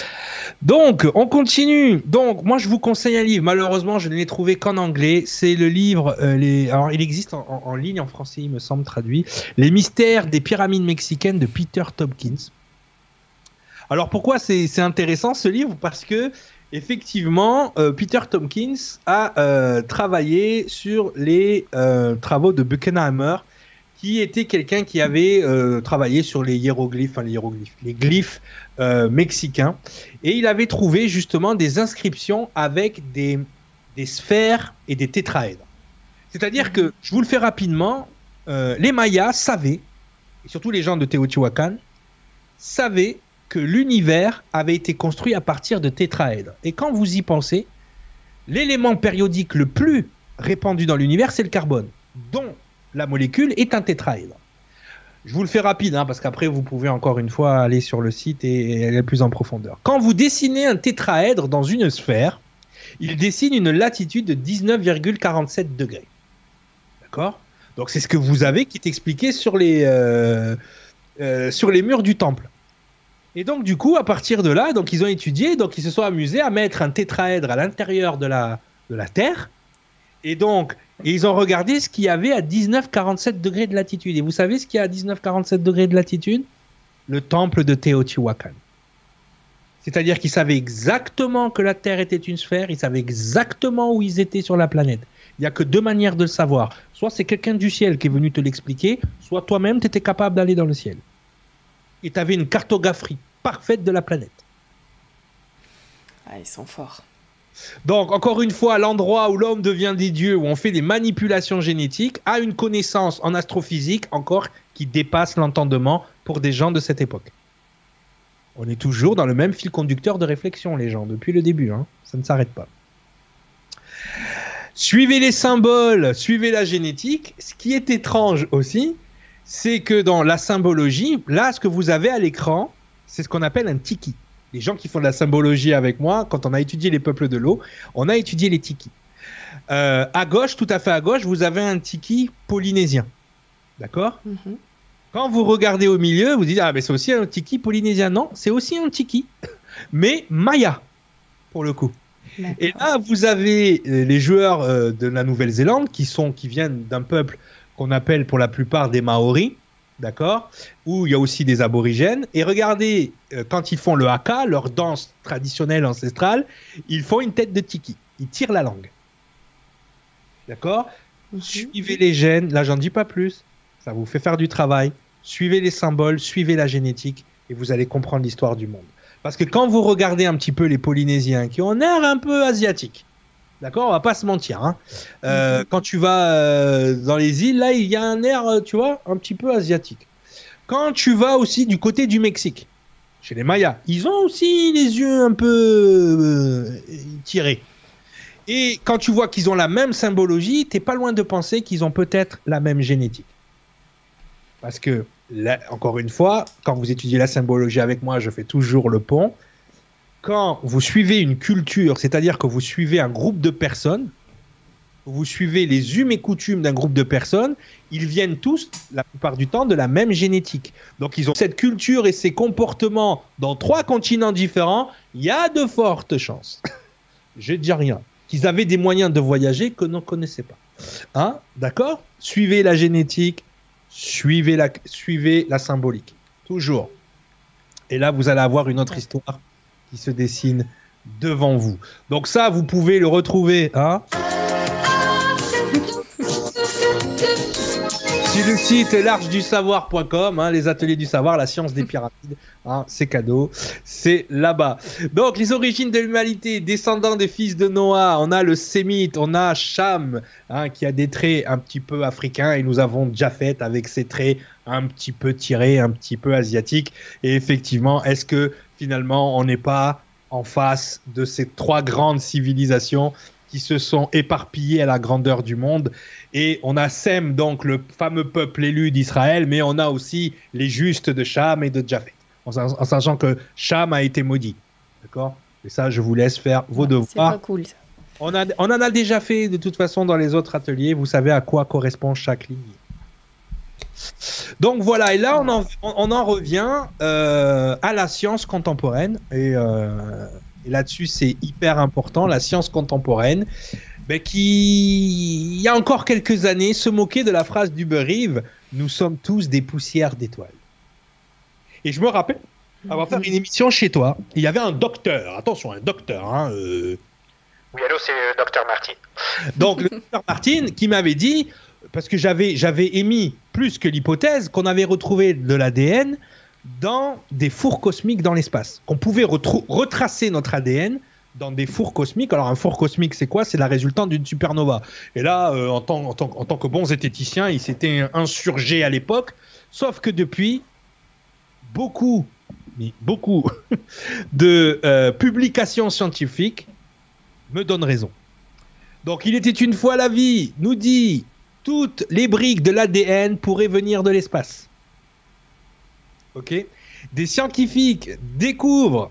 Donc, on continue. Donc, moi, je vous conseille un livre. Malheureusement, je ne l'ai trouvé qu'en anglais. C'est le livre, alors il existe en ligne en français, il me semble, traduit. Les mystères des pyramides mexicaines de Peter Tompkins. Alors, pourquoi c'est intéressant ce livre? Parce que effectivement, Peter Tompkins a travaillé sur les travaux de Buchenheimer, qui était quelqu'un qui avait travaillé sur les hiéroglyphes, les glyphes mexicains, et il avait trouvé justement des inscriptions avec des sphères et des tétraèdres. C'est-à-dire que, je vous le fais rapidement, les Mayas savaient, et surtout les gens de Teotihuacan, savaient que l'univers avait été construit à partir de tétraèdres. Et quand vous y pensez, l'élément périodique le plus répandu dans l'univers, c'est le carbone, dont la molécule est un tétraèdre. Je vous le fais rapide, parce qu'après, vous pouvez encore une fois aller sur le site et aller plus en profondeur. Quand vous dessinez un tétraèdre dans une sphère, il dessine une latitude de 19,47 degrés. D'accord? Donc c'est ce que vous avez qui est expliqué sur les murs du temple. Et donc, du coup, à partir de là, donc, ils ont étudié, donc ils se sont amusés à mettre un tétraèdre à l'intérieur de la Terre. Et donc, ils ont regardé ce qu'il y avait à 19,47 degrés de latitude. Et vous savez ce qu'il y a à 19,47 degrés de latitude? Le temple de Teotihuacan. C'est-à-dire qu'ils savaient exactement que la Terre était une sphère, ils savaient exactement où ils étaient sur la planète. Il n'y a que 2 manières de le savoir. Soit c'est quelqu'un du ciel qui est venu te l'expliquer, soit toi-même, tu étais capable d'aller dans le ciel. Et tu avais une cartographie parfaite de la planète. Ils sont forts. Donc, encore une fois, l'endroit où l'homme devient des dieux, où on fait des manipulations génétiques, a une connaissance en astrophysique encore qui dépasse l'entendement pour des gens de cette époque. On est toujours dans le même fil conducteur de réflexion, les gens, depuis le début. Hein. Ça ne s'arrête pas. Suivez les symboles, suivez la génétique. Ce qui est étrange aussi, c'est que dans la symbologie, là, ce que vous avez à l'écran, c'est ce qu'on appelle un tiki. Les gens qui font de la symbologie avec moi, quand on a étudié les peuples de l'eau, on a étudié les tikis. À gauche, tout à fait à gauche, vous avez un tiki polynésien. D'accord ? Quand vous regardez au milieu, vous dites « Ah, mais c'est aussi un tiki polynésien. » Non, c'est aussi un tiki, mais maya, pour le coup. Et là, vous avez les joueurs de la Nouvelle-Zélande qui viennent d'un peuple qu'on appelle pour la plupart des Maoris. D'accord, où il y a aussi des aborigènes. Et regardez, quand ils font le haka, leur danse traditionnelle ancestrale, ils font une tête de tiki. Ils tirent la langue. D'accord. Suivez les gènes. Là, j'en dis pas plus. Ça vous fait faire du travail. Suivez les symboles, suivez la génétique, et vous allez comprendre l'histoire du monde. Parce que quand vous regardez un petit peu les Polynésiens, qui ont un air un peu asiatique, d'accord, on va pas se mentir. Hein. Quand tu vas dans les îles, là, il y a un air, tu vois, un petit peu asiatique. Quand tu vas aussi du côté du Mexique, chez les Mayas, ils ont aussi les yeux un peu tirés. Et quand tu vois qu'ils ont la même symbologie, t'es pas loin de penser qu'ils ont peut-être la même génétique. Parce que, là, encore une fois, quand vous étudiez la symbologie avec moi, je fais toujours le pont. Quand vous suivez une culture, c'est-à-dire que vous suivez un groupe de personnes, vous suivez les us et coutumes d'un groupe de personnes, ils viennent tous, la plupart du temps, de la même génétique. Donc ils ont cette culture et ces comportements dans 3 continents différents, il y a de fortes chances, je ne dis rien, qu'ils avaient des moyens de voyager que l'on ne connaissait pas. Hein? D'accord? Suivez la génétique, suivez la symbolique, toujours. Et là, vous allez avoir une autre histoire qui se dessine devant vous. Donc ça, vous pouvez le retrouver sur le site l'archedusavoir.com, les ateliers du savoir, la science des pyramides, c'est cadeau, c'est là-bas. Donc les origines de l'humanité, descendants des fils de Noah, on a le Sémite, on a Cham, qui a des traits un petit peu africains, et nous avons Japhet avec ses traits un petit peu tirés, un petit peu asiatiques. Et effectivement, est-ce que finalement on n'est pas en face de ces 3 grandes civilisations qui se sont éparpillées à la grandeur du monde? Et on a Sem, donc le fameux peuple élu d'Israël, mais on a aussi les justes de Cham et de Japhet, en sachant que Cham a été maudit. D'accord? Et ça, je vous laisse faire vos devoirs. C'est pas cool, ça. On en a déjà fait de toute façon dans les autres ateliers. Vous savez à quoi correspond chaque ligne. Donc voilà, et là on en revient à la science contemporaine, et là-dessus c'est hyper important, la science contemporaine, qui il y a encore quelques années se moquait de la phrase d'Uber Reeves, nous sommes tous des poussières d'étoiles. Et je me rappelle avoir fait une émission chez toi, il y avait un docteur, attention, un docteur, Oui, allô, c'est le docteur Martin. donc le docteur Martin qui m'avait dit, parce que j'avais émis plus que l'hypothèse qu'on avait retrouvé de l'ADN dans des fours cosmiques dans l'espace. Qu'on pouvait retracer notre ADN dans des fours cosmiques. Alors un four cosmique, c'est quoi? C'est la résultante d'une supernova. Et là, en tant que bon zététicien, il s'était insurgé à l'époque. Sauf que depuis, beaucoup de publications scientifiques me donnent raison. Donc il était une fois la vie, nous dit... Toutes les briques de l'ADN pourraient venir de l'espace. Ok? Des scientifiques découvrent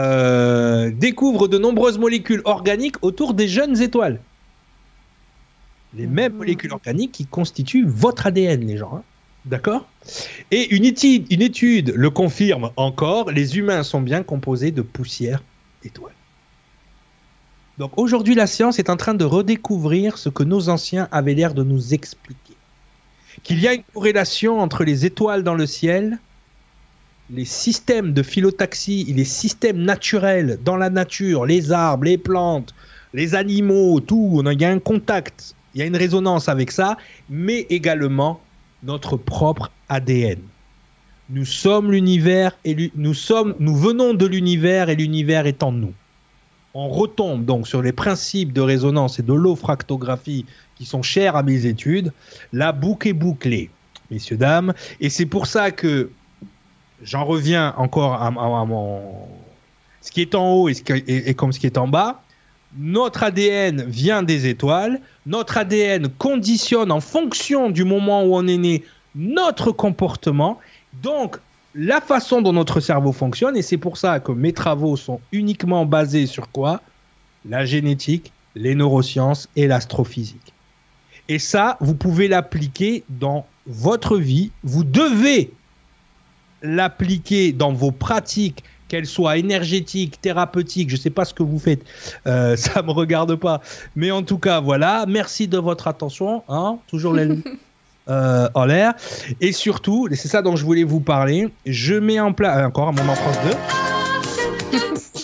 de nombreuses molécules organiques autour des jeunes étoiles. Les mêmes molécules organiques qui constituent votre ADN, les gens. D'accord? Et une étude le confirme encore, les humains sont bien composés de poussière d'étoiles. Donc aujourd'hui, la science est en train de redécouvrir ce que nos anciens avaient l'air de nous expliquer. Qu'il y a une corrélation entre les étoiles dans le ciel, les systèmes de phyllotaxie, les systèmes naturels dans la nature, les arbres, les plantes, les animaux, tout, il y a un contact, il y a une résonance avec ça, mais également notre propre ADN. Nous sommes l'univers et nous venons de l'univers et l'univers est en nous. on retombe donc sur les principes de résonance et de l'eau-fractographie qui sont chers à mes études. La boucle est bouclée, messieurs, dames. Et c'est pour ça que j'en reviens encore à mon... Ce qui est en haut et comme ce qui est en bas. Notre ADN vient des étoiles. Notre ADN conditionne en fonction du moment où on est né notre comportement. Donc, la façon dont notre cerveau fonctionne, et c'est pour ça que mes travaux sont uniquement basés sur quoi? La génétique, les neurosciences et l'astrophysique. Et ça, vous pouvez l'appliquer dans votre vie. Vous devez l'appliquer dans vos pratiques, qu'elles soient énergétiques, thérapeutiques, je ne sais pas ce que vous faites, ça ne me regarde pas. Mais en tout cas, voilà, merci de votre attention, hein, toujours les en l'air. Et surtout, et c'est ça dont je voulais vous parler, je mets en place, encore un moment France 2.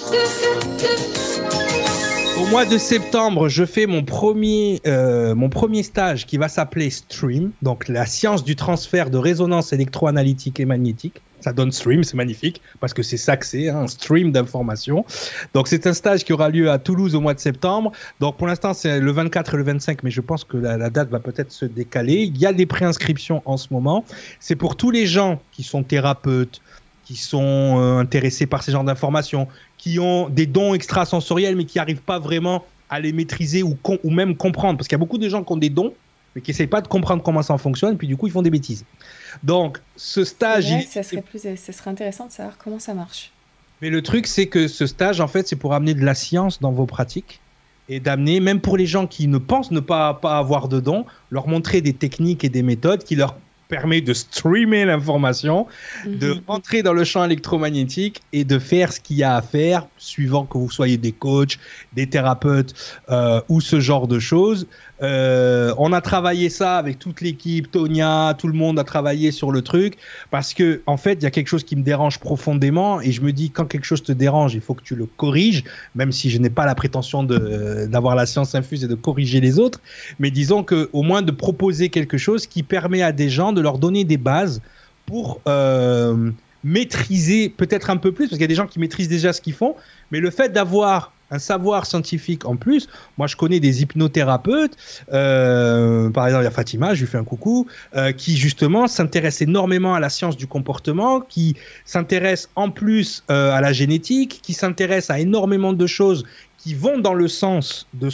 Au mois de septembre, je fais mon premier stage qui va s'appeler STREAM, donc la science du transfert de résonance électroanalytique et magnétique. Ça donne STREAM, c'est magnifique, parce que c'est ça que c'est, un stream d'informations. Donc c'est un stage qui aura lieu à Toulouse au mois de septembre. Donc pour l'instant c'est le 24 et le 25, mais je pense que la date va peut-être se décaler. Il y a des préinscriptions en ce moment. C'est pour tous les gens qui sont thérapeutes, qui sont intéressés par ces genres d'informations, qui ont des dons extrasensoriels, mais qui n'arrivent pas vraiment à les maîtriser ou même comprendre. Parce qu'il y a beaucoup de gens qui ont des dons, mais qui n'essayent pas de comprendre comment ça fonctionne, puis du coup, ils font des bêtises. Donc, ce stage... ça serait intéressant de savoir comment ça marche. Mais le truc, c'est que ce stage, en fait, c'est pour amener de la science dans vos pratiques et d'amener, même pour les gens qui ne pensent ne pas avoir de dons, leur montrer des techniques et des méthodes qui leur permet de streamer l'information, de rentrer dans le champ électromagnétique et de faire ce qu'il y a à faire, suivant que vous soyez des coachs, des thérapeutes ou ce genre de choses. On a travaillé ça avec toute l'équipe, Tonia, tout le monde a travaillé sur le truc, parce que en fait, il y a quelque chose qui me dérange profondément et je me dis, quand quelque chose te dérange, il faut que tu le corriges, même si je n'ai pas la prétention d'avoir la science infuse et de corriger les autres, mais disons que au moins de proposer quelque chose qui permet à des gens de leur donner des bases pour maîtriser peut-être un peu plus, parce qu'il y a des gens qui maîtrisent déjà ce qu'ils font, mais le fait d'avoir un savoir scientifique en plus. Moi, je connais des hypnothérapeutes, par exemple, il y a Fatima, je lui fais un coucou, qui justement s'intéresse énormément à la science du comportement, qui s'intéresse en plus à la génétique, qui s'intéresse à énormément de choses qui vont dans le sens de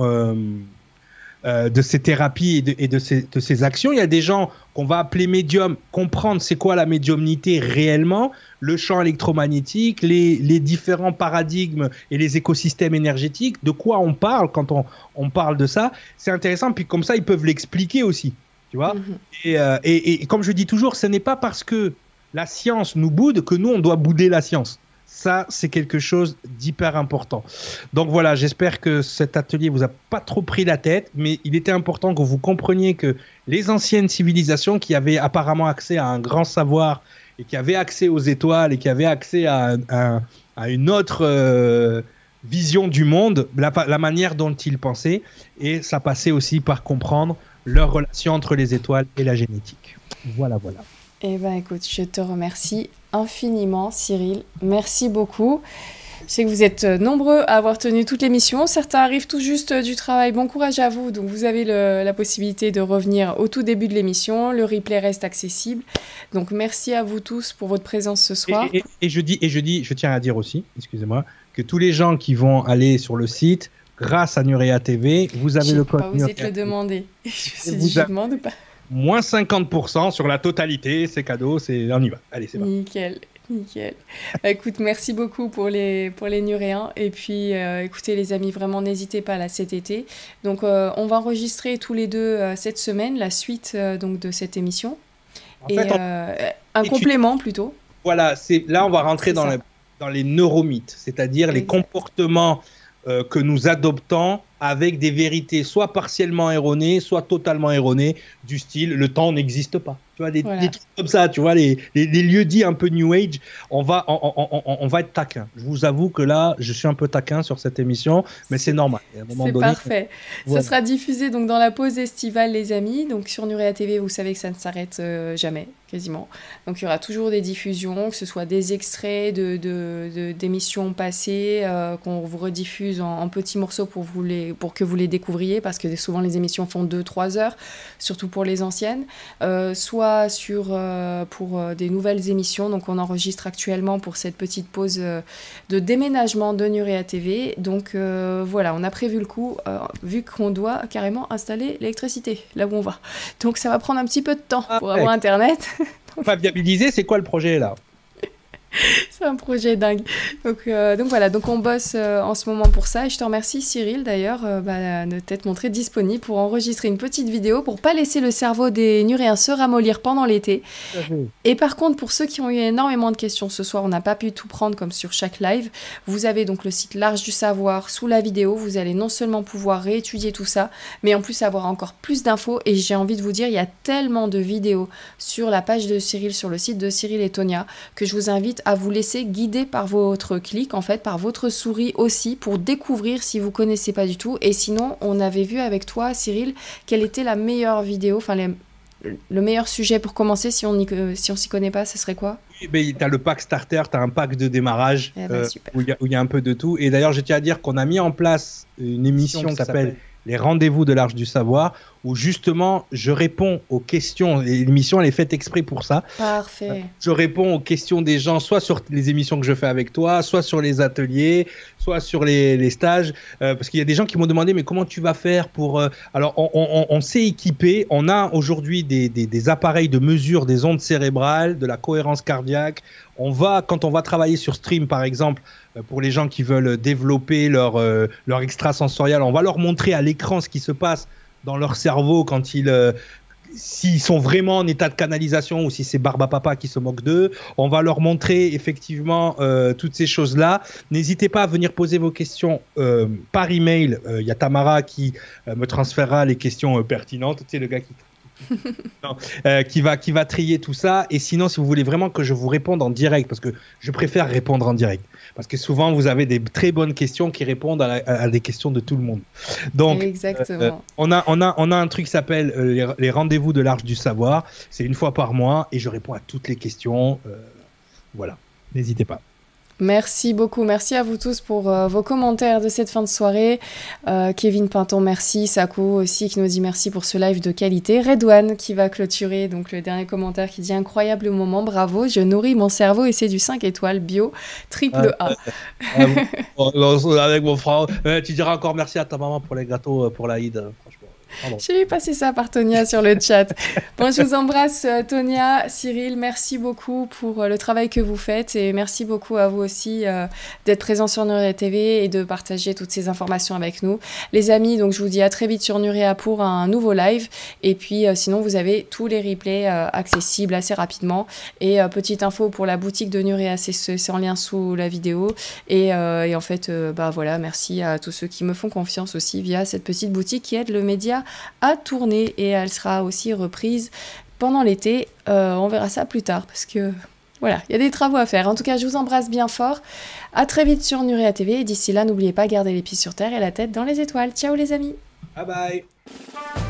de ses thérapies et de ses actions. Il y a des gens qu'on va appeler médiums, comprendre c'est quoi la médiumnité réellement, le champ électromagnétique, les différents paradigmes et les écosystèmes énergétiques, de quoi on parle quand on parle de ça. C'est intéressant, puis comme ça, ils peuvent l'expliquer aussi, tu vois. Et comme je dis toujours, ce n'est pas parce que la science nous boude que nous, on doit bouder la science. Ça, c'est quelque chose d'hyper important. Donc voilà, j'espère que cet atelier vous a pas trop pris la tête, mais il était important que vous compreniez que les anciennes civilisations qui avaient apparemment accès à un grand savoir et qui avaient accès aux étoiles et qui avaient accès à une autre vision du monde, la manière dont ils pensaient, et ça passait aussi par comprendre leur relation entre les étoiles et la génétique. Voilà. Eh bien, écoute, je te remercie infiniment, Cyril. Merci beaucoup. Je sais que vous êtes nombreux à avoir tenu toute l'émission. Certains arrivent tout juste du travail. Bon courage à vous. Donc, vous avez la possibilité de revenir au tout début de l'émission. Le replay reste accessible. Donc, merci à vous tous pour votre présence ce soir. Et je tiens à dire aussi, excusez-moi, que tous les gens qui vont aller sur le site, grâce à Nurea TV, vous avez le code. Je n'ai pas osé te le demander. Je me suis dit, je ne demande pas. Moins 50% sur la totalité, c'est cadeau, on y va. Allez, c'est bon. Nickel. Écoute, merci beaucoup pour les Nuréens. Et puis, écoutez les amis, vraiment n'hésitez pas là cet été. Donc, on va enregistrer tous les deux cette semaine la suite donc de cette émission. Un complément plutôt. Voilà, là on va rentrer dans les neuromythes, c'est-à-dire les comportements que nous adoptons avec des vérités soit partiellement erronées, soit totalement erronées, du style le temps n'existe pas. Tu vois, des trucs comme ça, tu vois, les lieux-dits un peu New Age, on va être taquin. Je vous avoue que là, je suis un peu taquin sur cette émission, mais c'est normal. C'est parfait. Voilà. Ça sera diffusé donc dans la pause estivale, les amis. Donc sur Nurea TV, vous savez que ça ne s'arrête jamais, quasiment. Donc il y aura toujours des diffusions, que ce soit des extraits d'émissions passées qu'on vous rediffuse en petits morceaux pour que vous les découvriez, parce que souvent les émissions font 2-3 heures, surtout pour les anciennes. Soit pour des nouvelles émissions, donc on enregistre actuellement pour cette petite pause de déménagement de Nurea TV. Donc voilà, on a prévu le coup, vu qu'on doit carrément installer l'électricité là où on va. Donc ça va prendre un petit peu de temps pour avoir Internet. Pas viabilisé, c'est quoi le projet là? C'est un projet dingue. Donc voilà, donc on bosse en ce moment pour ça. Et je te remercie Cyril d'ailleurs de t'être montré disponible pour enregistrer une petite vidéo pour pas laisser le cerveau des Nuréens se ramollir pendant l'été. Et par contre, pour ceux qui ont eu énormément de questions ce soir, on n'a pas pu tout prendre comme sur chaque live. Vous avez donc le site L'Arche du Savoir sous la vidéo. Vous allez non seulement pouvoir réétudier tout ça, mais en plus avoir encore plus d'infos. Et j'ai envie de vous dire, il y a tellement de vidéos sur la page de Cyril, sur le site de Cyril et Tonia, que je vous invite à vous laisser guider par votre clic, en fait, par votre souris aussi, pour découvrir si vous connaissez pas du tout. Et sinon, on avait vu avec toi, Cyril, quelle était la meilleure vidéo, enfin le meilleur sujet pour commencer si on s'y connaît pas, ce serait quoi? Oui, ben, tu as le pack starter, tu as un pack de démarrage où il y a un peu de tout. Et d'ailleurs, je tiens à dire qu'on a mis en place une émission qui s'appelle les rendez-vous de l'Arche du Savoir, où justement je réponds aux questions. L'émission elle est faite exprès pour ça. Parfait. Je réponds aux questions des gens, soit sur les émissions que je fais avec toi, soit sur les ateliers, soit sur les stages, parce qu'il y a des gens qui m'ont demandé mais comment tu vas faire pour alors on s'est équipé, on a aujourd'hui des appareils de mesure des ondes cérébrales, de la cohérence cardiaque. Quand on va travailler sur stream par exemple, pour les gens qui veulent développer leur extrasensoriel, on va leur montrer à l'écran ce qui se passe dans leur cerveau quand s'ils sont vraiment en état de canalisation ou si c'est Barbapapa qui se moque d'eux. On va leur montrer effectivement toutes ces choses-là. N'hésitez pas à venir poser vos questions par email. Il y a Tamara qui me transférera les questions pertinentes. Tu sais, le gars qui va trier tout ça. Et sinon, si vous voulez vraiment que je vous réponde en direct, parce que je préfère répondre en direct, parce que souvent vous avez des très bonnes questions qui répondent à des questions de tout le monde. Donc, exactement. On a un truc qui s'appelle les rendez-vous de l'Arche du Savoir. C'est une fois par mois et je réponds à toutes les questions. Voilà, n'hésitez pas. Merci beaucoup, merci à vous tous pour vos commentaires de cette fin de soirée. Kevin Pinton, merci. Sako aussi qui nous dit merci pour ce live de qualité. Redouane qui va clôturer donc le dernier commentaire qui dit incroyable moment, bravo, je nourris mon cerveau et c'est du 5 étoiles bio triple A. Avec mon frère, tu diras encore merci à ta maman pour les gâteaux pour l'Aïd, franchement. J'ai vu passer ça par Tonia sur le chat. Bon, je vous embrasse Tonia, Cyril, merci beaucoup pour le travail que vous faites et merci beaucoup à vous aussi d'être présents sur Nurea TV et de partager toutes ces informations avec nous. Les amis, donc je vous dis à très vite sur Nurea pour un nouveau live et puis sinon vous avez tous les replays accessibles assez rapidement et petite info pour la boutique de Nurea, c'est en lien sous la vidéo et en fait voilà, merci à tous ceux qui me font confiance aussi via cette petite boutique qui aide le média à tourner et elle sera aussi reprise pendant l'été. On verra ça plus tard parce que voilà, il y a des travaux à faire. En tout cas, je vous embrasse bien fort. À très vite sur Nurea TV et d'ici là, n'oubliez pas, gardez les pieds sur terre et la tête dans les étoiles. Ciao les amis. Bye bye.